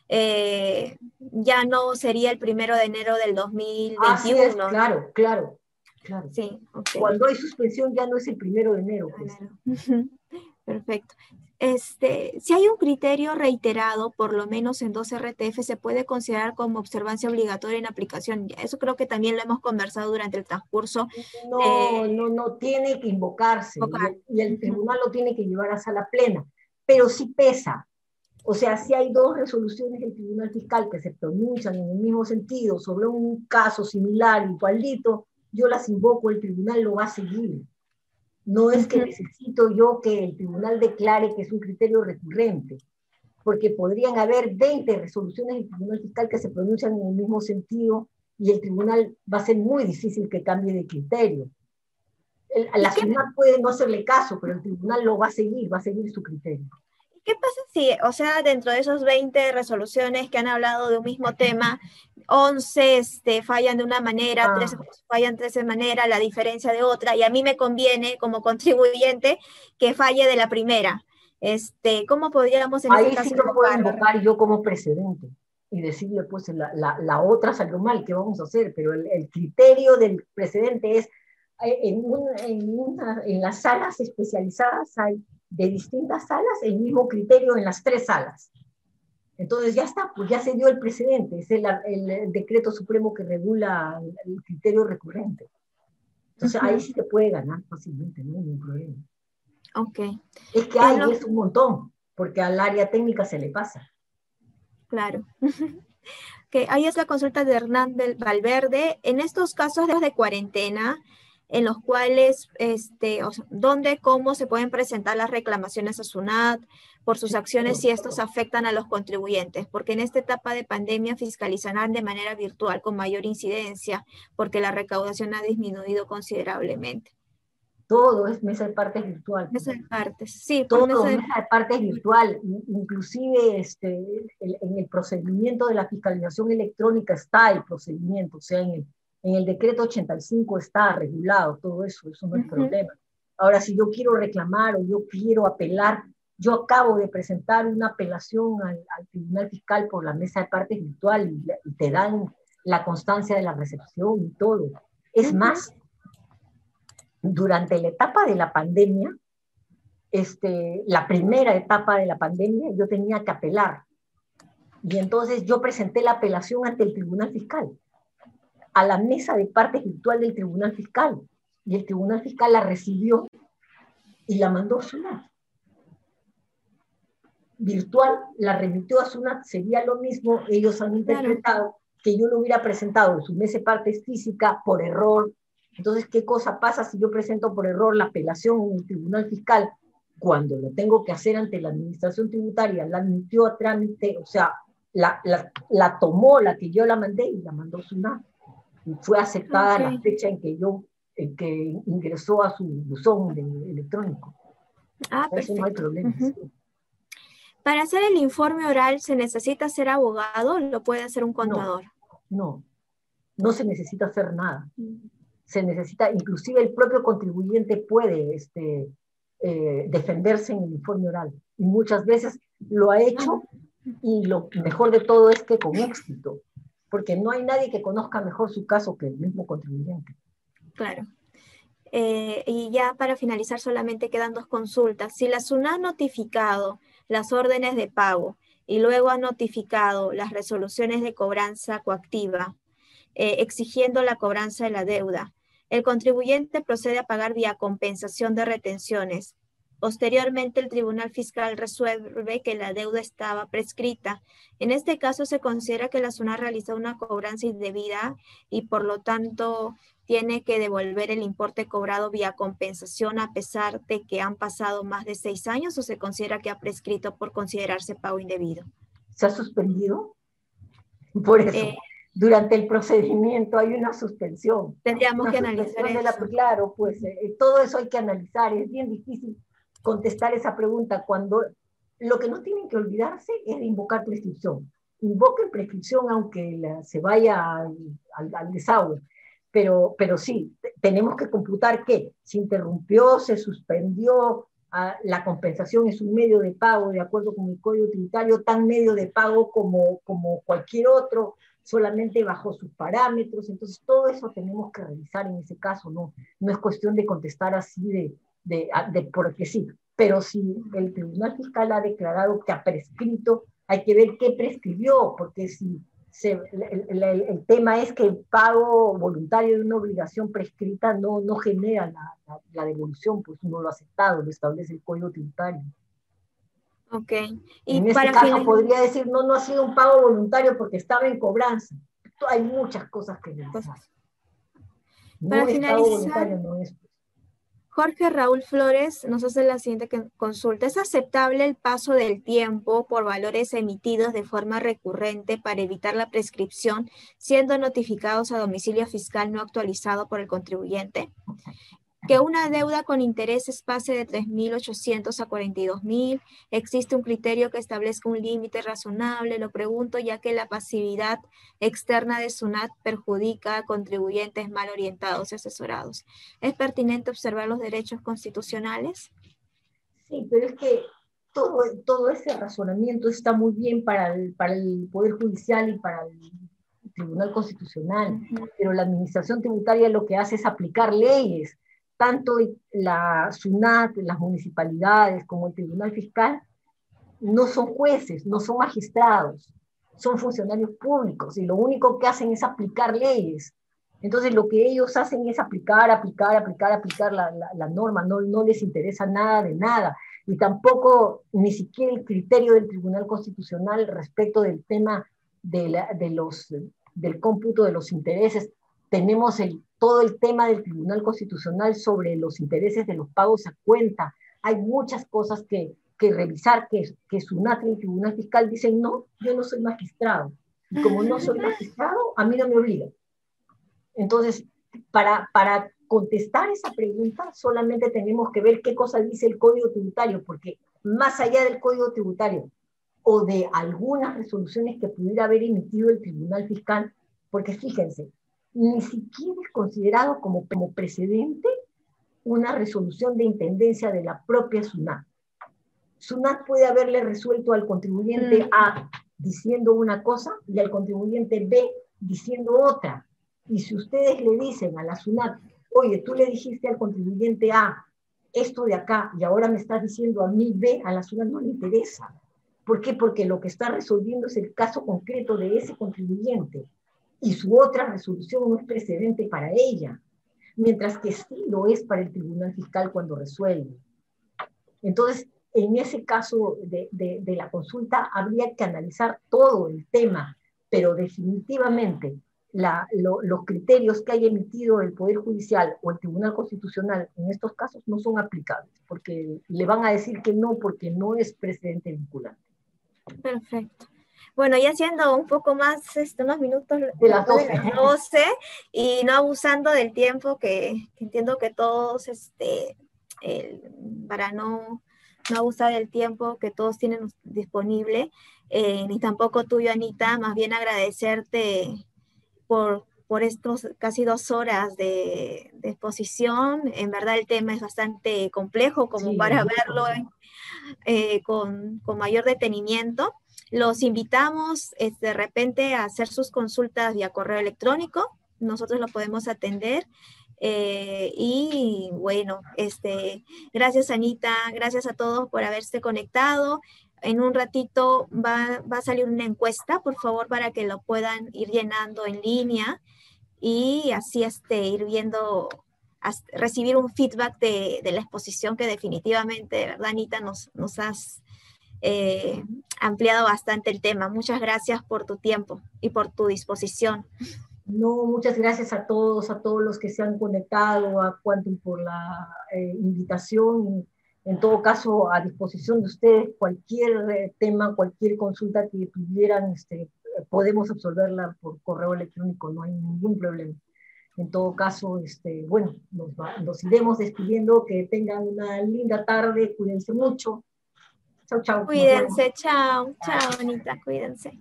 eh, ya no sería el primero de enero del dos mil veintiuno. Así es, claro, claro, claro. Sí, okay. Cuando hay suspensión ya no es el primero de enero. Pues. enero. Perfecto. Este, si hay un criterio reiterado, por lo menos en dos R T F, se puede considerar como observancia obligatoria en aplicación. Eso creo que también lo hemos conversado durante el transcurso. No, de... no, no tiene que invocarse okay. y, y el tribunal lo tiene que llevar a sala plena, pero sí pesa. O sea, si hay dos resoluciones del Tribunal Fiscal que se pronuncian en el mismo sentido sobre un caso similar, igualito, yo las invoco, el tribunal lo va a seguir. No es que necesito yo que el tribunal declare que es un criterio recurrente, porque podrían haber veinte resoluciones del Tribunal Fiscal que se pronuncian en el mismo sentido y el tribunal va a ser muy difícil que cambie de criterio. El, la SUNAT puede no hacerle caso, pero el tribunal lo va a seguir, va a seguir su criterio. ¿Qué pasa si, o sea, dentro de esos veinte resoluciones que han hablado de un mismo tema, once este, fallan de una manera, ah. trece fallan de esa manera, la diferencia de otra, y a mí me conviene como contribuyente que falle de la primera? Este, ¿cómo podríamos en Ahí ese caso sí lo puedo invocar yo como precedente y decirle, pues, la, la, la otra salió mal, ¿qué vamos a hacer? Pero el, el criterio del precedente es, en, una, en, una, en las salas especializadas hay de distintas salas el mismo criterio en las tres salas. Entonces ya está, pues ya se dio el precedente, es el, el, el decreto supremo que regula el, el criterio recurrente. Entonces uh-huh. ahí sí te puede ganar fácilmente, no hay ningún problema. Ok. Es que hay, es un montón, porque al área técnica se le pasa. Claro. Okay. Ahí es la consulta de Hernán Valverde. En estos casos de cuarentena, en los cuales, este, o sea, dónde, cómo se pueden presentar las reclamaciones a SUNAT por sus acciones si estos afectan a los contribuyentes, porque en esta etapa de pandemia fiscalizarán de manera virtual con mayor incidencia, porque la recaudación ha disminuido considerablemente. Todo es mesa de partes virtual. Mesa de partes, sí. Todo mesa de... de... mesa de partes virtual, inclusive este, el, en el procedimiento de la fiscalización electrónica está el procedimiento, o sea, en el En el decreto ochenta y cinco está regulado todo eso, eso no es uh-huh. problema. Ahora, si yo quiero reclamar o yo quiero apelar, yo acabo de presentar una apelación al, al Tribunal Fiscal por la mesa de partes virtual y, y te dan la constancia de la recepción y todo. Es uh-huh. más, durante la etapa de la pandemia, este, la primera etapa de la pandemia, yo tenía que apelar. Y entonces yo presenté la apelación ante el Tribunal Fiscal, a la mesa de partes virtual del Tribunal Fiscal, y el Tribunal Fiscal la recibió y la mandó a SUNAT. Virtual la remitió a SUNAT, sería lo mismo, ellos han interpretado claro. que yo lo hubiera presentado en su mesa de partes física por error. Entonces, ¿qué cosa pasa si yo presento por error la apelación en el Tribunal Fiscal? Cuando lo tengo que hacer ante la administración tributaria, la admitió a trámite, o sea, la, la, la tomó la que yo la mandé y la mandó SUNAT. Y fue aceptada okay. la fecha en que yo, en que ingresó a su buzón de, electrónico. Ah, Por eso no hay problema. Uh-huh. Sí. Para hacer el informe oral, ¿se necesita ser abogado o lo puede hacer un contador? No, no, no se necesita hacer nada. Se necesita, inclusive el propio contribuyente puede este, eh, defenderse en el informe oral. Y muchas veces lo ha hecho y lo mejor de todo es que con éxito. Porque no hay nadie que conozca mejor su caso que el mismo contribuyente. Claro. Eh, y ya para finalizar solamente quedan dos consultas. Si la SUNAT ha notificado las órdenes de pago y luego ha notificado las resoluciones de cobranza coactiva, eh, exigiendo la cobranza de la deuda, el contribuyente procede a pagar vía compensación de retenciones. Posteriormente, el Tribunal Fiscal resuelve que la deuda estaba prescrita. En este caso, se considera que la SUNAT realizó una cobranza indebida y, por lo tanto, tiene que devolver el importe cobrado vía compensación a pesar de que han pasado más de seis años o se considera que ha prescrito por considerarse pago indebido. ¿Se ha suspendido? Por eso. Eh, durante el procedimiento hay una suspensión. Tendríamos una que analizar de la, eso. Claro, pues eh, todo eso hay que analizar. Es bien difícil contestar esa pregunta cuando lo que no tienen que olvidarse es de invocar prescripción. Invoquen prescripción aunque la, se vaya al, al, al desagüe. Pero, pero sí, tenemos que computar que se interrumpió, se suspendió, a, la compensación es un medio de pago de acuerdo con el Código Tributario, tan medio de pago como, como cualquier otro, solamente bajo sus parámetros. Entonces todo eso tenemos que revisar en ese caso, no, no es cuestión de contestar así de, de, de porque sí, pero si el Tribunal Fiscal ha declarado que ha prescrito, hay que ver qué prescribió, porque si se, el, el, el tema es que el pago voluntario de una obligación prescrita no, no genera la, la, la devolución, pues uno lo ha aceptado, lo establece el Código Tributario. Ok. Y en para este caso finalizar, podría decir, no, no ha sido un pago voluntario porque estaba en cobranza. Hay muchas cosas que revisar. No para es pago finalizar, voluntario, no es. Jorge Raúl Flores nos hace la siguiente consulta. ¿Es aceptable el paso del tiempo por valores emitidos de forma recurrente para evitar la prescripción, siendo notificados a domicilio fiscal no actualizado por el contribuyente? Que una deuda con intereses pase de tres mil ochocientos a cuarenta y dos mil, existe un criterio que establezca un límite razonable, lo pregunto ya que la pasividad externa de SUNAT perjudica a contribuyentes mal orientados y asesorados. ¿Es pertinente observar los derechos constitucionales? Sí, pero es que todo, todo ese razonamiento está muy bien para el, para el Poder Judicial y para el Tribunal Constitucional, uh-huh. Pero la Administración Tributaria lo que hace es aplicar leyes. Tanto la SUNAT, las municipalidades, como el Tribunal Fiscal, no son jueces, no son magistrados, son funcionarios públicos, y lo único que hacen es aplicar leyes. Entonces lo que ellos hacen es aplicar, aplicar, aplicar, aplicar la, la, la norma, no, no les interesa nada de nada, y tampoco ni siquiera el criterio del Tribunal Constitucional respecto del tema de, la, de los, del cómputo de los intereses. Tenemos el, todo el tema del Tribunal Constitucional sobre los intereses de los pagos a cuenta. Hay muchas cosas que, que revisar, que, que SUNAT y el Tribunal Fiscal dicen, no, yo no soy magistrado, y como no soy magistrado, a mí no me obliga. Entonces, para, para contestar esa pregunta, solamente tenemos que ver qué cosa dice el Código Tributario, porque más allá del Código Tributario o de algunas resoluciones que pudiera haber emitido el Tribunal Fiscal, porque fíjense, ni siquiera es considerado como, como precedente una resolución de intendencia de la propia SUNAT. SUNAT puede haberle resuelto al contribuyente A diciendo una cosa y al contribuyente B diciendo otra. Y si ustedes le dicen a la SUNAT, oye, tú le dijiste al contribuyente A esto de acá y ahora me estás diciendo a mí B, a la SUNAT no le interesa. ¿Por qué? Porque lo que está resolviendo es el caso concreto de ese contribuyente y su otra resolución no es precedente para ella, mientras que sí lo es para el Tribunal Fiscal cuando resuelve. Entonces, en ese caso de, de, de la consulta habría que analizar todo el tema, pero definitivamente la, lo, los criterios que haya emitido el Poder Judicial o el Tribunal Constitucional en estos casos no son aplicables, porque le van a decir que no, porque no es precedente vinculante. Perfecto. Bueno, ya siendo un poco más, este, unos minutos de las doce, de las doce y no abusando del tiempo que, que entiendo que todos, este, el, para no, no abusar del tiempo que todos tienen disponible, eh, ni tampoco tuyo, Anita, más bien agradecerte por, por estos casi dos horas de, de exposición. En verdad el tema es bastante complejo como sí, para verlo eh, con, con mayor detenimiento. Los invitamos eh, de repente a hacer sus consultas vía correo electrónico. Nosotros lo podemos atender. Eh, y bueno, este, gracias Anita, gracias a todos por haberse conectado. En un ratito va, va a salir una encuesta, por favor, para que lo puedan ir llenando en línea y así este, ir viendo, hasta, recibir un feedback de, de la exposición que definitivamente, de verdad, Anita, nos, nos has eh, ampliado bastante el tema. Muchas gracias por tu tiempo y por tu disposición. No, muchas gracias a todos, a todos los que se han conectado, a Quantum por la eh, invitación. En todo caso, a disposición de ustedes, cualquier eh, tema, cualquier consulta que tuvieran, este, podemos absolverla por correo electrónico, no hay ningún problema. En todo caso, este, bueno, nos, va, nos iremos despidiendo, que tengan una linda tarde, cuídense mucho. Chau, chau. Cuídense, chao, chao, Anita, cuídense.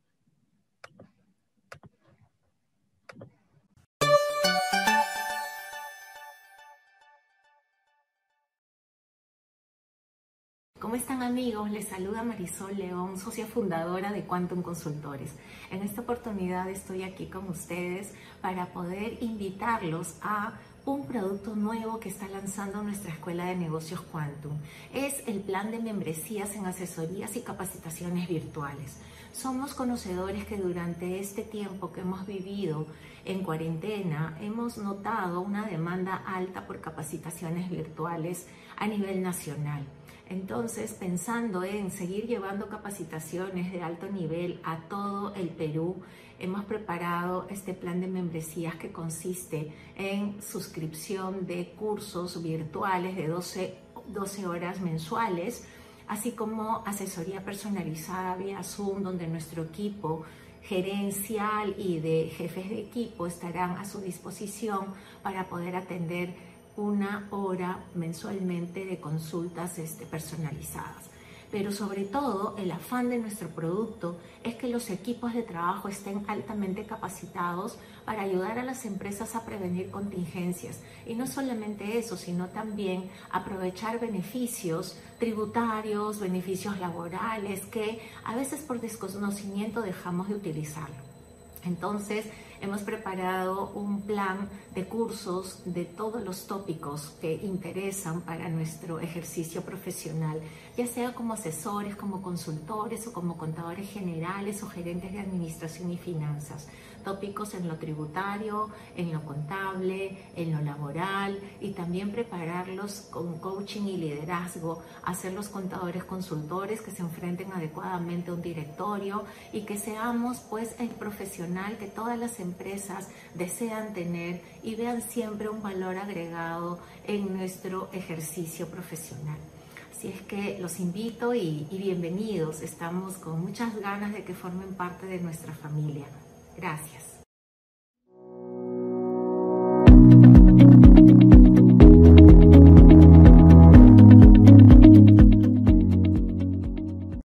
¿Cómo están, amigos? Les saluda Marisol León, socia fundadora de Quantum Consultores. En esta oportunidad estoy aquí con ustedes para poder invitarlos a un producto nuevo que está lanzando nuestra Escuela de Negocios Quantum. Es el plan de membresías en asesorías y capacitaciones virtuales. Somos conocedores que durante este tiempo que hemos vivido en cuarentena hemos notado una demanda alta por capacitaciones virtuales a nivel nacional. Entonces, pensando en seguir llevando capacitaciones de alto nivel a todo el Perú, hemos preparado este plan de membresías que consiste en suscripción de cursos virtuales de doce, doce horas mensuales, así como asesoría personalizada vía Zoom, donde nuestro equipo gerencial y de jefes de equipo estarán a su disposición para poder atender una hora mensualmente de consultas este, personalizadas. Pero sobre todo, el afán de nuestro producto es que los equipos de trabajo estén altamente capacitados para ayudar a las empresas a prevenir contingencias. Y no solamente eso, sino también aprovechar beneficios tributarios, beneficios laborales, que a veces por desconocimiento dejamos de utilizarlo. Entonces, hemos preparado un plan de cursos de todos los tópicos que interesan para nuestro ejercicio profesional, ya sea como asesores, como consultores o como contadores generales o gerentes de administración y finanzas. Tópicos en lo tributario, en lo contable, en lo laboral, y también prepararlos con coaching y liderazgo, hacer los contadores consultores que se enfrenten adecuadamente a un directorio y que seamos pues el profesional que todas las empresas desean tener y vean siempre un valor agregado en nuestro ejercicio profesional. Así es que los invito y, y bienvenidos. Estamos con muchas ganas de que formen parte de nuestra familia. Gracias.